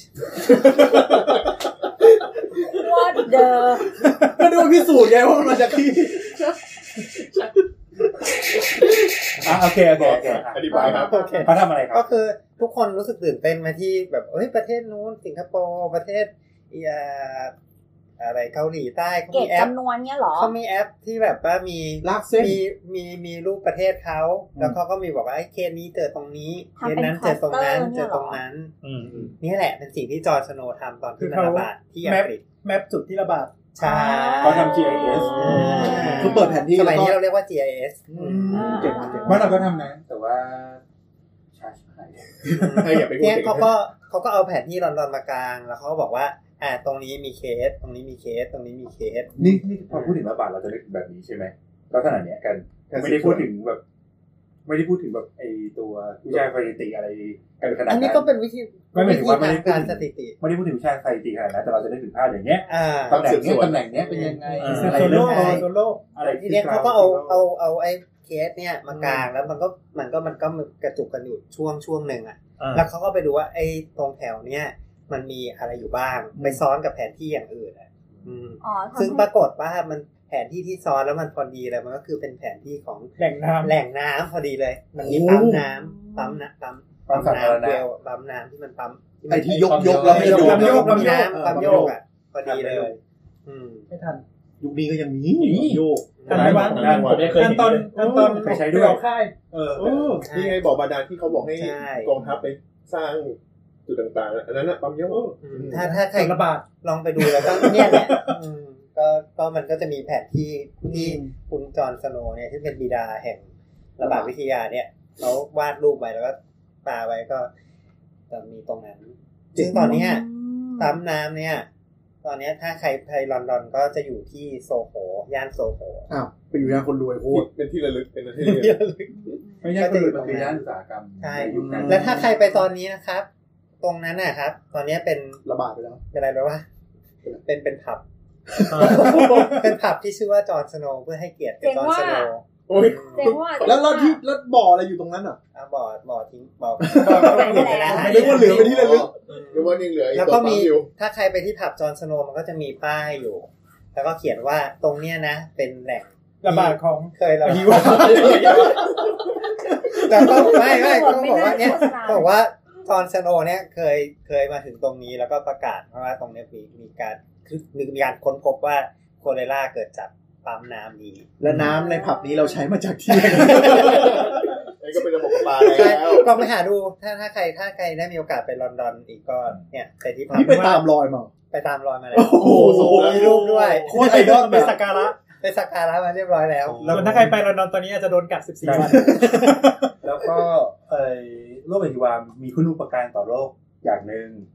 What the ก็ดูพิสูจน์ไงว่ามันมาจากขี้อ่ะโอเคโอเคโอเคอธิบายครับโอเคเขาทำอะไรครัก็บคือทุกคนรู้สึกตื่นเต้นมาที่แบบเฮ้ยประเทศนู้นสิงคโปร์ประเทศอ่าอะไรเกาหลีใต้เขาเก็มีบแอปจำนวนเนี่ยเหรอเขามีแอปที่แบบว่ามีลากเส้นมีมีมีรูปประเทศเขาแล้วเขาก็มีบอกว่าไอ้เคสนี้เจอตรงนี้เคทำสเป็นนั้นเจอตรงนั้น cluster เจอตรงนั้นอืมนี่แหละเป็นสิ่งที่จอร์นสโนว์ทำตอนำคืที่อมันเขาระบาดที่อัแมงปกฤษแมปจุดที่ระบาดใช่เขาทำ จี ไอ เอสคือเปิดแผนที่สมัยแล้วนี้ก็เราเรียกว่า จี ไอ เอสเก่งมากเก่งว่ามากเราก็ทำนะแต่ว่าใช่ใช่ให้อย่าไปพูดเนี่ยถึงเขาก็เขาก็เอาแผนที่ลอนดอนมากลางแล้วเขาก็บอกว่าอ่าตรงนี้มีเคสตรงนี้มีเคสตรงนี้มีเคสนี่นี่พอพูดถึงระบาดเราจะนึกถึงแบบนี้ใช่ไหมลักษณะเนี้ยกันไม่ได้พูดถึงแบบ ไม่ได้พูดถึงแบบไอตัววิชาสถิติอะไรกันขนาดอันนั้นนี้ก็เป็นวิธีไม่หมายถึงว่าไม่ได้วิธีทางการสถิติไม่ได้พูดถึงวิชาสถิติขนาดนั้นแต่เราจะนึกถึงภาพอย่างเงี้ยอ่าตำแหน่งเนี้ยตำแหน่งเนี้ยเป็นยังไงอ่าอะไรโซโล่เรื่องโซโล่อะไรทีเนี้ยเขาก็เอาเอาเอาไอ้เคสเนี่ยมากลางแล้วมันก็มันก็มันก็กระจุกกันอยู่ช่วงช่วงหนึ่งอ่ะอ่าแล้วเขาก็ไปดูว่าไอ้ตรงแถวเนี้ยมันมีอะไรอยู่บ้างไปซ้อนกับแผนที่อย่างอื่นอ่ะอืมอ๋อซึ่งปรากฏว่ามันแผนที่ที่ซ้อนแล้วมันพอดีเลยมันก็คือเป็นแผนที่ของแหล่งน้ำแหล่งน้ำพอดีเลย มันมีปั๊มน้ำปั๊มน้ำปั๊มความสาธารน้ำณะเวลปั๊มน้ำที่มันปั๊มไอ้ที่ยกยกแล้วให้ปั๊ดูมโยกปั๊มปั๊มโยน้ำกปั๊มโยกอ่ะพอดีเลย อืมไม่ทันยุคนี้ก็ยังมีโยกทันไหมวะได้ผมไม่เคยขั้นเห็นตอนเลยขั้นตอนไปใช้ด้วยเอาค่ายเออเออนี่ไงบอกบาดาลที่เขาบอกให้ใช่กองทัพไปสร้างจุดต่างๆอันนั้นนะปั๊มเยอะอืมถ้าถ้าใครจุดระบาดลองไปดูแล้วก็เนี่ยแหละอืมก็ก็มันก็จะมีแผนที่ที่คุณจอห์นสโนว์เนี่ยที่เป็นบิดาแห่งระบาดวิทยาเนี่ยเขาวาดรูปไว้แล้วก็ตาไว้ก็จะมีตรงนั้นซึ่งตอนเนี้ยปั๊มน้ำเนี่ย ตอนเนี้ยถ้าใครไปลอนดอนก็จะอยู่ที่โซโหย่านโซโหอ้าวไปอยู่ย่านคนรวยโคตรเป็นที่ระลึกเป็นที่ระลึกไม่ใช่คือมันคือย่านอุตสาหกรรมใช่ยุคนั้นแล้วถ้าใครไปตอนนี้นะครับ ตรงนั้นนะครับ ตอนนี้เป็นระบาดไปแล้วเป็นอะไรรู้ป่ะเป็นเป็นผับ เป็นผับที่ชื่อว่าจอห์นสโนว์เพื่อให้เกียรติจอห์นสโนว์โอ้ยเจ๋งว่าแล้วแล้วที่แล้วบ่ออะไรอยู่ตรงนั้นอ่ะอ่ะบ่อบ่อทิ้งบ่อไม่ได้ว่าเหลือไปที่ระลึกหรือว่ายังเหลืออีกแล้วตัวก็ปั๊มีมอยู่ถ้าใครไปที่ผับจอห์นสโนว์มันก็จะมีป้ายอยู่ แล้วก็เขียนว่าตรงเนี้ยนะ เป็นแหล่งระบาดของเคยเราแต่ก็ไม่ไม่ก็บอกว่าเนี่ยบอกว่าจอห์นสโนว์เนี่ยเคยเคยมาถึงตรงนี้แล้วก็ประกาศว่าตรงเนี้ยมีมีการคือมีการค้นพบว่าโคเลราเกิดจากปั๊มน้ำนี้และน้ำในผับนี้เราใช้มาจากที่นี่ก็เป็นระบบประปาใช่แล้วลองไปหาดูถ้าถ้าใครถ้าใครได้มีโอกาสไปลอนดอนอีกก็เนี่ยไปที่ผับนี่ไปตามรอยมาไปตามรอยมาแล้วโอ้โหมีรูปด้วยโคตรไอดอลไปสักการะไปสักการะมาเรียบร้อยแล้วส่วนถ้าใครไปลอนดอนตอนนี้อาจจะโดนกักสิบสี่วันแล้วก็ไอ้โรคอหิวามีคุณูปการต่อโรคอย่างหนึ่ง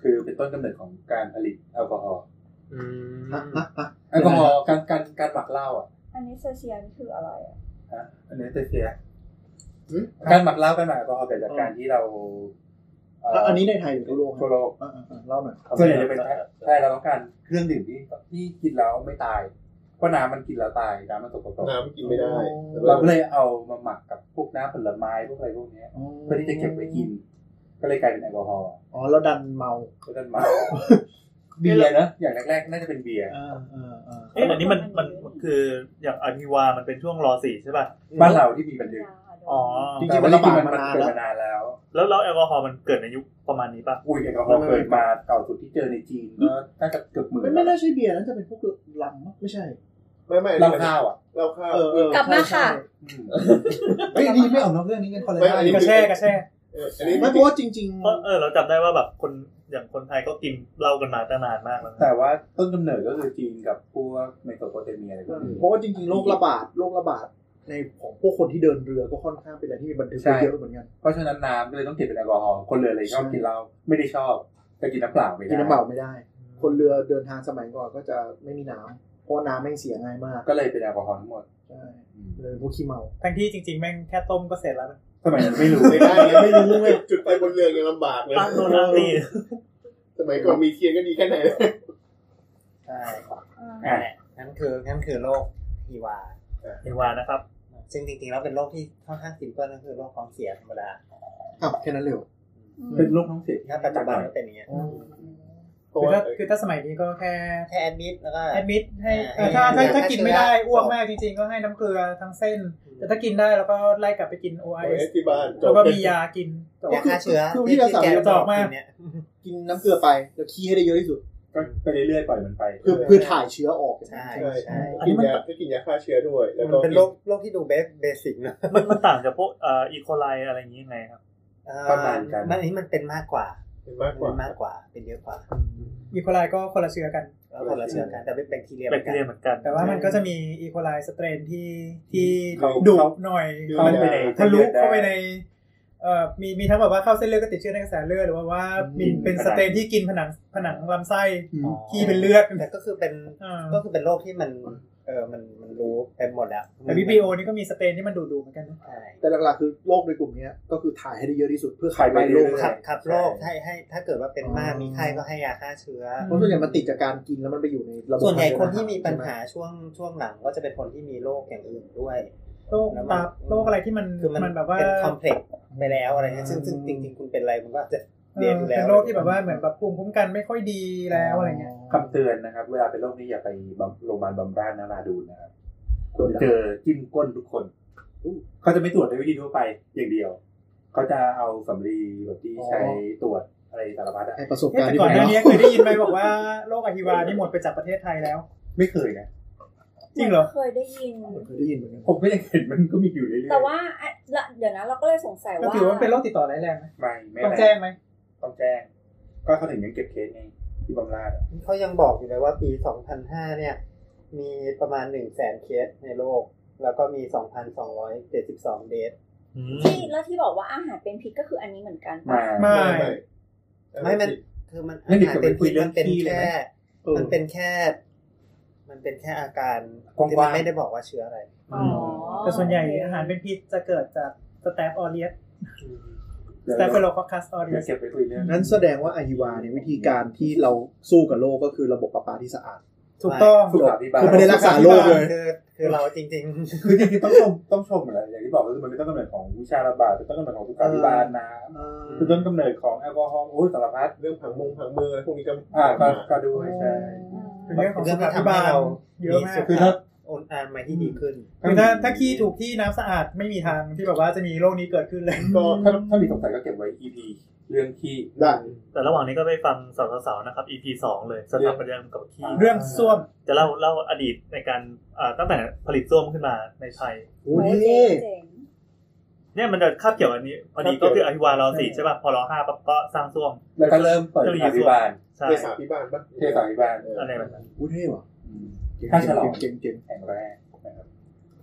คือเป็นต้นกำเนิดของการผลิตแอลกอฮอล์อืมแอลกอฮอล์การการการหมักเหล้าอ่ะอันนี้เซเซียนคืออะไรอ่ะฮะอันนี้เตเซียการหมักเหล้าการหมักแอลกอฮอล์เกิดจากการที่เราอันนี้ในไทยหรือทั่วโลกทั่วโลกเล่าหน่อยส่วนใหญ่จะเป็นใช่เราต้องการเครื่องดื่มที่ที่กินแล้วไม่ตายเพราะน้ำมันกินแล้วตายน้ำมันสกปรกน้ำกินไม่ได้เราก็เลยเอามาหมักกับพวกน้ำผลไม้พวกอะไรพวกนี้เพื่อที่จะเก็บไว้กินก็เลยกลายเป็นแอลกอฮอล์อ๋อแล้วดันเมาก็ดันเมาเบียร์นะอย่างแรกๆน่าจะเป็นเบียร์อ่าอ่าอ่าเอ๊ะอันนี้มันมันคืออย่างอาฮิวามันเป็นช่วงรอสี่ใช่ป่ะบ้านเราที่มีบันทึกอ๋อจริงๆมันระบาดมานานเกิดแล้วมานานแล้วแล้วแล้วแอลกอฮอล์มันเกิดในยุคประมาณนี้ป่ะอุ้ยแอลกอฮอล์เกิดมาเก่าสุดที่เจอในจีนก็น่าจะเกือบหมื่นไม่ไม่น่าใช่เบียร์นั่นจะเป็นพวกลำมั้งไม่ใช่ไม่ไม่เหล้าข้าวอ่ะเหล้าข้าวเออเออกลับมาค่ะเฮ้ยนี่ไม่เอานอกเรื่องนี้กันคนละไม่อันนี้กระแช่กระแช่เอออันนี้ไม่เพราะว่าจริงเพราะเออเราจำได้ว่าแบบคนอย่างคนไทยก็กินเหล้ากันมาตั้งนานมากแล้วนะแต่ว่าต้นกำเนิดก็คือจีนกับพวกเมโสโปเตเมียอะไรพวกนี้ๆ เพราะว่าจริงๆโรคระบาดโรคระบาดในของพวกคนที่เดินเรือก็ค่อนข้างเป็นอะไรที่มีบันทึกไว้เยอะเหมือนกันเพราะฉะนั้นน้ำก็เลยต้องเก็บเป็นแอลกอฮอล์คนเรือเลยชอบกินเหล้าไม่ได้ชอบแต่กินน้ำเปล่าไม่ได้กินน้ำเปล่าไม่ได้ คนเรือเดินทางสมัยก่อนก็จะไม่มีน้ำเพราะน้ำแม่งเสียง่ายมากก็เลยเป็นแอลกอฮอล์ทั้งหมดใช่เลยพวกขี้เมาทั้งที่จริงๆแม่งแค่ต้มก็เสร็จแล้วนะสมัยนั้นไม่รู้ไม่ได้ยังไม่รู้ไงจุดไฟบนเรือยังลำบากเลยตั้งโน่นตั้งนี่สมัยก่อนมีเทียนก็ดีแค่ไหนใช่อ่านั่นแหละนั่นคือนั่นคือโรคฮีวาเอวานะครับซึ่งจริงๆแล้วเป็นโรคที่ค่อนข้างซิมเปิลก็คือโรคท้องเสียธรรมดาอ้าวแค่นั้นเร็วเป็นโรคท้องเสียถ้าปัจจุบันก็เป็นอย่างเงี้ยคือถ้าคือถ้าสมัยนี้ก็แค่แค่แอดมิดแล้วก็แอดมิดให้อ่าถ้าถ้าให้ถ้ากินไม่ได้ให้เชื้ออ้วกมากจริงๆก็ให้น้ำเกลือทั้งเส้น แต่ถ้ากินได้แล้วก็ไล่กลับไปกิน โอ อาร์ เอสที่บ้านจแล้วบก็มียากินจบยาฆ่าเชื้อคือวิทยาศาสตร์ที่แกจอกมากเนี่ยกินน้ำเกลือไปแล้วขี้ให้ได้เยอะที่สุดก็ไปเรื่อยๆปล่อยมันไปคือเพื่อถ่ายเชื้อออกใช่ใช่ใช่กินยาก็กินยาฆ่าเชื้อด้วยแล้วมัก็นเป็นโรคโรคที่ดูเบสเบสิกนะมันมันต่างจากพวกเอ่ออีโคไลอะไรอย่างนี้ยังไงครับประมาณกันมันอันนี้มันเป็นมากกว่าเป็นมากกว่าเป็นมากกว่าเป็นเยอะกว่าอีโคไลก็คนละเชื้อกันแล้วคนละเชื้อกันแต่เป็นแบคทีเรียแบคทีเรียเหมือนกันแต่ว่ามันก็จะมีอีโคไลสเตรนที่ที่เขาดุเขาหน่อยเข้าไปในทะลุเข้าไปในเอ่อมีมีทั้งแบบว่าเข้าเส้นเลือดก็ติดเชื้อในกระแสเลือดหรือว่าว่ามีเป็นสเตรนที่กินผนังผนังลำไส้ที่เป็นเลือดแต่ก็คือเป็นอ่าก็คือเป็นโรคที่มันเออมันมันรู้เต็มหมดแล้วแต่ วี พี โอ นี่ก็มีสเตรนที่มันดุๆเหมือนกันนะใช่แต่หลักๆคือโรคในกลุ่มนี้ก็คือถ่ายให้ได้เยอะที่สุดเพื่อถ่าขัยบไปไล่เรื่โรอยคๆขับขับโรคให้ให้ถ้าเกิดว่าเป็นมากมีไข้ก็ให้ยาฆ่าเชื้อเพราะส่วนใหญ่มันติดจากการกินแล้วมันไปอยู่ในระบบส่วนใหญ่คนที่มีปัญหาช่วงช่วงหลังก็จะเป็นคนที่มีโรคอย่างอื่นด้วยโรคตับโรคอะไรที่มันคือมันมันแบบว่าเป็นคอมเพล็กซ์ไปแล้วอะไรเงี้ยซึ่งซึ่งจริงๆคุณเป็นอะไรมันก็จะเอเรียนออยู่แล้วเป็นโรคที่แบบว่าเหมือนแบบภูมิคุ้มกันไม่ค่อยดีแล้วอะไรเงี้ยคำเตือนนะครับเวลาเป็นโรคนี้อย่าไปบำโรงพยาบาลบำราศนาราดูนนะครับเจอจิ้มก้นทุกคนเขาจะไม่ตรวจในวิธีทั่วไปอย่างเดียวเขาจะเอาสำลีแบบที่ใช้ตรวจอะไรสารพัดอะไอ้ประสบเอ๊ะการณ์แต่ที่ก่อนหผมน้านี้เคยได้ยินไหมบอกว่าโรคอหิวานี่หมดไปจากประเทศไทยแล้วไม่เคยนะจริงเหรอเคยได้ยินเคยได้ยินเหมือนกันผมก็ยังเห็นมันก็มีอยู่เรื่อยๆแต่ว่าอ่ะละเดี๋ยวนะเราก็เลยสงสัยก็ว่าถือว่าเป็นโรคติดต่อร้ายแรงไหมไม่ไม่ต้องแจ้งไหมต้องแจ้ง ก็เขาถึงยังเก็บเคสไงที่บำราศอะเขายังบอกอยู่เลยว่าปี สองพันห้า เนี่ย มีประมาณ หนึ่งแสน เคสในโลก แล้วก็มี สองพันสองร้อยเจ็ดสิบสอง เดทที่แล้วที่บอกว่าอาหารเป็นพิษก็คืออันนี้เหมือนกันมาไม่ไม่มันคือมันไม่อาได้หารจะไปเป็นคุพิยษเรื่อมังนเป็นขี้เลยแค่นะมันเป็นแค่ มันเป็นแค่อาการกว้างๆที่มันไม่ได้บอกว่าเชื้ออะไรอ๋อแต่ส่วนใหญ่อาหารเป็นพิษจะเกิดจากสแตฟออเรียสสแตฟโลคอคัสออเรีเดี๋ยยวสเก็บไปคุยเรื่องนั้นแสดงว่าอาฮิวาเนี่ยวิธีการที่เราสู้กับโรคก็คือระบบประปาที่สะอาดถูกต้องสุขาภิบาลคือไม่ได้รักษาโรคเลยคือคือเราจริงคือจริงๆต้องชมต้องชมอะไรอย่างที่บอกก็คือมันเป็นต้นกำเนิดของวิชาระบาดเป็นต้นกำเนิดของสุขาภิบาลนะคือต้นกำเนิดของแอลกอฮอล์โอ้ยสารพัดเรื่องผังมงผังเมืองอะไรพวกนี้ก็อ่าก็ก็ด้วยใช่เป็นเรื่องของเรื่สุองขาที่ภิทำให้บาลเราเยอะมากคือถ้าๆโอนอานมาที่ดีขึ้นคือถ้าถ้าขี้ถูกที่น้ำสะอาดไม่มีทางที่แบบว่าจะมีโรคนี้เกิดขึ้นเลยก็ถ้าถ้ามีสงสัยก็เก็บไว้ อี พี เรื่องขี้ได้แต่ระหว่างนี้ก็ไปฟังสาวๆนะครับ อี พี สองเลยสถาปัตยกรรมกับขี้เรื่องส้วมจะเล่าเล่าอดีตในการอ่าตั้งแต่ผลิตส้วมขึ้นมาในไทยโอ้โอ้ยเจ๋งเจ๋งเนี่ยมันจะคาบเกี่ยวอันนี้พอดีก็คืออหิวารอสี่ใช่ป่ะพอรอห้าปั๊บก็สร้างส้วมแล้วก็เริ่มเปิดสุขาภิบาลใช่เทศาพิบาลปะเทศาภิบาลอะไรแบบนั้นโอ้ยเท่ว่ะค่าฉลองเก่งเก่งแห่งแรกนะครับ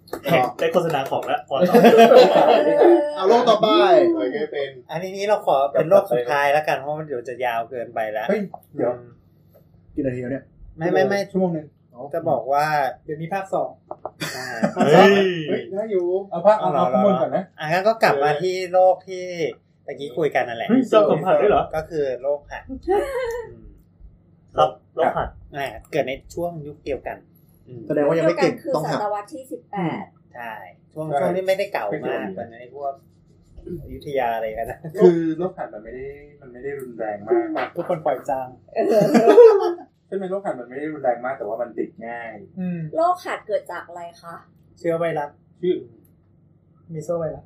ได้โฆษณาของแล้วพอต่อเอาโรคต่อไปโอเคเป็นอันนี้นี้เราขอเป็นโรคสุดท้ายแล้วกันเพราะมันเดี๋ยวจะยาวเกินไปแล้วเฮ้ยเดี๋ยวกี่นาทีแล้วเนี่ยไม่ไม่ไม่ชั่วโมงนึงจะบอกว่าเดี๋ยวมีภาคสองเฮ้ยเฮ้ยน่าอยู่เอาพักเอาเอาข้างบนก่อนนะอ่ะงั้นก็กลับมาที่โรคที่ตะกี้คุยกันนั่นแหละเฮ้ยเจ้าสัมผัสได้เหรอก็คือโรคหัดครับโรคหัดอ่าเกิดในช่วงยุคเดียวกันอืมแสดงว่ายังไม่เก่งคือต้องศหักตวรรษที่สิบแปดใช่ช่วงช่วงนี้ไม่ได้เก่ามากเหมือนในพวกอยุธยาอะไรกันนะคือโรคหัดมันไม่ได้มันไม่ได้รุนแรงมากทุกคนปล่อยจางซึ่งเป็นโรคหัดมันไม่ได้รุนแรงมากแต่ว่ามันติดง่ายอืมโรคหัดเกิดจากอะไรคะเชื้อไวรัสชื่อมีโซไวรัส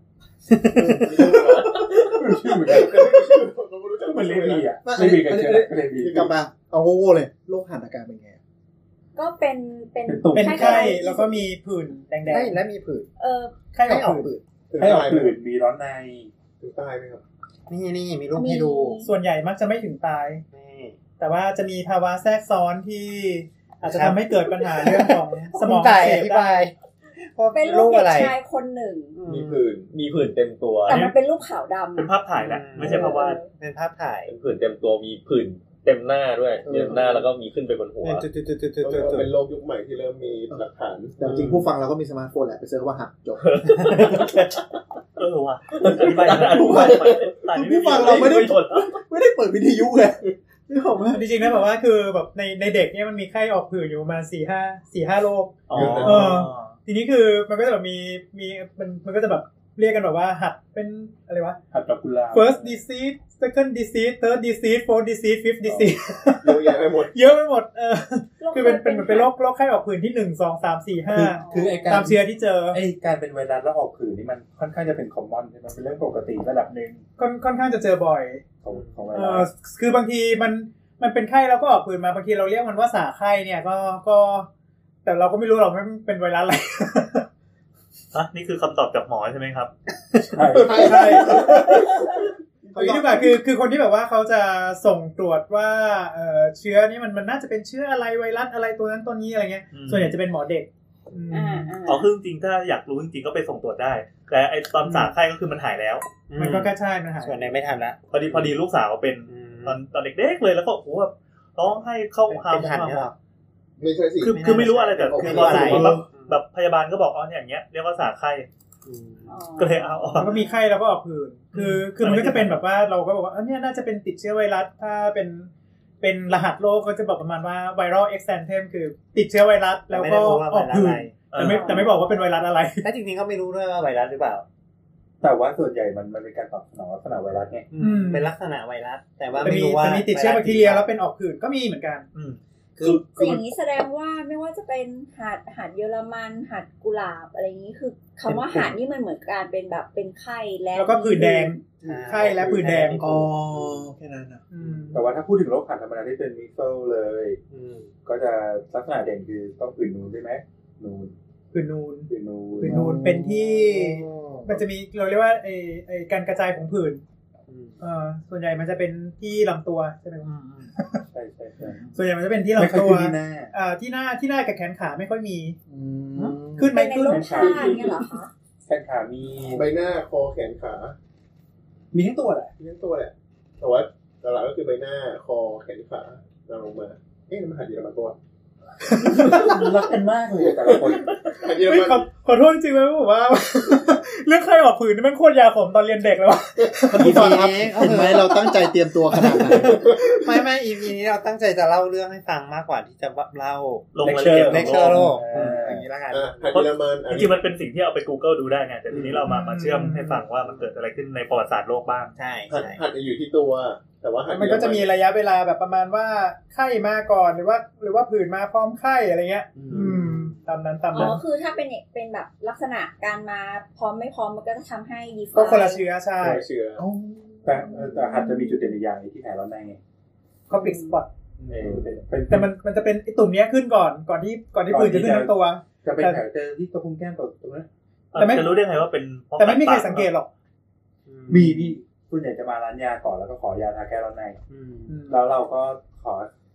ชื่อเหมือนกันเราไม่รู้จักมันเลวีอ่ะว่าเลวีกับเชื้อเลวีกลับมาเอาโง่ๆเลยโรคหัดอาการเป็นไงก็เป็นเป็นเป็นไข้หวัดแล้วก็มีผื่นแดงใช่และมีผื่นเออๆไข้ออกผื่นถึงให้ออกตายไหมผื่นมีร้อนในถึงตายไหมครับนี่นี่มีรูปให้ดูส่วนใหญ่มักจะไม่ถึงตายนี่แต่ว่าจะมีภาวะแทรกซ้อนที่ อาจจะทำให้เกิดปัญหาเรื่องของสมองคุณไก่เสีอย ธิได้บายว่าเป็นรูรูปปเด็อะกไรชายคนหนึ่งมีผื่นมีผื่นเต็มตัวแต่มันเป็นรูปขาวดำเป็นภาพถ่ายแหละไม่ใช่ภาพวาดเป็นภาพถ่ายเป็นผื่นเต็มตัวมีผื่นเต็มหน้าด้วยเต็มหน้าแล้วก็มีขึ้นไปบนหัวจุดจุดจุดจุดจุดก็จุดเป็นโลกยุคใหม่ที่เริ่มมีหลักฐานแต่จริงผู้ฟังเราก็มีสมาร์ทโฟนแหละไปเซิร์ชว่าหักจบเออว่ะอธิบายอธิบายตอนนี้ผู้ฟังเราไม่ได้ไม่ได้เปิดวิทยุไงไม่บอกว่าจริงๆนะแบบว่าคือแบบในในเด็กเนี่ยมันมีไข้ออกผื่นอยู่ประมาณสี่ห้าสี่ห้าโรคอ๋อเออ ทีนี้คือมันก็จะแบบมีมีมันมันก็จะแบบเรียกกันแบบว่าหัดเป็นอะไรวะหัดดอกกุหลาบ first disease second disease third disease fourth disease fifth disease เยอะแยะไปหมดเยอะไปหมดเออคือเป็นเป็นเหมือนเป็นโรคโรคไข้ออกผื่นที่หนึ่งสองสามสี่ห้าคือไอการตามเชื้อที่เจอไอการเป็นไวรัสแล้วออกผื่นนี่มันค่อนข้างจะเป็นคอมมอนใช่ไหมเป็นเรื่องปกติระดับหนึ่งค่อนค่อนข้างจะเจอบ่อยของของไวเอรัอสคือบางทีมันมันเป็นไข้แล้วก็ออกผื่นมาบางทีเราเรียกมันว่าสาไข้เนี่ยก็ก็แต่เราก็ไม่รู้หรอกว่ามันเป็นไวรัสอะไรอ่ะนี่คือคำตอบจากหมอใช่ไหมครับใช่ใช่ใช่เอางี้ดีกว่าคือคือคนที่แบบว่าเขาจะส่งตรวจว่าเอ่อเชื้อนี่มันมันน่าจะเป็นเชื้ออะไรไวรัสอะไรตัวนั้นตัวนี้อะไรเงี้ยอืมส่วนใหญ่จะเป็นหมอเด็กอืมอ่าอ่าอ๋อคือจริงๆถ้าอยากรู้จริงๆก็ไปส่งตรวจได้ แต่ไอตอนสาไข้ก็คือมันหายแล้วมันก็แค่ใช่มันหายส่วนไหนไม่ทันละพอดีพอดีลูกสาวเป็นตอนตอนเด็กๆเลยแล้วก็โอ้โหแบบร้องให้เข้าหาเป็นหมอทันหาเนี่ยหมหรออไม่ใช่สิคือคือไม่รู้อะไรแต่คือไม่พรู้ออะไรสมมติแบบแบบพยาบาลก็บอกอ๋อเนี่ยอย่างเงี้ยเรียกว่าสาไข้อ๋อก็เลยเอาออกมันก็มีไข้แล้วก็ออกผื่นคือคือมันก็จะเป็นแบบว่าเราก็บอกว่าเออเนี่ยน่าจะเป็นติดเชื้อไวรัสถ้าเป็นเป็นรหัสโรคก็จะบอกประมาณว่า viral exanthem คือติดเชื้อไวรัสแล้วก็ออกผื่นแต่ไม่แต่ไม่บอกว่าเป็นไวรัสอะไรแต่จริงๆก็ไม่รู้ด้วยว่าไวรัสหรือเปล่าแต่ว่าส่วนใหญ่มันมันเป็นการตอบสนองลักษณะไวรัสไงอืมเป็นลักษณะไวรัสแต่ว่าแต่ไม่มีรู้ว่าแต่มีติดเชื้อแบคทีเรียแล้วเป็นออกผื่นก็มีเหมือนกันอืมคือคือคืออมันย่างนี้แสดงว่าไม่ว่าจะเป็นหัดหัดเยอรมันหัดกุหลาบอะไรอย่างนี้คือคำว่าหัดนี่มันเหมือนการเป็นแบบเป็นไข้และแล้วก็ผื่นแดงไข้และผื่นแดงอ๋อแค่นั้นนะอืมแต่ว่าถ้าพูดถึงโรคหัดธรรมดาที่เป็นมิโซลเลยอืมก็จะลักษณะเด่นคือต้องผื่นนูนใช่ไหมนูนผื่นนูนผื่นนูนผื่นนูนเป็นที่มันจะมีเราเรียกว่าไอไอการกระจายของผื่นอืมเอ่อส่วนใหญ่มันจะเป็นที่ลำตัวใช่ไหมครับใช่ใช่ใช่ส่วนใหญ่มันจะเป็นที่ไม่ค่อยลำตัวขึ้นที่หน้าอ่าที่หน้าที่หน้ากับแขนขาไม่ค่อยมีอืมขึ้นไหมเป็นในขึ้นรูปผ้าอย่างเงี้ยเหรอคะแขนขามีใบหน้าคอแขนขามีทั้งตัวแหละทั้งตัวแหละแต่ว่าหลักๆก็คือใบหน้าคอแขนขาลงมาเอ๊ะมันหัดเยอรมันตัวรักกันมากเลยแต่ละคนหัดเยอรเฮ้ยมันขอขอโทษจริงๆไหมผมว่า เรื่องไข้ออกผื่นนี่มันโคตรยาขมตอนเรียนเด็กแล้ววะท่านผู้ฟังครับเห็นไหมเราตั้งใจเตรียมตัวขนาดไหนไม่ไม่ อี พี นี้เราตั้งใจจะเล่าเรื่องให้ฟังมากกว่าที่จะเล่าลงรายละเอียดเลคเชอร์โลกเอออย่างนี้ละกันอ่ะหัดเยอรมันจริงๆมันเป็นสิ่งที่เอาไป Google ดูได้ไงแต่ทีนี้เรามามาเชื่อมให้ฟังว่ามันเกิดอะไรขึ้นในประวัติศาสตร์โลกบ้างใช่หัดใช่หัดอยู่ที่ตัว แต่ว่าหัดมันก็จะมีระยะเวลาแบบประมาณว่าไข้มาก่อนหรือว่า หรือว่าผื่นมาพร้อมไข้อะไรเงี้ย อืมตามนั้นตามอ๋นั้นอคือถ้าเป็นเป็นแบบลักษณะการมาพร้อมไม่พร้อมมันก็จะทำให้ดีไฟก็คนละเชื้อใช่เชื้อแต่เออแต่หัดจะมีจุดเด่นอีกอย่างที่แผลร้อนในไงคอปิกสปอตเออเป็นเป็นแต่มันมันจะเป็นไอตุ่มเนี้ยขึ้นก่อนก่อนที่ก่อนที่ผื่นจะขึ้นทั้งตัวจะเป็นแผลเจอที่กระพุ้งแก้มกับตรงนั้นแต่ไม่จะรู้ได้ไงว่าเป็นเพาะแต่ไม่มีใครสังเกตหรอกมีพี่คุณใหญ่จะมาร้านยาก่อนแล้วก็ขอยาทาแก้ร้อนในอืมอืมแล้วเราก็ขอ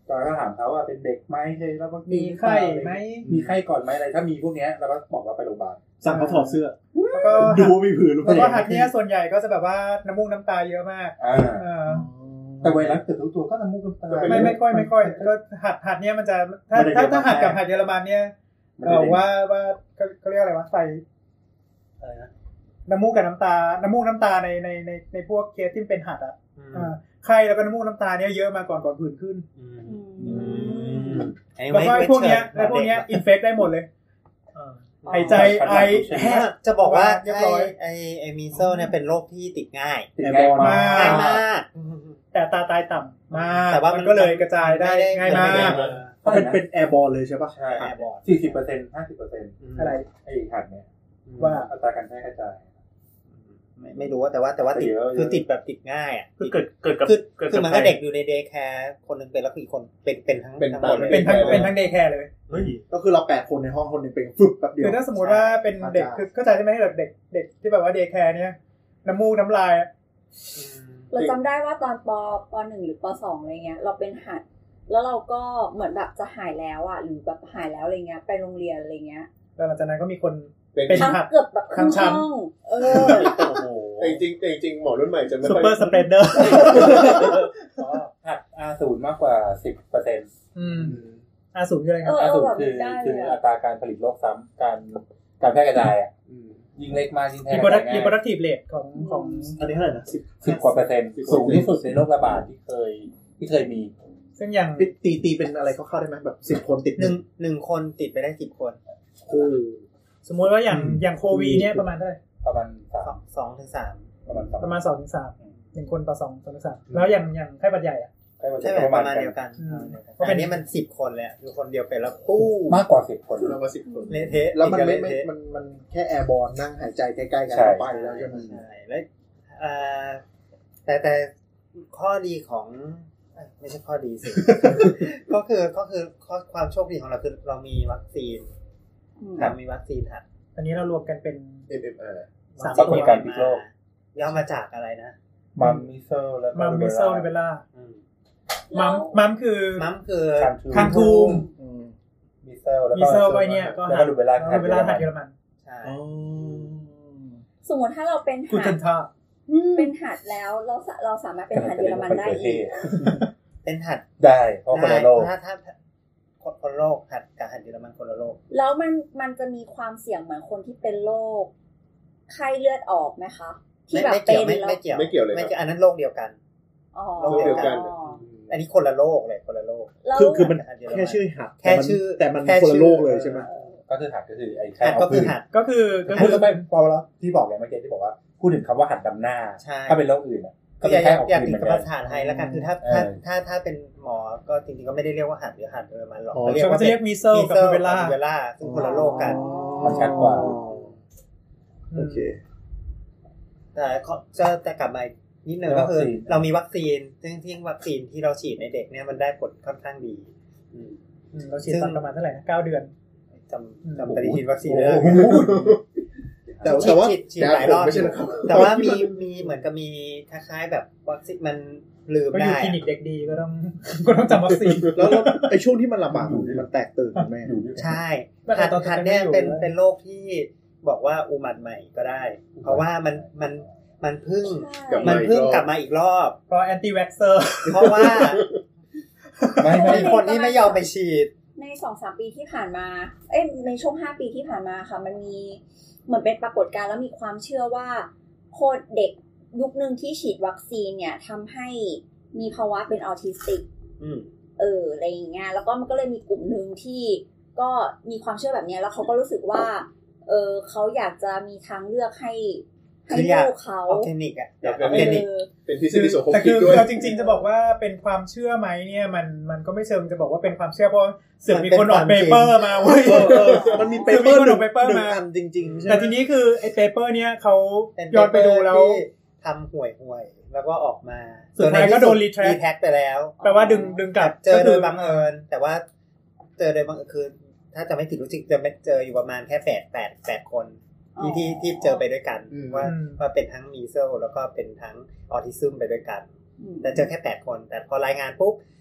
ตอนก็ถามเขาว่าเป็นเด็กไหมเคยแล้วก็มีไข้ไหมมีไข้ก่อนไหมอะไรถ้ามีพวกเนี้ยเราก็บอกว่าไปโรงพยาบาลสั่งเขาถอดเสื้อแล้วก็ดูมีผื่นหรือเปแล้วก็ล่าหัดเนี้ยส่วนใหญ่ก็จะแบบว่าน้ำมูกน้ำตาเยอะมากอ่าเออแต่ไวรัสเกิดทุกตัวก็น้ำมูกน้ำตาไม่ไม่ค่อยไม่ค่อยก็หัดหัดเนี้ยมันจะถ้าถ้าถ้าหัดกับหัดเยอรมันเนี่ยเออว่าว่าเขาเรียกอะไรวะใส่อะไรนะน้ำมูกกับน้ำตาน้ำมูกน้ำตาในในในในพวกเคสที่เป็นหัดอ่ะไข้แล้วก็น้ำมูกน้ำตาเนี่ยเยอะมาก่อนก่อนผื่นขึ้นแล้วก็พวกเนี้ยแล้วพวกเนี้ยอินเฟคได้หมดเลยหายใจไอจะบอกว่าไอไอไอมีเซลเนี่ยเป็นโรคที่ติดง่ายติดง่ายมากง่ายมากแต่ตาตายต่ำมากแต่ว่ามันก็เลยกระจายได้ง่ายมากเพราะเป็นเป็นแอร์บอลเลยใช่ป่ะใช่แอร์บอลสี่สิบเปอร์เซ็นต์ห้าสิบเปอร์เซ็นต์อะไรไอ้หัดเนี่ยว่าอัตราการแพร่กระจายไม่ไม่รู้ว่าแต่ว่าแต่ว่าติดคือติดแบบติดง่ายอ่ะคือเกิดเกิดกับคือคือมันก็เด็กอยู่ในเดย์แคร์คนนึงเป็นแล้วอีกคนเป็นเป็นทั้งเป็นทั้งหมดเป็นทั้งเป็นทั้งเดย์แคร์เลยก็คือเราแปดคนในห้องคนนึงเป็นฟึบแป๊บเดียวคือถ้าสมมติว่าเป็นเด็กคือเข้าใจใช่ไหมเด็กเด็กที่แบบว่าเดย์แคร์เนี่ยน้ำมูกน้ำลายเราจำได้ว่าตอนปปหนึ่งหรือปสองอะไรเงี้ยเราเป็นหัดแล้วเราก็เหมือนแบบจะหายแล้วอ่ะหรือแบบหายแล้วอะไรเงี้ยไปโรงเรียนอะไรเงี้ยแล้วหลังจากนั้นก็มีคนเป็นหัดเกือบแบบครึ่งห้องเออแต่จริงๆจริงๆหมอรุ่นใหม่จะไม่ค่อยซุปเปอร์สเปรดเดอร์หัด อาร์ ศูนย์ มากกว่า สิบเปอร์เซ็นต์อืม อาร์ ศูนย์ คืออะไรครับอาร์ ศูนย์ คือคืออัตราการผลิตโรคซ้ำการการแพร่กระจายอ่ะยิ่งเล็กมากยิ่งแพร่กระจายง่าย reproductive rate ของของอันนี้เท่าไหร่นะสิบ สิบกว่าเปอร์เซ็นต์สูงที่สุดในโรคระบาดที่เคยที่เคยมีซึ่งอย่างตีตีเป็นอะไรเข้าๆได้ไหมแบบสิบคนติดหนึ่งหนึ่งคนติดไปได้สิบคนโอ้สมมติว่าอย่างอย่างโควิดเนี่ยประมาณเท่าไหร่ประมาณสองถึงสามประมาณประมาณสองถึงสามหนึ่งคนต่อสองสองถึงสามแล้วอย่างอย่างไข้หวัดใหญ่อ่ะไข้หวัดใหญ่ประมาณเดียวกันเพราะอันนี้มันสิบคนเลยคือคนเดียวเป็นแล้วปู้มากกว่าสิบคนแล้วมาสิบคนเละเทะแล้วมันไม่ไม่มันมันแค่แอร์บอลนั่งหายใจใกล้ๆกันไปแล้วใช่ไหมใช่แล้วอ่าแต่แต่ข้อดีของไม่ใช่ข้อดีสิ ก็คือก็คือข้อความโชคดีของเราคือเรามีวัคซีนครับมีวัคซีนหัดอันนี้เรารวมกันเป็นเอ็ม เอ็ม อาร์สามตัวการพิษโรคย่อมาจากอะไรนะมัมมิเซลและมัมมิเซลริเบลล่ามัมมัมคือมัมคือคันทูมมิเซลแล้วก็มิเซลก็เนี่ยก็แล้วก็รูเบลล่ารูเบลล่าหัดเยอรมันใช่สมมติถ้าเราเป็นหัดเป็นหัดแล้วเราเราสามารถเป็นหัดเยอรมันได้อีกเป็นหัดได้เพราะคนละโรคถ้าถ้าคนโรคหัดกับหัดเยอรมันคนละโรคแล้วมันมันจะมีความเสี่ยงเหมือนคนที่เป็นโรคไข้เลือดออกไหมคะที่แบบเป็นแล้วไม่เกี่ยวไม่เกี่ยวเลยไม่เกี่ยวอันนั้นโรคเดียวกันโรคเดียวกันอันนี้คนละโรคเลยคนละโรคคือคือมันแค่ชื่อหัดแค่ชื่อแต่มันคนละโรคเลยใช่ไหมก็คือหัดก็คือไอ้ไข้ก็คือหัดก็คือก็คือไม่พอแล้วที่บอกอย่างเมื่อกี้ที่บอกว่าพูดถึงคำว่าหัดดำหน้าถ้าเป็นโรคอื่นก็เป็นแค่ออกเป็นภาษาไทยแล้วกันคือถ้าถ้าถ้าถ้าเป็นหมอก็จริงๆก็ไม่ได้เรียกว่าหัดหรือหัดเออมันหรอกเรียกว่าจะเรียกมีเซลกับรูเบลล่าซึ่งคนละโรคกันมันชัดกว่าโอเคแต่จะจะกลับมานิดนึงก็คือเรามีวัคซีนซึ่งที่วัคซีนที่เราฉีดในเด็กเนี่ยมันได้ผลค่อนข้างดีเราฉีดตอนประมาณเท่าไหร่นะเก้าเดือนจำจำปฏิทินวัคซีนเลยแต่แต่ว่าฉีดหลายรอบแต่ว่ามีมีเหมือนกับมีคล้ายๆแบบวัคซีนมันลืมได้คลินิกเด็กดีก็ต้องก็ต้องจำวัคซีนแล้วไอ้ช่วงที่มันระบาดอยู่มันแตกตื่นแม่ใช่หัดหัดเนี่ยเป็นเป็นโรคที่บอกว่าอุมัดใหม่ก็ได้เพราะว่ามันมันมันเพิ่งมันเพิ่งกลับมาอีกรอบเพราะแอนตี้แว็กเซอร์เพราะว่าไม่ไม่คนที่ไม่ยอมไปฉีดใน สองถึงสาม ปีที่ผ่านมาเอ้ยในช่วงห้าปีที่ผ่านมาค่ะมันมีเหมือนเป็นปรากฏการณ์แล้วมีความเชื่อว่าคนเด็กยุคนึงที่ฉีดวัคซีนเนี่ยทำให้มีภาวะเป็นออทิสติกเอออะไรอย่างเงี้ยแล้วก็มันก็เลยมีกลุ่มนึงที่ก็มีความเชื่อแบบนี้แล้วเขาก็รู้สึกว่าเออเขาอยากจะมีทางเลือกให้ให้ลูกเขาออร์แกนิกอ่ะออร์แกนิกเป็นทฤษฎีสมคบคิดด้วยแต่คือจริงๆจะบอกว่าเป็นความเชื่อไหมเนี่ยมันมันก็ไม่เชิงจะบอกว่าเป็นความเชื่อเพราะเสือกมีคนออกเปเปอร์มาเว้ยมันมีเปเปอร์หนึ่งเปเปอร์มาจริงๆแต่ทีนี้คือไอ้เปเปอร์เนี้ยเขาย้อนไปดูแล้วทำห่วยๆแล้วก็ออกมาสุดท้ายก็โดนรีแทร็กไปแล้วแปลว่าดึงดึงกลับเจอโดยบังเอิญแต่ว่าเจอโดยบังเอิญคือถ้าจะไม่ผิดรู้สึกจะไม่เจออยู่ประมาณแค่แปด แปด แปดคนที่ที่ที่เจอไปด้วยกันว่าว่าเป็นทั้งมีเซลแล้วก็เป็นทั้งออทิซึมไปด้วยกันแต่เจอแค่แปดคนแต่พอรายงานปุ๊บ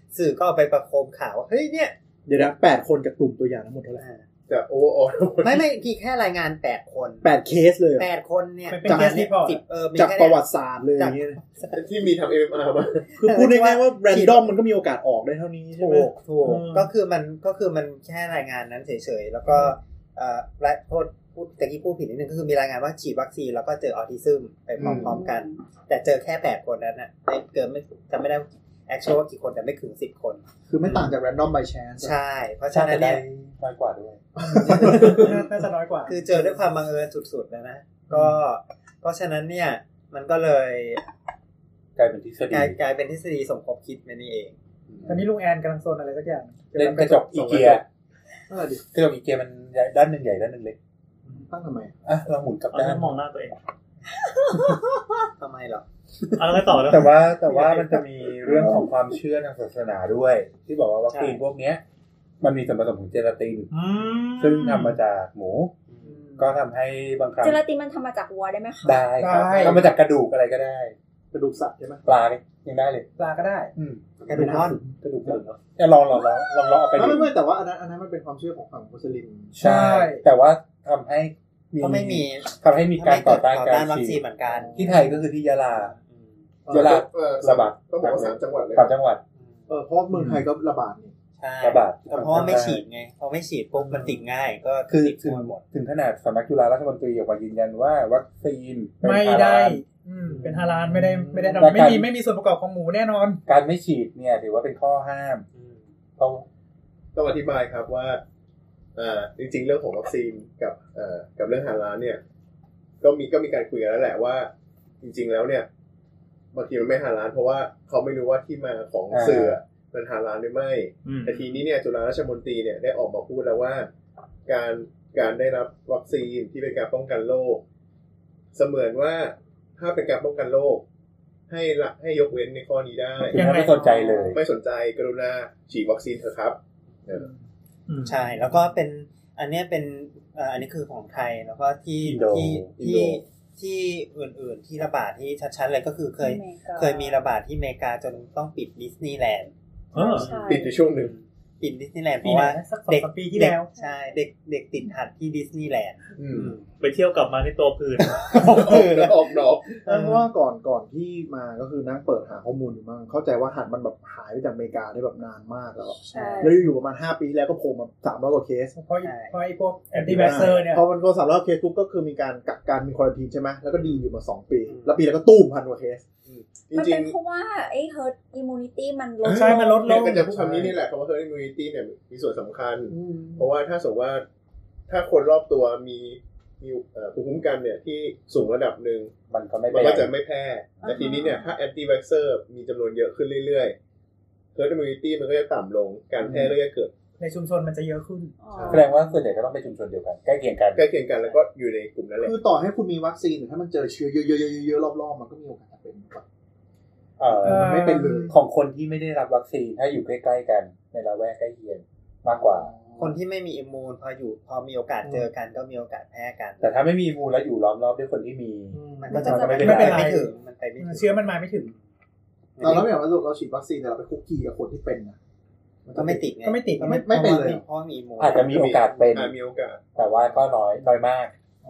สื่อก็เอาไปประโคมข่าวว่าเฮ้ยเนี่ยเดี๋ยวนะแปดคนจากกลุ่มตัวอย่างทั้งหมดเท่าไหร่จากโอเวอร์ออลไม่ไม่ที่แค่รายงานแปดคนแปดเคสเลยแปดคนเนี่ยจากสิบเออจากประวัติศาสตร์เลยอย่างเงี้ยที่มีทำ เอ็ม อาร์ มาคือพูดง่ายๆว่าแรนดอมมันก็มีโอกาสออกได้เท่านี้ใช่ไหมถูกก็คือมันก็คือมันแค่รายงานนั้นเฉยๆแล้วก็เอ่อและโทษพูดตะกี้พูดผิดนิดนึงก็คือมีรายงานว่าฉีดวัคซีนแล้วก็เจอออทิซึมไปพร้อมๆกันแต่เจอแค่แปดคนนั้นน่ะไม่เกินไม่จำไม่ได้แอคชั่นว่ากี่คนแต่ไม่ถึงสิบคนคือไม่ต่างจาก random by chance ใช่เพราะฉะนั้นเนี่ยน้อยกว่าด้วยน่าจะน้อยกว่าคือเจอด้วยความบังเอิญสุดๆนะนะก็เพราะฉะนั้นเนี่ยมันก็เลยกลายเป็นทฤษฎีกลายเป็นทฤษฎีสมคบคิดมานี่เองตอนนี้ลุงแอนกำลังโซนอะไรสักอย่างเล่นกระจกอีเกียเออดิกระจกอีเกียมันด้านนึงใหญ่ด้านนึงเล็กตั้งทำไมอ่ะเราหมุนกลับด้านมองหน้าตัวเองทำไมหรอเอาแล้วต่อแล้วแต่ว่าแต่ว่ามันจะมีเรื่องของความเชื่อทางศาสนาด้วยที่บอกว่าวัคซีนพวกเนี้ยมันมีส่วนผสมของเจลาตินซึ่งทำมาจากหมูก็ทำให้บางครั้งเจลาตินมันทำมาจากวัวได้ไหมคะได้ครับทำมาจากกระดูกอะไรก็ได้กระดูกสัตว์ใช่ไหมปลายังได้เลยปลาก็ได้กระดูกน่องกระดูกน่องเนี่ยลองลองลองลองลองเอาไปไม่ไม่แต่ว่าอันนั้นอันนั้นมันเป็นความเชื่อของฝั่งมุสลิมใช่แต่ว่าทำให้ก็ไม่มีทำให้มีการต่อต้านการฉีดเหมือนกันที่ไทยก็คือที่ยะลายะลาระบาดต้องบอกว่าสามจังหวัดเลยสามจังหวัดเออเพราะเมืองไทยก็ระบาดนี่ใช่ระบาดเพราะว่าไม่ฉีดไงพอไม่ฉีดปุ๊บมันติดง่ายก็คือถึงถึงขนาดสำนักจุฬาราชมนตรีออกมายืนยันว่าวัคซีนไม่ได้เป็นฮาลาลไม่ได้ไม่ได้ไม่มีไม่มีส่วนประกอบของหมูแน่นอนการไม่ฉีดเนี่ยถือว่าเป็นข้อห้ามต้องต้องอธิบายครับว่าอ่าจริงๆเรื่องของวัคซีนกับอ่ากับเรื่องฮาลาลเนี่ยก็มีก็มีการคุยกันแล้วแหละว่าจริงๆแล้วเนี่ยบางทีมันไม่ฮาลาลเพราะว่าเขาไม่รู้ว่าที่มาของเสื่อมันฮาลาลหรือไม่แต่ทีนี้เนี่ยจุฬาราชมนตรีเนี่ยได้ออกมาพูดแล้วว่าการการได้รับวัคซีนที่เป็นการป้องกันโรคเสมือนว่าถ้าเป็นการป้องกันโรคให้ละให้ยกเว้นในข้อนี้ได้ไม่สนใจเลยไม่สนใจกรุณาฉีดวัคซีนเถอะครับใช่แล้วก็เป็นอันนี้เป็นอันนี้คือของไทยแล้วก็ที่ที่ที่ที่อื่นๆที่ระบาดที่ชัดๆเลยก็คือเคยเคยมีระบาดที่อเมริกาจนต้องปิดดิสนีย์แลนด์ปิดในช่วงหนึ่งปิดดิสนีย์แลนด์เพราะว่าเด็กปีที่แล้วใช่เด็กเด็กติดหัดที่ดิสนีย์แลนด์ไปเที่ยวกลับมาในตัวพื้นแล้วออกดอกนั่นว่าก่อนก่อนที่มาก็คือนั่งเปิดหาข้อมูลอยู่มั่งเข้าใจว่าหัดมันแบบหายไปจากอเมริกาได้แบบนานมากแล้วแล้วอยู่ประมาณห้าปีแล้วก็โผล่มาสามร้อยกว่าเคสเพราะเพราะไอ้พวกแอนตี้แวคเซอร์เนี่ยพอมันก็สามร้อยเคสปุ๊บก็คือมีการกักกันมีควอรันทีนใช่ไหมแล้วก็ดีอยู่มาสองปีแล้วปีแล้วก็ตู้มพันกว่าเคสมันเป็นเพราะว่าไอ้ herd immunity มันลดใช่มันลดลงก็จะพูดคำนี้นี่แหละคำว่า herd immunity เนี่ยมีส่วนสำคัญเพราะว่าถ้าสมมติว่าถ้าคนรอบตัวมีมีภูมิคุ้มกันเนี่ยที่สูงระดับหนึ่งมันก็ไม่มันก็จะไม่แพร่แต่ทีนี้เนี่ยถ้า anti vaxxer มีจำนวนเยอะขึ้นเรื่อยๆ herd immunity มันก็จะต่ำลงการแพร่ก็จะเกิดในชุมชนมันจะเยอะขึ้นแสดงว่าส่วนใหญ่ก็ต้องเป็นชุมชนเดียวกันใกล้เคียงกันใกล้เคียงกันแล้วก็อยู่ในกลุ่มนั้นแหละคือต่อให้คุณมีวัคซีนถ้ามันเจอเชื้อเยอะๆๆๆรอบๆมันก็มีโอกาสเป็นครับเออไม่เป็นเลยของคนที่ไม่ได้รับวัคซีนถ้าอยู่ใกล้ๆกันในละแวกใกล้เคียงมากกว่าคนที่ไม่มีอิมมูนพออยู่พอมีโอกาสเจอกันก็มีโอกาสแพร่กันแต่ถ้าไม่มีอิมมูนแล้วอยู่ล้อมรอบด้วยคนที่มีมันก็จะไม่เป็นไรไม่ถึงมันไปไม่ถึงเชื้อมันมาไม่ถึงเราแล้วอย่างว่าเราฉีดวัคซีนแต่เราไปคุกคีกับคนที่เป็นนะมันก็ไม่ติดไงก็ไม่ติดไม่ไม่เป็นเลยเพราะมีอิมมูนอาจจะมีโอกาสเป็นมีโอกาสแต่ว่าก็น้อยน้อยมาก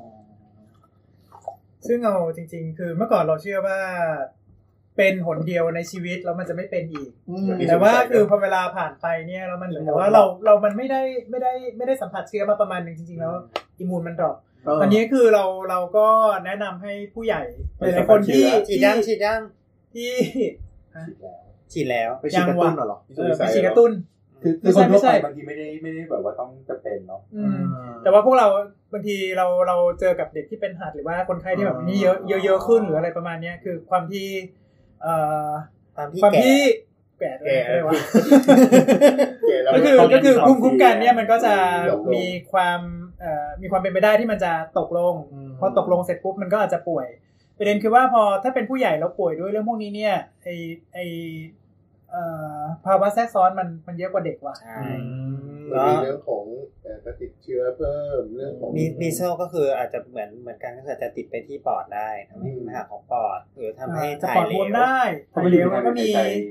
ซึ่งเอาจริงๆคือเมื่อก่อนเราเชื่อว่าเป็นหนเดียวในชีวิตแล้วมันจะไม่เป็นอีกแต่ว่าคือพอเวลาผ่านไปเนี่ยแล้วมันเหมือนกับว่าเราเรามันไม่ได้ไม่ได้ไม่ได้สัมผัสเชื้อมาประมาณนึงจริงๆแล้วอิมมูนมันดรอปอันนี้คือเราเราก็แนะนำให้ผู้ใหญ่หลายคนที่ฉีดยังฉีดยังที่ฉีดแล้วไปฉีดกระตุ้นเหรอไปฉีดกระตุ้นคือคือคนทั่วไปบางทีไม่ได้ไม่ได้แบบว่าต้องจะเป็นเนาะแต่ว่าพวกเราบางทีเราเราเจอกับเด็กที่เป็นหัดหรือว่าคนไข้ที่แบบนี่เยอะเยอะขึ้นหรืออะไรประมาณนี้คือความที่เอ่อความที่แก่เลยว่าก็คือก็คือภูมิคุ้มกันเนี่ยมันก็จะมีความเอ่อมีความเป็นไปได้ที่มันจะตกลงพอตกลงเสร็จปุ๊บมันก็อาจจะป่วยประเด็นคือว่าพอถ้าเป็นผู้ใหญ่แล้วป่วยด้วยเรื่องพวกนี้เนี่ยไอไอเอ่อภาวะแทรกซ้อนมันมันเยอะกว่าเด็กว่ะใช่มีเรื่องของการติดเชื้อเพิ่มเรื่องของมีมีเซลก็คืออาจจะเหมือนเหมือนกันก็คือจะติดไปที่ปอดได้ทำให้ปัญหาของปอดหรือทำให้ถ่ายเหลวได้ถ่ายเหลวก็มี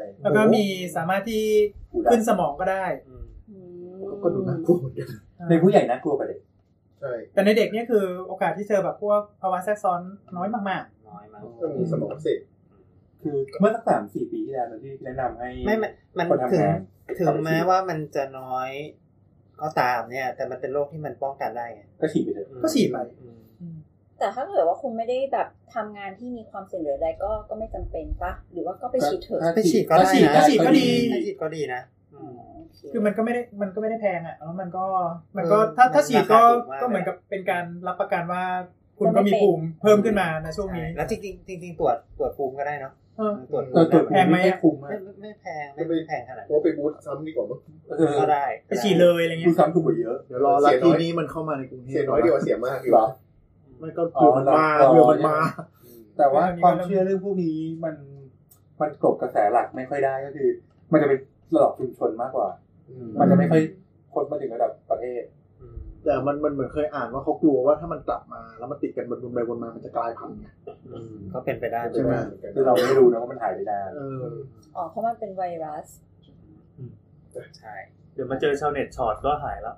แล้วก็มีสามารถที่ขึ้นสมองก็ได้ก็ดูน่ากลัวเหมือนกันในผู้ใหญ่น่ากลัวกว่าเด็กใช่แต่ในเด็กเนี่ยคือโอกาสที่เจอแบบพวกภาวะแทรกซ้อนน้อยมากๆน้อยมากก็มีสมองเสพคือเมื่อสักสามสี่ปีที่แล้วที่แนะนำให้ไม่มันถึงถึงแม้ว่ามันจะน้อยก็ตามเนี่ยแต่มันเป็นโรคที่มันป้องกันได้ไงก็ฉีดไปเลยก็ฉีดไปแต่ถ้าเกิดว่าคุณไม่ได้แบบทำงานที่มีความเสี่ยงหรืออะไรก็ก็ไม่จำเป็นปะหรือว่าก็ไปฉีดเถอะไปฉีดก็ได้นะไปฉีดก็ดีฉีดก็ดีนะคือมันก็ไม่ได้มันก็ไม่ได้แพงอ่ะแล้วมันก็มันก็ถ้าถ้าฉีดก็ก็เหมือนกับเป็นการรับประกันว่าคุณก็มีภูมิเพิ่มขึ้นมาในช่วงนี้แล้วจริงจริงจริงตรวจตรวจภูมิก็ได้เนาะตรวจตรวจแพงไหมภูมิไม่แพงไม่แพงขนาดว่าไปบูสต์ซ้ำดีกว่ามั้งก็ได้ไปฉีดเลยอะไรเงี้ยบูสต์ซ้ำถูกกว่าเยอะเดี๋ยวรอลัทธินี้มันเข้ามาในกรุงเทพเสียน้อยดีกว่าเสียมากอยู่ไม่ก็เผื่อมันมาเผื่อมันมาแต่ว่าความเชื่อเรื่องพวกนี้มันมันกลบกระแสหลักไม่ค่อยได้ก็คือมันจะเป็นระดับชุมชนมากกว่ามันจะไม่ค่อยพ้นมาถึงระดับประเทศแต่มันมันเหมือนเคยอ่านว่าเขากลัวว่าถ้ามันกลับมาแล้วมันติดกันบนบนไปบนมามันจะกลายพันธุ์ไงก็เป็นไปได้ใช่ไหมคือเราไม่รู้นะว่ามันหายไปได้อ๋อเพราะมันเป็นไวรัสใช่เดี๋ยวมาเจอชาวเน็ตช็อตก็หายแล้ว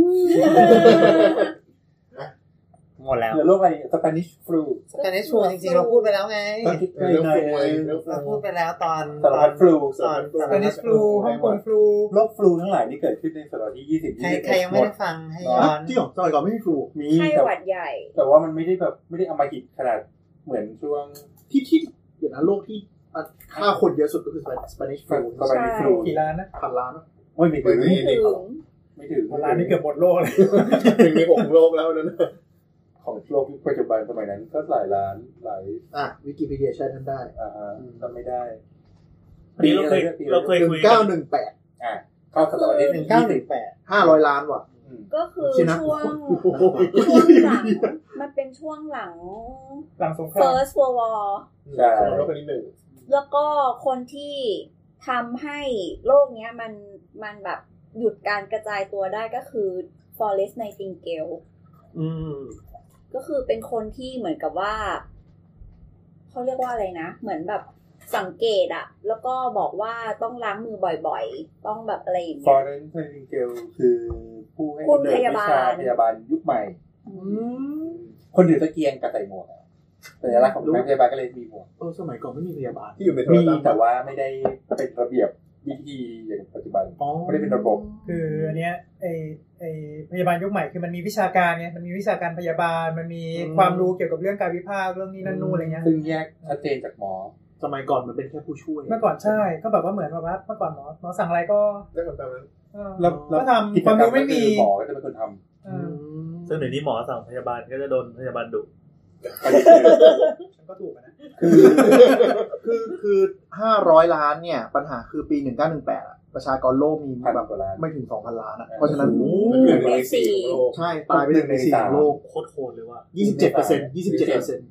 หมดแล้วเหลือโรคอะไรสเปนิชฟลูสเปนิชฟลูจริงๆเราพูดไปแล้วไงเราพูดไปแล้วตอนตอนฟลูตอนสเปนิชฟลูฮ่องกงฟลูโรคฟลูทั้งหลายนี่เกิดขึ้นในศตวรรษที่ยี่สิบใครใครยังไม่ได้ฟังให้ย้อนที่ของสมัยก่อนไม่มีฟลูมีไข้หวัดใหญ่แต่ว่ามันไม่ได้แบบไม่ได้อมหิตขนาดเหมือนช่วงที่ที่เดี๋ยวนะโรคที่ฆ่าคนเยอะสุดก็คือสเปนิชฟลูสเปนิชฟลูกี่ล้านนะพันล้านไม่ไม่ถึงไม่ถึงไม่ถึงพันล้านนี่เกือบหมดโลกเลยถึงในหกโลกแล้วนั่นของโลกปัจจุบันสมัยนั้นก็หลายล้านหลายอ่ะวิกิพีเดียใช้ท่านได้อ่าฮะจำไม่ได้ปีเราเคยเราเคยคุยเก้าหนึ่งแปดอ่ะเข้าศตวรรษที่หนึ่งเก้าหนึ่งแปดห้าร้อยล้านว่ะก็คือช่วงช่วงหลังมันเป็นช่วงหลังหลังสงคราม First World War ใช่โลกที่หนึ่งแล้วก็คนที่ทำให้โลกเนี้ยมันมันแบบหยุดการกระจายตัวได้ก็คือ Florence Nightingale อืมก็คือเป็นคนที่เหมือนกับว่าเขาเรียกว่าอะไรนะเหมือนแบบสังเกตอะแล้วก็บอกว่าต้องล้างมือบ่อยๆต้องแบบอะไรอย่างเงี้ย Florence Nightingale คือผู้ให้คุณพยาบาลพยาบาลยุคใหม่คนถือตะเกียงกับใส่หมวกสัญลักษณ์ของพยาบาลก็เลยมีหมวกเออสมัยก่อนไม่มีพยาบาลที่อยู่ในมีแต่ว่าไม่ได้เป็นระเบียบวิธีอย่างปัจจุบันไม่ได้เป็นระบบคืออันเนี้ยไอไอพยาบาลยุคใหม่คือมันมีวิชาการไงมันมีวิชาการพยาบาลมันมีความรู้เกี่ยวกับเรื่องการวิพากษ์เรื่องนี้นั่นนู่นอะไรเงี้ยซึ่งแยกชัดเจนจากหมอสมัยก่อนมันเป็นแค่ผู้ช่วยเมื่อก่อนใช่ก็แบบว่าเหมือนแบบว่าเมื่อก่อนหมอหมอสั่งอะไรก็ได้ทำตามนั้นแล้วก็ทำความรู้ไม่มีหมอก็จะเป็นคนทำซึ่งเดี๋ยวนี้หมอสั่งพยาบาลก็จะโดนพยาบาลดุฉันก็ถูกนะคือคือคือห้าร้อยล้านเนี่ยปัญหาคือปีหนึ่งเก้าหนึ่งแปดอ่ะประชากรโลกมีแบบไม่ถึง สองพัน ล้านอ่ะเพราะฉะนั้นหนึ่งในสี่ใช่ตายไปหนึ่งในสี่ของโลกโคตรโหดเลยว่ายี่สิบเจ็ดเปอร์เซ็นต์ ยี่สิบเจ็ดเปอร์เซ็นต์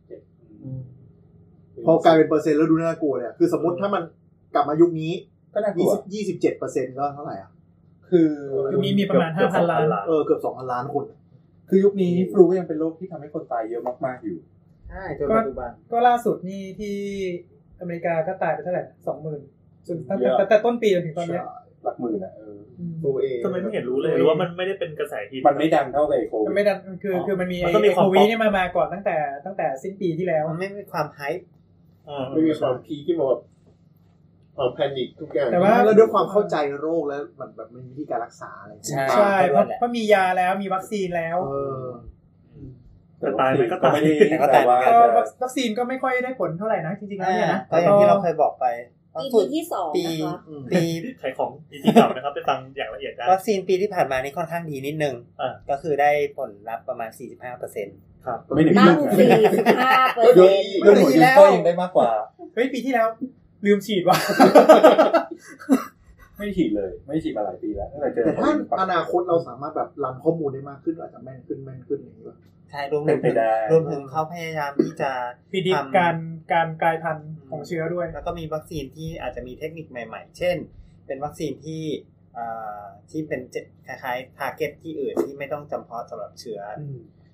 พอกลายเป็นเปอร์เซ็นต์แล้วดูน่ากลัวเลยคือสมมติถ้ามันกลับมายุคนี้ก็น่ากลัวยี่สิบเจ็ดเปอร์เซ็นต์ ก็เท่าไหร่อ่ะคือยุคนี้มีประมาณ ห้าพัน ล้านเออเกือบ สองพัน ล้านคนคือยุคนี้ฟลูก็ยังเป็นโรคที่ทำให้คนตายเยอะมากๆอยู่ใช่จนปัจจุบันก็ล่าสุดนี่ที่อเมริกาก็ตายไปเท่าไหร่ สองหมื่น จนตั้งแต่ต้นปีจนถึงตอนนี้หลักหมื่นอ่ะเออฟลูเองทำไมไม่เห็นรู้เลยหรือว่ามันไม่ได้เป็นกระแสฮิตมันไม่ดังเท่าไอ้โควิดมันไม่ดังคือคือมันมีไอ้โควิดนี่มามาก่อนตั้งแต่ตั้งแต่สิ้นปีที่แล้วมันไม่มีความไฮป์ไม่มีความพีที่มาแบบความแพนิคทุกอย่างแต่ว่าแล้วด้วยความเข้าใจโรคแล้วมันแบบมีวิธีการรักษาอะไรใช่เพราะเพราะมียาแล้วมีวัคซีนแล้วเออแต่ตายมันก็ตายแต่ว่าวัคซีนก็ไม่ค่อยได้ผลเท่าไหร่นะจริงๆแล้วเนี่ยนะแต่อย่างที่เราเคยบอกไปอี พี ที่สองนะคะปีขายของ อี พี เก่านะครับไปฟังอย่างละเอียดได้วัคซีนปีที่ผ่านมานี่ค่อนข้างดีนิดนึงก็คือได้ผลลัพธ์ประมาณ สี่สิบห้าเปอร์เซ็นต์ครับไม่ถึงสี่สิบห้าเปอร์เซ็นต์เดือนที่แล้วยังได้มากกว่าเฮ้ยปีที่แล้วลืมฉีดว่ะไม่ฉีดเลยไม่ฉีดมาหลายปีแล้วแต่ถ้าอนาคตเราสามารถแบบรันข้อมูลได้มากขึ้นอาจจะแม่นขึ้นแม่นขึ้นอย่างนี้ป่ะใช่รวมถึงรวมถึงเขาพยายามที่จะพิจิตรการการกลายพันธุ์ของเชื้อด้วยแล้วก็มีวัคซีนที่อาจจะมีเทคนิคใหม่ๆเช่นเป็นวัคซีนที่ที่เป็นคล้ายๆทาร์เก็ตที่อื่นที่ไม่ต้องจำเพาะสำหรับเชื้อ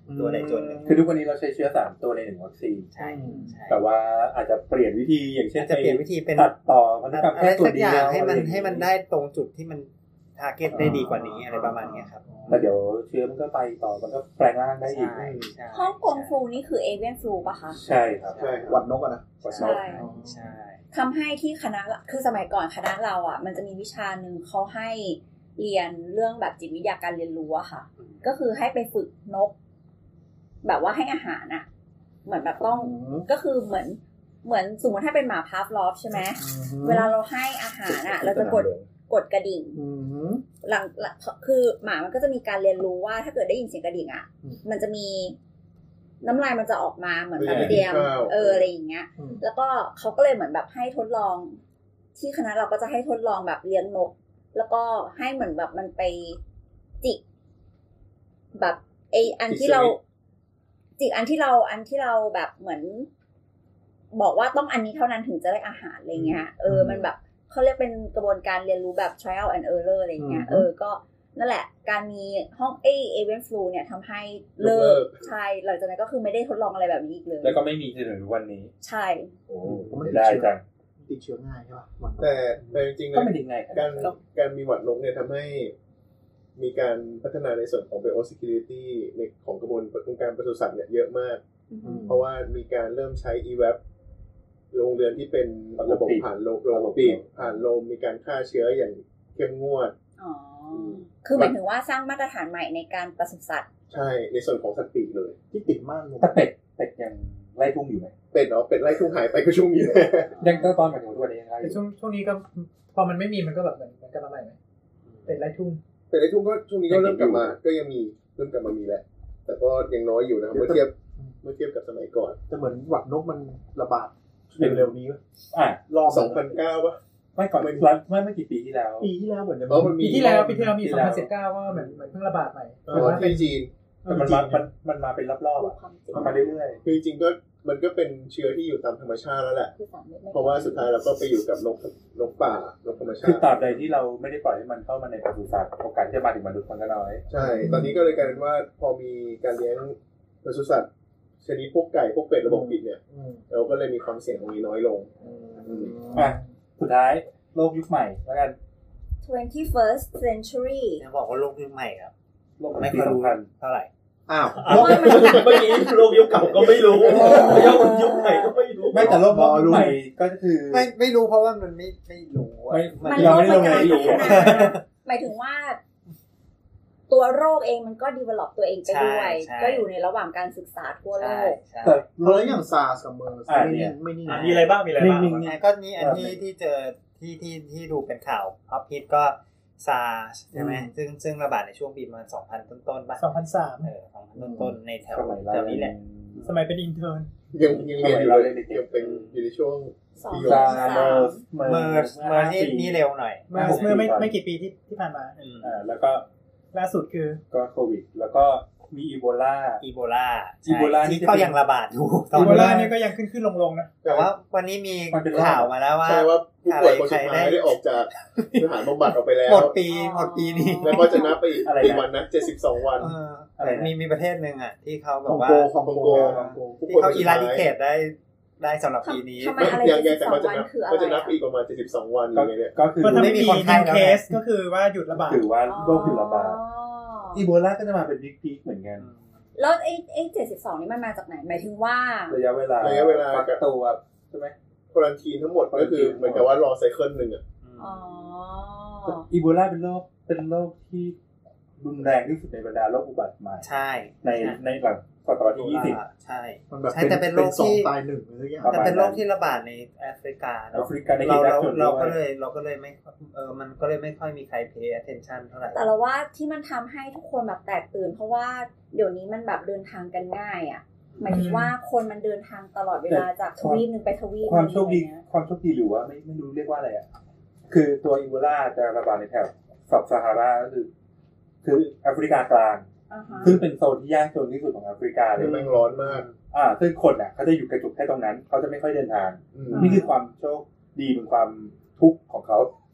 ตัวใดตัวหนึ่งคือทุกวันนี้เราใช้เชื้อสามตัวในหนึ่งวัคซีนใช่ใช่แต่ว่าอาจจะเปลี่ยนวิธีอย่างเช่นจะเปลี่ยนวิธีเป็นตัดต่อพันธุกรรมอะแค่ไรตัวสักเดีอยวย่างให้มันให้มันได้ตรงจุดที่มันทาร์เก็ตได้ดีกว่านี้อะไรประมาณนี้ครับแต่เดี๋ยวเชื้อมันก็ไปต่อมันก็แปลงร่างได้อีกใช่ใช่ฮ่องกงฟลูนี่คือเอเวียนฟลูป่ะคะใช่ครับใช่หวัดนกอะนะใช่ใช่ทำให้ที่คณะคือสมัยก่อนคณะเราอ่ะมันจะมีวิชาหนึ่งเขาให้เรียนเรื่องแบบจิตวิทยาการเรียนรู้อะค่ะก็คือให้ไปฝึกนกแบบว่าให้อาหารอะเหมือนแบบต้องก็คือเหมือนเหมือนสมมติถ้าเป็นหมาพาฟลอฟใช่ไหมเวลาเราให้อาหารอะเราจะกดกดกระดิ่งหลังคือหมามันก็จะมีการเรียนรู้ว่าถ้าเกิดได้ยินเสียงกระดิ่งอะมันจะมีน้ำลายมันจะออกมาเหมือนแบบเตรียมเอออะไรอย่างเงี้ยแล้วก็เขาก็เลยเหมือนแบบให้ทดลองที่คณะเราก็จะให้ทดลองแบบเลี้ยงนกแล้วก็ให้เหมือนแบบมันไปจิกแบบไออันที่เราจิกอันที่เราอันที่เราแบบเหมือนบอกว่าต้องอันนี้เท่านั้นถึงจะได้อาหารอะไรเงี้ยเออมันแบบเขาเรียกเป็นกระบวนการเรียนรู้แบบ trial and error อะไรเงี้ยเออก็นั่นแหละการมีห้องเอเอเวนฟลูเนี่ยทำให้เลิกใช่หลังจากนั้นก็คือไม่ได้ทดลองอะไรแบบนี้อีกเลยแล้วก็ไม่มีจนถึงวันนี้ใช่โอ้ได้จังติดเชื้อง่ายใช่ป่ะแต่แต่จริงๆก็ไม่ได้ง่ายการการมีหวัดนกเนี่ยทำให้มีการพัฒนาในส่วนของ biosecurity ในของกระบวนการปศุสัตว์เนี่ยเยอะมาก เพราะว่ามีการเริ่มใช้ อี แวป โรงเรือนที่เป็นระบบผ่านลมระบบปิดผ่านลมมีการฆ่าเชื้ออย่างเข้มงวดอ๋อคือหมายถึงว่าสร้างมาตรฐานใหม่ในการปศุสัตว์ใช่ในส่วนของสัตว์ปีกเลยที่ติดมากเลยแต่เป็ดเป็ดยังไล่ทุ่งอยู่ไหมเป็ดเนาะเป็ดไล่ทุ่งหายไปก็ช่วงนี้ยังตอนหมายถึงตัวนี้ยังไงช่วงช่วงนี้ก็พอมันไม่มีมันก็แบบเหมือนมันกลับมาใหม่ไหมเป็ดไล่ทุ่งเป็ดไล่ทุ่งก็ช่วงนี้ก็เริ่มกลับมาก็ยังมีเริ่มกลับมามีแหละแต่ก็ยังน้อยอยู่นะครับเมื่อเทียบเมื่อเทียบกับสมัยก่อนแต่เหมือนหวัดนกมันระบาดเร็วๆนี้อ่ะรอบสองพันเก้าป่ะไม่ก่อนไม่ไม่ไม่กี่ปีที่แล้วปีที่แล้วเหมือนจะปีที่แล้วปีที่แล้วมีสองพันสิบเก้าก็เหมือนเหมือนเพิ่งระบาดใหม่เพราะว่าที่จีนแต่มันมามันมันมาเป็นรอบๆอ่ะมันมาเรื่อยๆคือจริงๆก็มันก็เป็นเชื้อที่อยู่ตามธรรมชาติแล้วแหละเพราะว่าสุดท้ายเราก็ไปอยู่กับนกนกป่านกธรรมชาติคือตราบใดที่เราไม่ได้ปล่อยให้มันเข้ามาในปศุสัตว์โอกาสที่จะมาถึงมนุษย์มันก็น้อยใช่ตอนนี้ก็เลยกลายเป็นว่าพอมีการเลี้ยงปศุสัตว์ชนิดพวกไก่พวกเป็ดระบบปิดเนี่ยเราก็เลยมีความเสี่ยงตรงนี้น้อยลงอ่ะสุดท้ายโลกยุคใหม่แล้วกัน twenty-first century จะบอกว่าโลกยุคใหม่ครับโลกไม่ค่อยรู้เท่าไหร่อ้าวเมื่อกี้โลกยุคเก่าก็ไม่รู้โลกยุคใหม่ก็ไม่รู้ไม่แต่โลกยุคใหม่ก็คือไม่ไม่รู้เพราะว่ามันไม่ไม่รู้มันยังไม่รู้หมายถึงว่าตัวโรคเองมันก็ develop ตัวเองไปด้วยก็อยู่ในระหว่างการศึกษาทั่วโลกแต่เรื่องอย่าง SARS กับ MERS ไม่นิ่งไม่นิ่งมีอะไรบ้างมีอะไรบ้างก็นี่อันที่ที่เจอที่ที่ที่ดูเป็นข่าวฮอปฮิตก็ซาร์ใช่ไหมซึ่งซึ่งระบาดในช่วงปีประมาณสองพันต้นๆป่ะสองพันสามเออสองพันต้นๆในแถวแถวนี้แหละสมัยเป็นอินเทอร์นยังยังเรียนอยู่เลยยังเป็นอยู่ในช่วงปีซาร์เมอร์เมอร์เมอร์นี่นี่เร็วหน่อยเมอร์เมื่อไม่ไม่กี่ปีที่ที่ผ่านมาอ่าแล้วก็ล่าสุดคือก็โควิดแล้วก็มีอีโบลาอีโบลาอีโบลาที่ก็ยังระบาดอยู่อีโบลานี่ก็ยังขึ้นขึ้นลงลงนะแต่ว่าวันนี้มีข่าวมาแล้วว่าใช่ว่าผู้ป่วยคนสุดท้ายได้ออกจากสถานบำบัดออกไปแล้วหมดปีหมดปีนี้แล้วก็จะนับไปอีกกี่วันนะเจ็ดสิบสองวันมีมีประเทศนึงอ่ะที่เขาแบบว่าคองโกที่เขาอีราดิเคทได้ได้สำหรับปีนี้ยังยังแต่ก็จะนับก็จะนับอีกประมาณเจ็ดสิบสองวันอย่างเงี้ยก็คือไม่มีคนเคสก็คือว่าหยุดระบาดถือว่าโรคหยุดระบาดอีโบลาก็จะมาเป็นบิ๊กพีคเหมือนกันแล้วไอ้ไอ้เจ็ดสิบสองนี่มันมาจากไหนหมายถึงว่าระยะเวลาระยะเวลากับตัวใช่ไหมควอรันทีนทั้งหมดก็คือเหมือนกับว่ารอไซเคิลหนึ่งอ่ะอ๋ออีโบลาเป็นโรคเป็นโรคที่รุนแรงที่สุดในบรรดาโรคอุบัติใหม่ใช่ในในหลังศตวรรษที่ยี่สิบใช่ใช่แต่เป็นโรคที่ตายหนึ่งเลยแต่เป็นโรคที่ระบาดในแอฟริกาเนาะเราเราเราก็เลยเราก็เลยไม่เออมันก็เลยไม่ค่อยมีใคร pay attention เท่าไหร่แต่เราว่าที่มันทำให้ทุกคนแบบแตกตื่นเพราะว่าเดี๋ยวนี้มันแบบเดินทางกันง่ายอ่ะหมายถึงว่าคนมันเดินทางตลอดเวลาจากทวีปนึงไปทวีปความโชคดีความโชคดีหรือว่าไม่ไม่รู้เรียกว่าอะไรอ่ะคือตัวอีโบลาจะระบาดในแถบซับซาฮาราก็คือคือแอฟริกากลางซึ่งเป็นโซนที่ยากจนที่สุดของแอฟริกาเลยมันร้อนมากอ่าซึ่งคนอ่ะเขาจะอยู่กระจุกแค่ตรงนั้นเขาจะไม่ค่อยเดินทางนี่คือความโชคดีเป็นความทุกข์ของเขา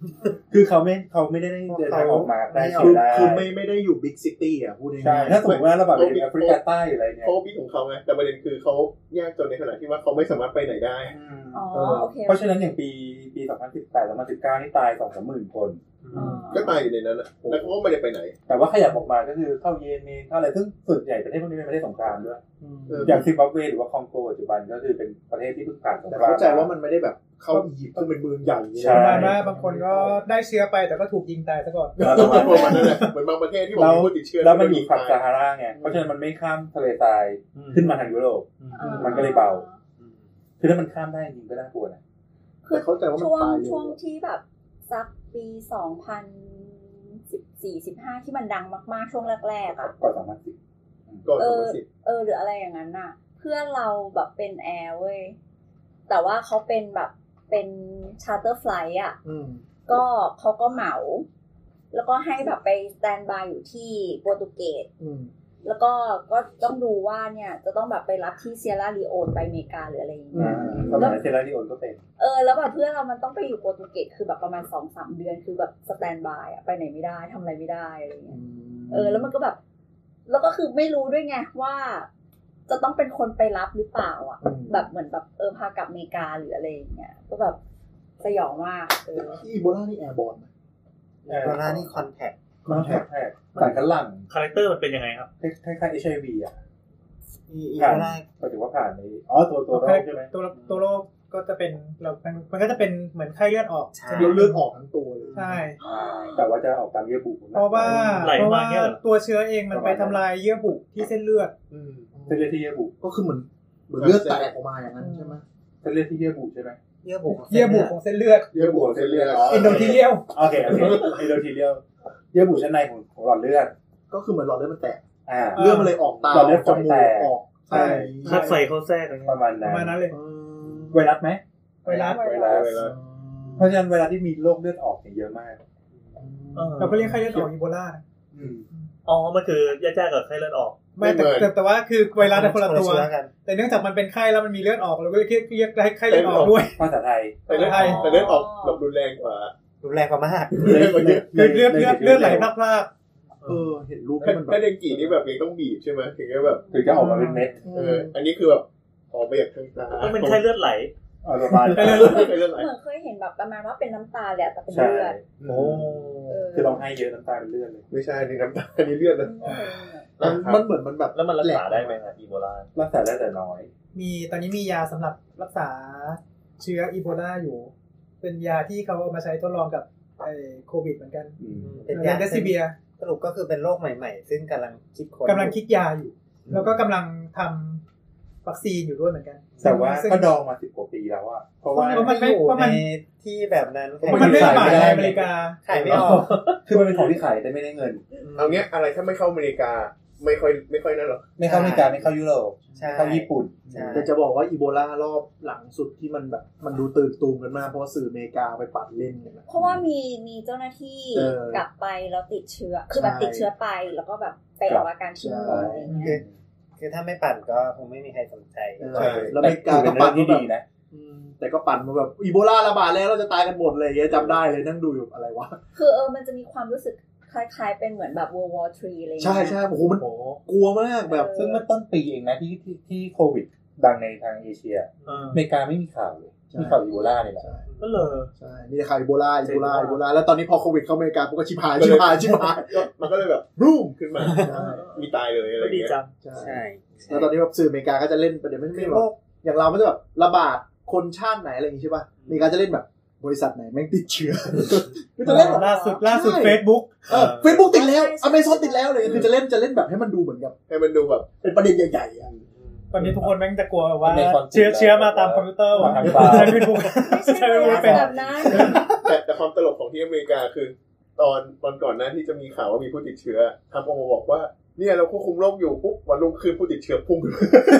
คือเขาไม่เขาไม่ได้เดินทางออกมาได้เชื้อได้คือไม่ไม่ได้อยู่บิ๊กซิตี้อ่ะพูดง่ายๆใช่ถ้าสมมติว่าระบาดในแอฟริกาใต้หรืออะไรเนี่ยเขาบิ๊กของเขาไงแต่ประเด็นคือเขายากจนในขณะที่ว่าเขาไม่สามารถไปไหนได้อ๋อโอเคเพราะฉะนั้นอย่างปีปีสองพันสิบแปด สองพันสิบเก้านี่ตาย สองถึงสามหมื่น คนก็ตายอยู่ในนั้นนะแล้วเขาก็ไม่ได้ไปไหนแต่ว่าขยับออกมาก็คือเข้าเยเมนเข้าอะไรซึ่งส่วนใหญ่ประเทศพวกนี้เป็นประเทศสงครามด้วยอย่างซิมบับเวหรือว่าคองโกปัจจุบันก็คือเป็นประเทศที่เพิ่งผ่านสงครามแต่เข้าใจว่ามันไม่ได้แบบเข้าอียิปต์ซึ่งเป็นเมืองใหญ่ประมาณว่าบางคนก็ได้เชื้อไปแต่ก็ถูกยิงตายซะก่อนประมาณนั้นแหละเหมือนบางประเทศที่บอกว่าติดเชื้อแล้วมันอยู่ฝั่งซาฮาราไงเพราะฉะนั้นมันไม่ข้ามทะเลทรายขึ้นมาทางยุโรปมันก็เลยเบาคือถ้ามันข้ามได้จริงก็น่ากลัวนะคือเข้าใจว่ามันตายช่วงที่แบบสักปีสองพันสิบสี่ สิบห้าที่มันดังมากๆช่วงแรกๆอ่ะก่อนสองพันสิบก่อนสองพันสิบเออหรืออะไรอย่างนั้นน่ะเพื่อนเราแบบเป็นแอร์เว้ยแต่ว่าเขาเป็นแบบเป็นชาร์เตอร์ไฟลท์อ่ะก็เขาก็เหมาแล้วก็ให้แบบไปสแตนบายอยู่ที่โปรตุเกสแล้วก็ก็ต้องดูว่าเนี่ยจะต้องแบบไปรับที่เซียร่าลีโอนไปอเมริกาหรืออะไรอย่างเงี้ยแล้วเซียร่าลีโอนก็เป็นเออแล้วแบบเพื่อนเรามันต้องไปอยู่โปรตุเกสคือแบบประมาณ สองถึงสาม เดือนคือแบบสแตนบายอ่ะไปไหนไม่ได้ทำอะไรไม่ได้อะไรอย่างเงี้ยเออแล้วมันก็แบบแล้วก็คือไม่รู้ด้วยไงว่าจะต้องเป็นคนไปรับหรือเปล่าอ่ะแบบเหมือนแบบเออพากลับอเมริกาหรืออะไรอย่างเงี้ยก็แบบสยองมากเอออีโบลานี่แอร์บอร์นมั้ยอีโบลานี่คอนแทคคอนแทคสารคัดหลั่งคาแรคเตอร์มันเป็นยังไงครับคล้ายๆ เอช ไอ วี อ่ะอีโบลาหมายถึงว่าผ่านในอ๋อตัวตัวโรคใช่มั้ยตัวตัวโรคก็จะเป็นเรามันก็จะเป็นเหมือนไข้เลือดออกเลือดออกทั้งตัวเลยใช่แต่ว่าจะออกตามเยื่อบุเพราะว่าเพราะว่าตัวเชื้อเองมันไปทำลายเยื่อบุที่เส้นเลือดเส้นเลือดที่เยื่อบุก็คือเหมือนเหมือนเลือดแตกออกมาอย่างนั้นใช่ไหมเส้นเลือดที่เยื่อบุใช่ไหมเยื่อบุเยื่อบุของเส้นเลือดเยื่อบุของเส้นเลือดเอนโดทีเลียลโอเคโอเคเอนโดทีเลียลเยื่อบุชั้นในของของหลอดเลือดก็คือเหมือนหลอดเลือดมันแตกอ่าเลือดมันเลยออกตาหลอดเลือดจมูกออกใช่คัดใส่เข้าแทรกประมาณนั้นประมาณนั้นเลยไวรัสมั้ยไวรัสไวรัสเพราะฉะนั้นเวลาที่มีโรคเลือดออกเนี่ยเยอะมากเราก็เรียกไข้เลือดออกอีโบลาอืมอ๋อมันคือแยกๆกับไข้เลือดออกไม่แต่แต่ว่าคือไวรัสคนละตัวแต่เนื่องจากมันเป็นไข้แล้วมันมีเลือดออกเราก็เลยเรียกเรียกไข้เลือดออกด้วยภาษาไทยแต่เลือดแต่เลือดออกแบบรุนแรงกว่ารุนแรงกว่ามากเลือดเลือดเลือดเลือดไหลพลากๆเออเห็นรูปมันแบบถ้าเดงกี้นี่แบบยังต้องบีบใช่มั้ยถึงจะแบบถึงจะออกมาเป็นเม็ดเอออันนี้คือแบบออกมาจากทางตาต้องเป็นไข้เลือดไหลอ๋อประมาณนั้นเหมือนเคยเห็นแบบประมาณว่าเป็นน้ำตาเลยแต่เป็นเลือดโอ้คือต้องให้เยอะน้ำตาเป็นเลือดเลยไม่ใช่นี่น้ำตาอันนี้เลือดนะมันเหมือนมันแบบแล้วมันรักษาได้ไหมครับอีโบลารักษาได้แต่น้อยมีตอนนี้มียาสำหรับรักษาเชื้ออีโบลาอยู่เป็นยาที่เขาเอามาใช้ทดลองกับไอ้โควิดเหมือนกันเป็นยาเดซิเบียสรุปก็คือเป็นโรคใหม่ๆซึ่งกำลังคิดค้นกำลังคิดยาอยู่แล้วก็กำลังทำวัคซีนอยู่ด้วยเหมือนกันแต่ว่าก็ดองมาสิบกว่าปีแล้วอะเพราะว่ามันไม่อยู่ในที่แบบนั้นมันไม่ขายในอเมริกาขายไม่ออกคือมันเป็นของที่ขายแต่ไม่ได้เงินเอาเงี้ยอะไรถ้าไม่เข้าอเมริกาไม่ค่อยไม่ค่อยนั่นหรอกไม่เข้าอเมริกาไม่เข้ายุโรปเข้าญี่ปุ่นแต่จะบอกว่าอีโบลารอบหลังสุดที่มันแบบมันดูตื่นตูมกันมากเพราะสื่ออเมริกาไปปัดเล่นกันเพราะว่ามีมีเจ้าหน้าที่กลับไปแล้วติดเชื้อคือแบบติดเชื้อไปแล้วก็แบบไปออกอาการที่นู่นอะไรอย่างเงี้ยคือถ้าไม่ปั่นก็คงไม่มีใครสนใจแล้วอเมริกาก็ปั่นที่ดีนะแต่ก็ปั่นมาแบบอีโบลาระบาดแล้วเราจะตายกันหมดเลยจำได้เลยนั่งดูอยู่อะไรวะคือเออมันจะมีความรู้สึกคล้ายๆเป็นเหมือนแบบ World War ทรี อะไรอย่างเงี้ยใช่ๆโอ้โหมันกลัวมากแบบซึ่งเมื่อต้นปีเองนะที่ที่ที่โควิดดังในทางเอเชียอเมริกาไม่มีข่าวเลยมีข่าวอีโบลาเนี่ยแหละก็เลยใช่มีข่าวอีโบลาอีโบลาอีโบลาแล้วตอนนี้พอโควิดเข้าอเมริกาปุ๊บก็ชิบหายชิบหายชิบหายมันก็เลยแบบรูมขึ้นมามีตายเลยอะไรอย่างเงี้ยใช่แล้วตอนนี้แบบสื่ออเมริกาก็จะเล่นประเด็นไม่ไม่แบบอย่างเราไม่ได้แบบระบาดคนชาติไหนอะไรอย่างงี้ใช่ป่ะอเมริกาจะเล่นแบบบริษัทไหนแม่งติดเชื้อคือจะเล่นล่าสุดล่าสุด Facebook เออ Facebook ติดแล้ว Amazon ติดแล้วเลยคือจะเล่นจะเล่นแบบให้มันดูเหมือนกับให้มันดูแบบเป็นประเด็นใหญ่ๆอ่ะตอนนี้ทุกคนแม่งจะกลัวว่าเชื้อเชื้อมาตามคอมพิวเตอร์ว่ะใช้ Facebook ใช้ Facebook เป็นแบบนั้นแต่แต่ความตลกของที่อเมริกาคือตอนตอนก่อนหน้าที่จะมีข่าวว่ามีผู้ติดเชื้อทางออกมาบอกว่าเนี่ยเราควบคุมโรคอยู่ปุ๊บวันรุ่งขึ้นผู้ติดเชื้อพุ่งขึ้น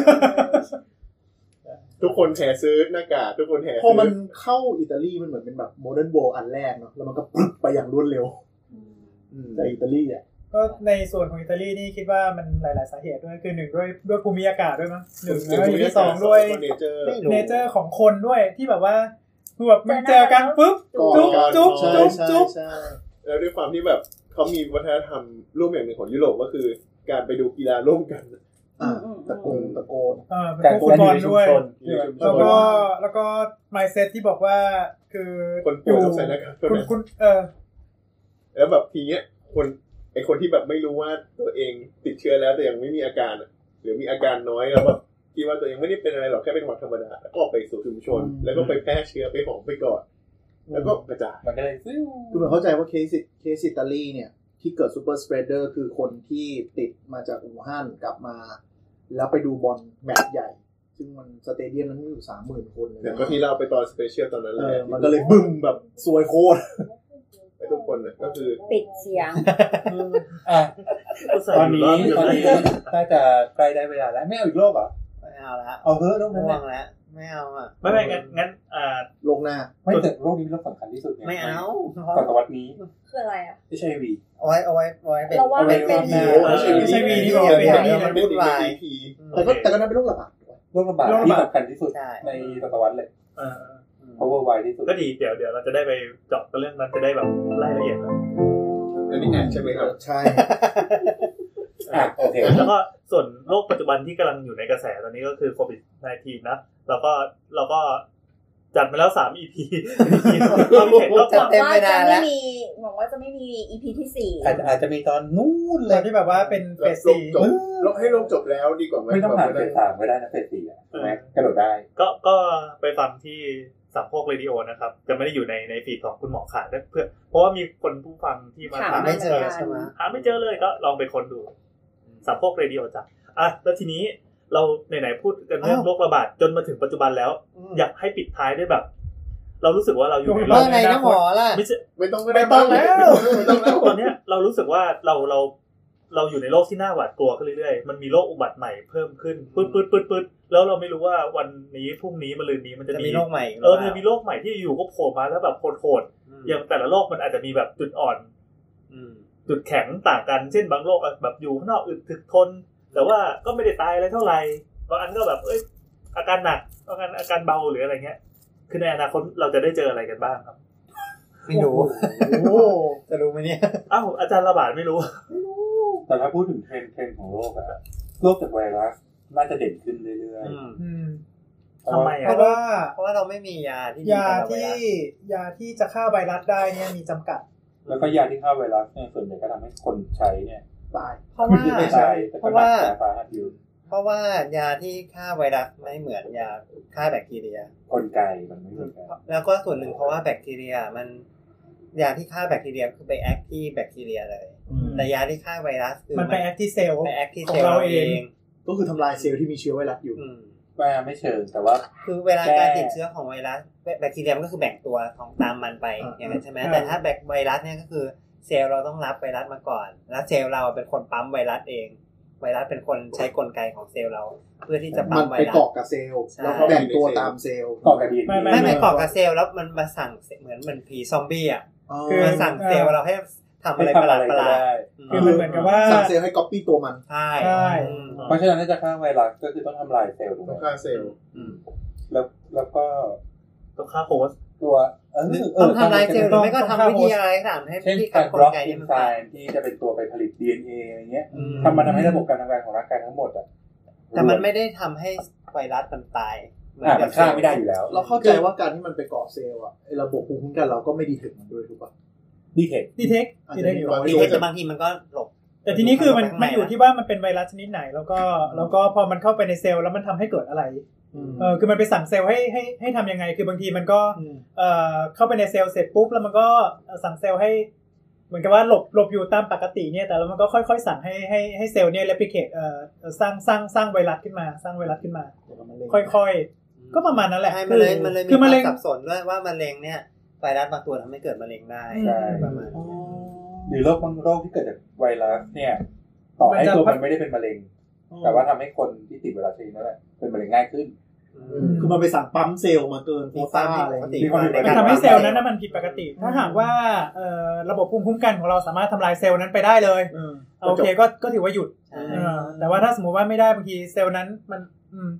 ทุกคนแห่ซื้อหน้ากากทุกคนแห่พอมันเข้าอิตาลีมันเหมือนเป็นแบบโมเดิร์นโวลด์อันแรกเนาะแล้วมันก็ปึ๊บไปอย่างรวดเร็วแต่อิตาลีอ่ะก็ในส่วนของอิตาลีนี่คิดว่ามันหลายๆสาเหตุด้วยคือหนึ่งด้วยด้วยภูมิอากาศด้วยมั้งหนึ่งแล้วอย่างที่สองด้วยเนเจอร์ของคนด้วยที่แบบว่าคือแบบมันเจอกันปุ๊บจุ๊บจุ๊บจุ๊บจุ๊บแล้วด้วยความที่แบบเขามีวัฒนธรรมร่วมอย่างหนึ่งของยุโรปก็คือการไปดูกีฬาร่วมกันตะโกนตะโกนการฟุตบอลด้วยแล้วก็แล้วก็ mindset ที่บอกว่าคือคนป่วยต้องใส่หน้ากากคุณคุณเออแล้วแบบทีเนี้ยคนไอคนที่แบบไม่รู้ว่าตัวเองติดเชื้อแล้วแต่ยังไม่มีอาการหรือมีอาการน้อยแล้วแบบคิดว่าตัวเองไม่ได้เป็นอะไรหรอกแค่เป็นหวัดธรรมดาแล้วก็ออกไปสู่ชุมชนแล้วก็ไปแพร่เชื้อไปหอมไปก่อนแล้วก็กระจายมันก็เลยคือผมเข้าใจว่าเคสเคสอิตาลีเนี่ยที่เกิดซูเปอร์สเปรดเดอร์คือคนที่ติดมาจากอู่ฮั่นกลับมาแล้วไปดูบอลแมตช์ใหญ่ซึ่งมันสเตเดียมนั้นมีอยู่ สามหมื่น คนเลยแต่ก็ที่เราไปตอนสเปเชียลตอนนั้นแหละมันก็เลยบึ้มแบบซวยโคตรไปทุกคนน่ะก็คือปิดเสียงอ่ะตอนนี้ตอนนี้น่าจะใกล้ได้เวลาแล้วไม่เอาอีกโลกอ่ะไม่เอาละเอาเฮ้อโลกนั้นแล้วไม่เอาอ่ะไม่ไม่งั้นงั้นอ่าโลกหน้าไม่แต่โลกนี้เป็นโลกสำคัญที่สุดไม่เอาศตวรรษนี้คืออะไรอ่ะเอช ไอ วีเอาไว้เอาไว้เอาไว้เป็นเราว่าไม่เป็นเอช ไอ วี นี่บอกเป็นนี่มันวุ่นวายแต่ก็แต่ก็นั้นเป็นโรคระบาดโรคระบาดที่สำคัญที่สุดในศตวรรษเลยอ่าเพราะว่าไวที่สุดก็ดีเดี๋ยวเดี๋ยวเราจะได้ไปเจาะเรื่องนั้นจะได้แบบรายละเอียดนะอันนี้แอบใช่ไหมครับใช่อ่ะโอเคแล้วก็ส่วนโรคปัจจุบันที่กำลังอยู่ในกระแสตอนนี้ก็คือโควิดสิบเก้า นะแล้วก็เราก็จัดมาแล้วสาม อี พีเราเห็นก็จัดเต็มไปนานแล้วหวังว่าจะไม่มี อี พี ที่สี่อาจจะอาจจะมีตอนนู้นเลยที่แบบว่าเป็นเฟสสี่ลงให้ลงจบแล้วดีกว่าไม่ต้องผ่านเฟสสามก็ได้นะเฟสสี่อ่ะใช่มั้ยกระโดดได้ก็ก็ไปฟังที่สามโคกเรดิโอนะครับจะไม่ได้อยู่ในในฟีดของคุณหมอขาดเพื่อเพราะว่ามีคนผู้ฟังที่มาถามไม่เจอใช่มั้ยหาไม่เจอเลยก็ลองไปค้นดูสามโคกเรดิโอจ้ะอ่ะแล้วทีนี้เราไหนๆพูดกันเรื่องโรคระบาดจนมาถึงปัจจุบันแล้วอยากให้ปิดท้ายด้วยแบบเรารู้สึกว่าเราอยู่ในโลกไหนนะหมอล่ะไม่ใช่ไม่ต้องไม่ต้องแล้วไม่ต้องแล้วตอนนี้เรารู้สึกว่าเราเราเราอยู่ในโลกที่น่าหวาดกลัวขึ้นเรื่อยๆมันมีโรคอุบัติใหม่เพิ่มขึ้นปึ๊ดๆๆๆแล้วเราไม่รู้ว่าวันนี้พรุ่งนี้มะรืนนี้มันจะมีโรคใหม่เออมันจะมีโรคใหม่ที่อยู่ก็โผล่มาแล้วแบบโหดๆอย่างแต่ละโรคมันอาจจะมีแบบจุดอ่อนจุดแข็งต่างกันเช่นบางโรคแบบอยู่ข้างนอกอึดถึกทนแต่ว่าก็ไม่ได้ตายอะไรเท่าไหร่บางอันก็แบบเอ้ยอาการหนักบางอันอาการเบาหรืออะไรเงี้ยคือในอนาคตเราจะได้เจออะไรกันบ้างครับไม่รู้จะรู้ไหมเนี่ยอ้าวอาจารย์ระบาดไม่รู้แต่ถ้าพูดถึงเทรนด์เทรนด์ของโลกอะโรคจากไวรัสน่าจะเด่นขึ้นเรื่อยๆทำไมเพราะว่าเพราะว่าเราไม่มียาที่ยาที่ยาที่จะฆ่าไวรัสได้เนี่ยมีจำกัดแล้วก็ยาที่ฆ่าไวรัสเนี่ยส่วนใหญ่ก็ทำให้คนใช้เนี่ยตายเพราะว่าเพราะว่าเพราะว่ายาที่ฆ่าไวรัสไม่เหมือนยาฆ่าแบคทีเรียกลไกมันไม่เหมือนกันแล้วก็ส่วนหนึ่งเพราะว่าแบคทีเรียมันยาที่ฆ่าแบคทีเรียคือไปแอคที่แบคทีเรียเลยแต่ยาที่ฆ่าไวรัสคือมันไปแอคที่เซลล์ไปแอคที่เซลล์เราเองก็คือทำลายเซลล์ที่มีเชื้อไวรัสอยู่ว่าไม่เชิงแต่ว่าคือเวลาการติดเชื้อของไวรัสแบคทีเรียมันก็คือแบ่งตัวของตามมันไปอย่างนั้นใช่ไหมแต่ถ้าแบคไวรัสเนี่ยก็คือเซลล์เราต้องรับไวรัสมาก่อนแล้วเซลล์เราเป็นคนปั๊มไวรัสเองไวรัสเป็นคนใช้กลไกของเซลล์เราเพื่อที่จะปั๊มไวรัสมันไปเกาะกับเซลล์แล้วก็แบ่งตัวตามเซลล์เกาะกับดีไม่ไม่ไม่เกาะกับเซลล์แล้วมันมาสั่งเหมือนเหมือนผีซอมบี้อ่ะคือมาสั่งเซลล์เราให้ทำอะไรประหลาดประหลาดคือมันเหมือนกับว่าสั่งเซลล์ให้ก๊อปปี้ตัวมันใช่เพราะฉะนั้นถ้าจะฆ่าไวรัสก็คือต้องทำลายเซลล์ถูกไหมฆ่าเซลล์แล้วแล้วก็ต้องฆ่าโฮสต์ตัวต้องทำลายเซลล์หรือไม่ก็ทำวิธีอะไรต่างๆให้ที่การกลไกนี้มันตายที่จะเป็นตัวไปผลิต ดี เอ็น เอ อะไรเงี้ยทำมันทำให้ระบบการทำงานของร่างกายทั้งหมดอ่ะแต่มันไม่ได้ทำให้ไวรัสมันตายมันฆ่าไม่ได้อยู่แล้วเราเข้าใจว่าการที่มันไปเกาะเซลล์อ่ะไอ้ระบบภูมิคุ้มกันเราก็ไม่ดีถึงมันด้วยถูกป่ะดีเทคดีเทคดีเทคดีเทคแต่บางทีมันก็หลบแต่ทีนี้คือมันมันอยู่ที่ว่ามันเป็นไวรัสชนิดไหนแล้วก็แล้วก็พอมันเข้าไปในเซลล์แล้วมันทำให้เกิดอะไรเออคือมันไปสั่งเซลล์ให้ให้ให้ทำยังไงคือบางทีมันก็เอ่อเข้าไปในเซลล์เสร็จปุ๊บแล้วมันก็สั่งเซลล์ให้เหมือนกับว่าหลบหลบอยู่ตามปกติเนี่ยแต่แล้วมันก็ค่อยๆสั่งให้ให้ให้เซลล์เนี่ย replicate เอ่อสร้างสร้างสร้างไวรัสขึ้นมาสร้างไวรัสขึ้นมาค่อยๆก็ประมาณนั้นแหละคือมันเลยมันเลยมีความสับสนด้วยว่ามะเร็งเนี่ยไวรัสบางตัวทำให้เกิดมะเร็งได้ประมาณหรือโรคบางโรคที่เกิดจากไวรัสเนี่ยต่อให้ตัวมันไม่ได้เป็นมะเร็งแต่ว่าทำให้คนที่ติดไวรัสชนิดนั้นแหละเป็นมะเร็งง่ายขึ้นคือมันไปสั่งปั๊มเซลล์มาเกินโควต้าอะไรมันทำให้เซลล์นั้นมันผิดปกติถ้าหากว่าระบบภูมิคุ้มกันของเราสามารถทำลายเซลล์นั้นไปได้เลยโอเคก็ก็ถือว่าหยุดแต่ว่าถ้าสมมติว่าไม่ได้บางทีเซลล์นั้นมัน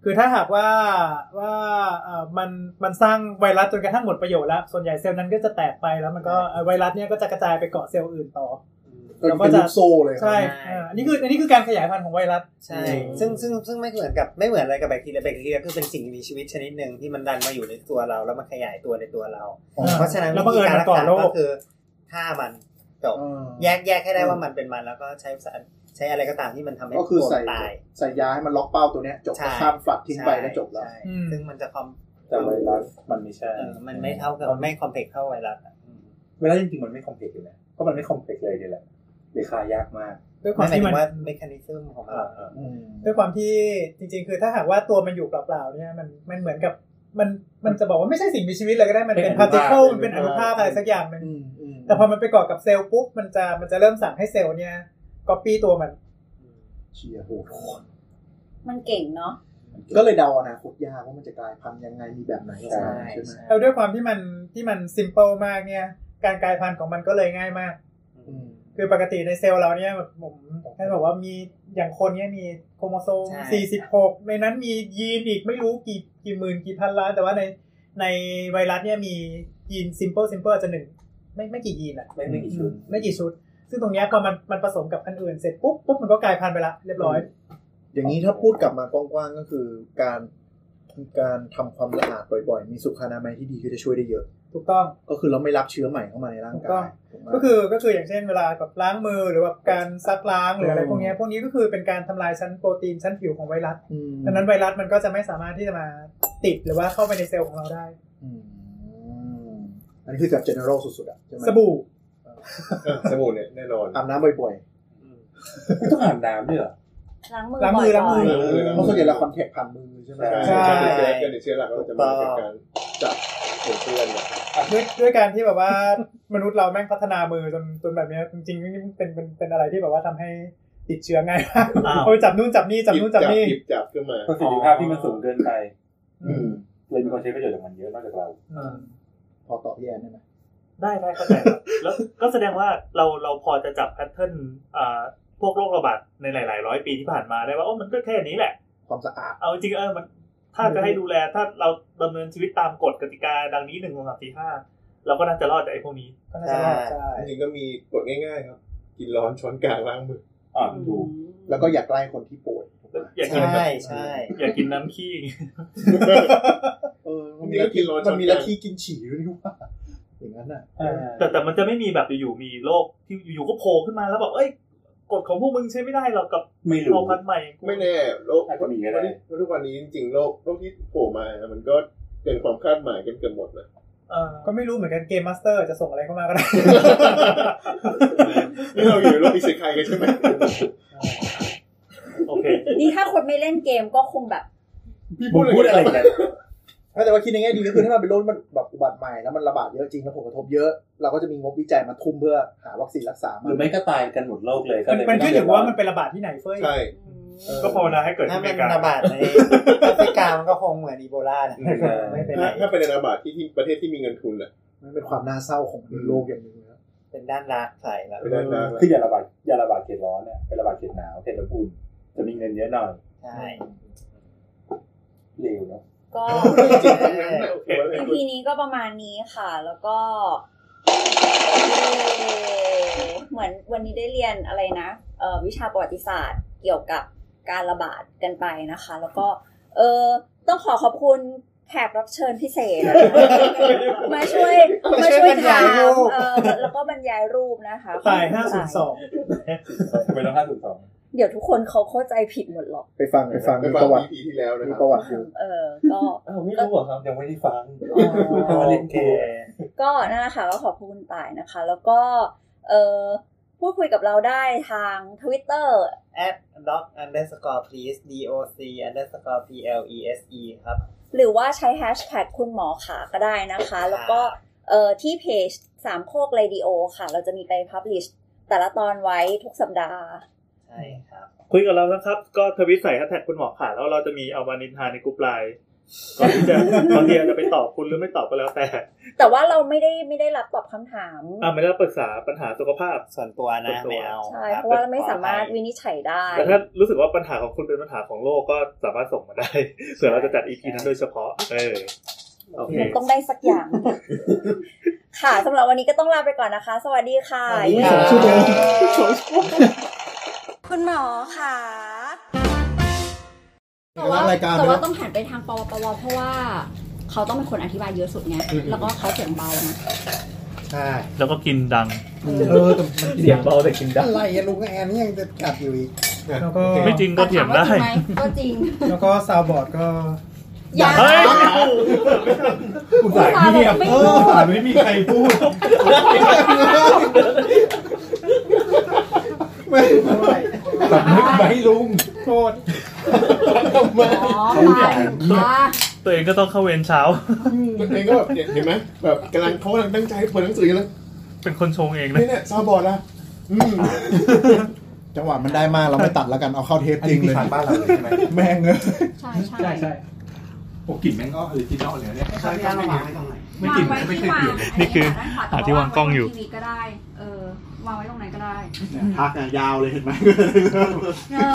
คือถ้าหากว่าว่าเอ่อมันมันสร้างไวรัสจนกระทั่งหมดประโยชน์แล้วส่วนใหญ่เซลล์นั้นก็จะแตกไปแล้วมันก็ไวรัสเนี่ยก็จะกระจายไปเกาะเซลล์อื่นต่อแล้วก็จะโซ่เลยใช่อันนี้คืออันนี้คือการขยายพันธุ์ของไวรัสใช่ซึ่งซึ่งซึ่งไม่เหมือนกับไม่เหมือนอะไรกับแบคทีเรียแบคทีเรียคือเป็นสิ่งมีชีวิตชนิดหนึ่งที่มันดันมาอยู่ในตัวเราแล้วมันขยายตัวในตัวเราเพราะฉะนั้นวิธีการรักษาก็คือฆ่ามันจบแยกแยกให้ได้ว่ามันเป็นมันแล้วก็ใช้ใช้อะไรก็ตามที่มันทำให้ตัวมันตายใส่ยาให้มันล็อกเป้าตัวเนี้ยจบข้ามฝัดทิ้งไปก็จบแล้วซึ่งมันจะคอมแต่ไวรัสมันไม่ใช่มันไม่เท่ากับไม่คอมเพล็กซ์เท่าไวรัสไวรัสจริงๆมันไม่คอมเพล็กซ์เลยนะเพราะมันไม่คอมเพล็กซ์เลยนี่แหละเลยค่ายากมากด้วยความที่มันว่าเมคานิซึมของมันด้วยความที่จริงๆคือถ้าหากว่าตัวมันอยู่เปล่าๆเนี่ยมันมันเหมือนกับมันมันจะบอกว่าไม่ใช่สิ่งมีชีวิตเลยก็ได้มันเป็นพาร์ติเคิลมันเป็นอนุภาคอะไรสักอย่างนึงแต่พอมันไปเกาะกับเซลล์ปุ๊บมันจะมันจะเริ่มสั่งให้เซลล์เนี่ยก๊อปปี้ตัวมันเชียร์โหดมันเก่งเนาะก็เลยเดาอนาคตยากว่ามันจะกลายพันธุ์ยังไงมีแบบไหนใช่ใช่ไหมแล้วด้วยความที่มันที่มันซิมเปิลมากเนี่ยการกลายพันธุ์ของมันก็เลยง่ายมากคือปกติในเซลล์เราเนี่ยผมแค่บอกว่ามีอย่างคนเนี่ยมีโครโมโซมสี่สิบหกในนั้นมียีนอีกไม่รู้กี่กี่หมื่นกี่พันล้านแต่ว่าในในไวรัสเนี่ยมียีนซิมเปิลซิมเปิลจะหนึ่งไม่ไม่กี่ยีนอ่ะไม่ไม่กี่ชุดไม่กี่ชุดซึ่งตรงนี้พอมันมันผสมกับอันอื่นเสร็จปุ๊บปุ๊บมันก็กลายพันธุ์ไปละเรียบร้อยอย่างนี้ถ้าพูดกลับมากว้างๆก็คือการการทำความสะอาดบ่อยๆมีสุขอนามัยที่ดีก็จะช่วยได้เยอะถูกต้องก็คือเราไม่รับเชื้อใหม่เข้ามาในร่างกายก็คือก็คืออย่างเช่นเวลาแบบล้างมือหรือว่าการซักล้างหรืออะไรพวกนี้พวกนี้ก็คือเป็นการทำลายชั้นโปรตีนชั้นผิวของไวรัสดังนั้นไวรัสมันก็จะไม่สามารถที่จะมาติดหรือว่าเข้าไปในเซลล์ของเราได้อันนี้คือแบบ general สุดๆอ่ะสบู่สบู่เนี่ยแน่นอนอาบน้ำบ่อยๆไม่ต้องอาบน้ำด้วยเหรอล้างมือล้างมือล้างมือเพราะส่วนใหญ่เราคอนแทคผ่านมือใช่ไหมใช่ใช่กันเชื้อหลักเราจะมาจากการจับเพื่อนด้วยด้วยการที่แบบว่ามนุษย์เราแม่งพัฒนามือจนจนแบบนี้จริงๆนี่เป็นเป็นเป็นอะไรที่แบบว่าทำให้ติดเชื้อง่ายเอาไปจับนู่นจับนี่จับนู่นจับนี่จับขึ้นมาประสิทธิภาพที่มันสูงเกินไปเลยมีคนใช้ประโยชน์จากมันเยอะนอกจากเราพอต่อพี่แอนได้ไหมได้ได้เข้าใจแล้วก็แสดงว่าเราเราพอจะจับแพทเทิร์นอ่าพวกโรคระบาดในหลายๆร้อยปีที่ผ่านมาได้ว่าโอ้มันก็แค่นี้แหละความสะอาดเอาจริงเออมันถ้าจะให้ดูแลถ้าเราดำเนินชีวิตตามกฎกติกาดังนี้หนึ่ง สอง สาม สี่ ห้าเราก็น่าจะรอดจากไอ้พวกนี้ก็น่าจะรอดใช่จริงๆก็มีกฎง่ายๆครับกินร้อนช้อนกลางล้างมืออ่าถูกแล้วก็อย่าใกล้คนที่ป่วยอย่ากินใช่ใช่อย่ากินน้ำขี้เออมันมีกินร้อนมันมีลัทธิกินฉี่ด้วยนี่ว่าอย่างนั้นน่ะแต่แต่มันจะไม่มีแบบอยู่ๆมีโรคที่อยู่ๆก็โผล่ขึ้นมาแล้วบอกเอ้ยกฎของพวกมึงใช้ไม่ได้หรอกกับโรคพันธุ์ใหม่ไม่แน่โรคอาจจะมีก็ได้ทุกวันนี้จริงๆโรคโรคที่โผล่มามันก็เกินความคาดหมายกันเกือบหมดนะก็ไม่รู้เหมือนกันเกมมาสเตอร์จะส่งอะไรเข้ามาก็ได้นี่เราอยู่โลกอิเซไคกันใช่ไหมโอเคนี่ถ้าคนไม่เล่นเกมก็คงแบบพี่พูดอะไรกันแต่ว่าคิดในแง่ดีก็คือถ้ามันเป็นโรคมันแบบอุบัติใหม่แล้วมันระบาดเยอะจริงแล้วผลกระทบเยอะเราก็จะมีงบวิจัยมาทุ่มเพื่อหาวัคซีนรักษาหรือไม่ก็ตายกันหมดโลกเลยก็เลยมันขึ้นอยู่ว่ามันเป็นระบาดที่ไหนเฟ้ยใช่ก็ภาวนาให้เกิดที่อเมริการะบาดในแอฟริกามันก็คงเหมือนอีโบลาไม่เป็นไรถ้าเป็นระบาดที่ประเทศที่มีเงินทุนอ่ะมันเป็นความน่าเศร้าของโลกอย่างนึงนะเป็นด้านรักใส่แล้วคืออย่าระบาดอย่าระบาดเขตร้อนเนี่ยเป็นระบาดเขตหนาวเขตอุ่นจะมีเงินเยอะหน่อยใช่เร็วเนาะก็ อี พี นี้ก็ประมาณนี้ค่ะแล้วก็เหมือนวันนี้ได้เรียนอะไรนะเอ่อวิชาประวัติศาสตร์เกี่ยวกับการระบาดกันไปนะคะแล้วก็เออต้องขอขอบคุณแขกรับเชิญพิเศษมาช่วยมาช่วยถามเออแล้วก็บรรยายรูปนะคะถ่ายห้าศูนย์สองไปแล้วห้าศูนย์สองเดี๋ยวทุกคนเขาเข้าใจผิดหมดหรอกไปฟังไปฟังประวัติที่แล้วนะครับประวัติอยู่เออก็ไม่รู้ครับยังไม่ได้ฟังโอเคก็นั่นแหละค่ะก็ขอบคุณคุณต่ายนะคะแล้วก็เออพูดคุยกับเราได้ทาง Twitter at doc underscore please doc underscore please ครับหรือว่าใช้แฮชแท็กคุณหมอขาก็ได้นะคะแล้วก็เอ่อที่เพจสามโคกเรดิโอค่ะเราจะมีไปพับลิชแต่ละตอนไว้ทุกสัปดาห์ใช่ครับคุยกับเรานะครับก็ทวิตใส่แฮชแท็กคุณหมอขาแล้วเราจะมีเอามานินทาในกลุ่มไลน์ก่อนที่จะบางทีอาจจะไปตอบคุณหรือไม่ตอบก็แล้วแต่แต่ว่าเราไม่ได้ไม่ได้รับตอบคำถามอ่าไม่ได้ปรึกษาปัญหาสุขภาพส่วนตัวนะไม่เอาใช่เพราะว่าเราไม่สามารถวินิจฉัยได้แต่ถ้ารู้สึกว่าปัญหาของคุณเป็นปัญหาของโลกก็สามารถส่งมาได้เผื่อเราจะจัด อี พี นั้นโดยเฉพาะเออโอเคต้องได้สักอย่างค่ะสำหรับวันนี้ก็ต้องลาไปก่อนนะคะสวัสดีค่ะคุณหมอค่ะแต่ว่ารายการแต่ว่าต้องหันไปทางปวปวเพราะว่าเขาต้องเป็นคนอธิบายเยอะสุดไงแล้วก็เขาเสียงเบานะใช่แล้วก็กินดังเออแต่มันเสียงเบาแต่กินดังอะไรอะลุงแอนนี่ยังจะกัดอยู่อีกแล้วก็ไม่จริงก็เถียงได้ก็จริงแล้วก็ซาวบอร์ดก็อย่าคุณสายเงียบเออไม่มีใครพูดไม่ไม่แบบนึกไม่ลุงโทษทำไมตัวเองก็ต้องเข้าเวรเช้าตัวเองก็แบบเห็นไหมแบบกำลังเขากำลังตั้งใจเปิดหนังสือแล้วเป็นคนชงเองนะนี่เนี่ยซาวบอร์ดละจังหวะมันได้มากเราไม่ตัดแล้วกันเอาเข้าเทปจริงเลยบ้านเราใช่ไหมแม่งเงยใช่ใช่ใช่โอ้กลิ่นแม่งก็ออริจินอลเลยเนี่ยใช่ใช่ไม่มีไม่กลิ่นไม่เคยเปลี่ยนนี่คือหาที่วางกล้องอยู่ก็ได้เออวางไว้ตรงไหนก็ได้พักยาวเลยเห็นไหม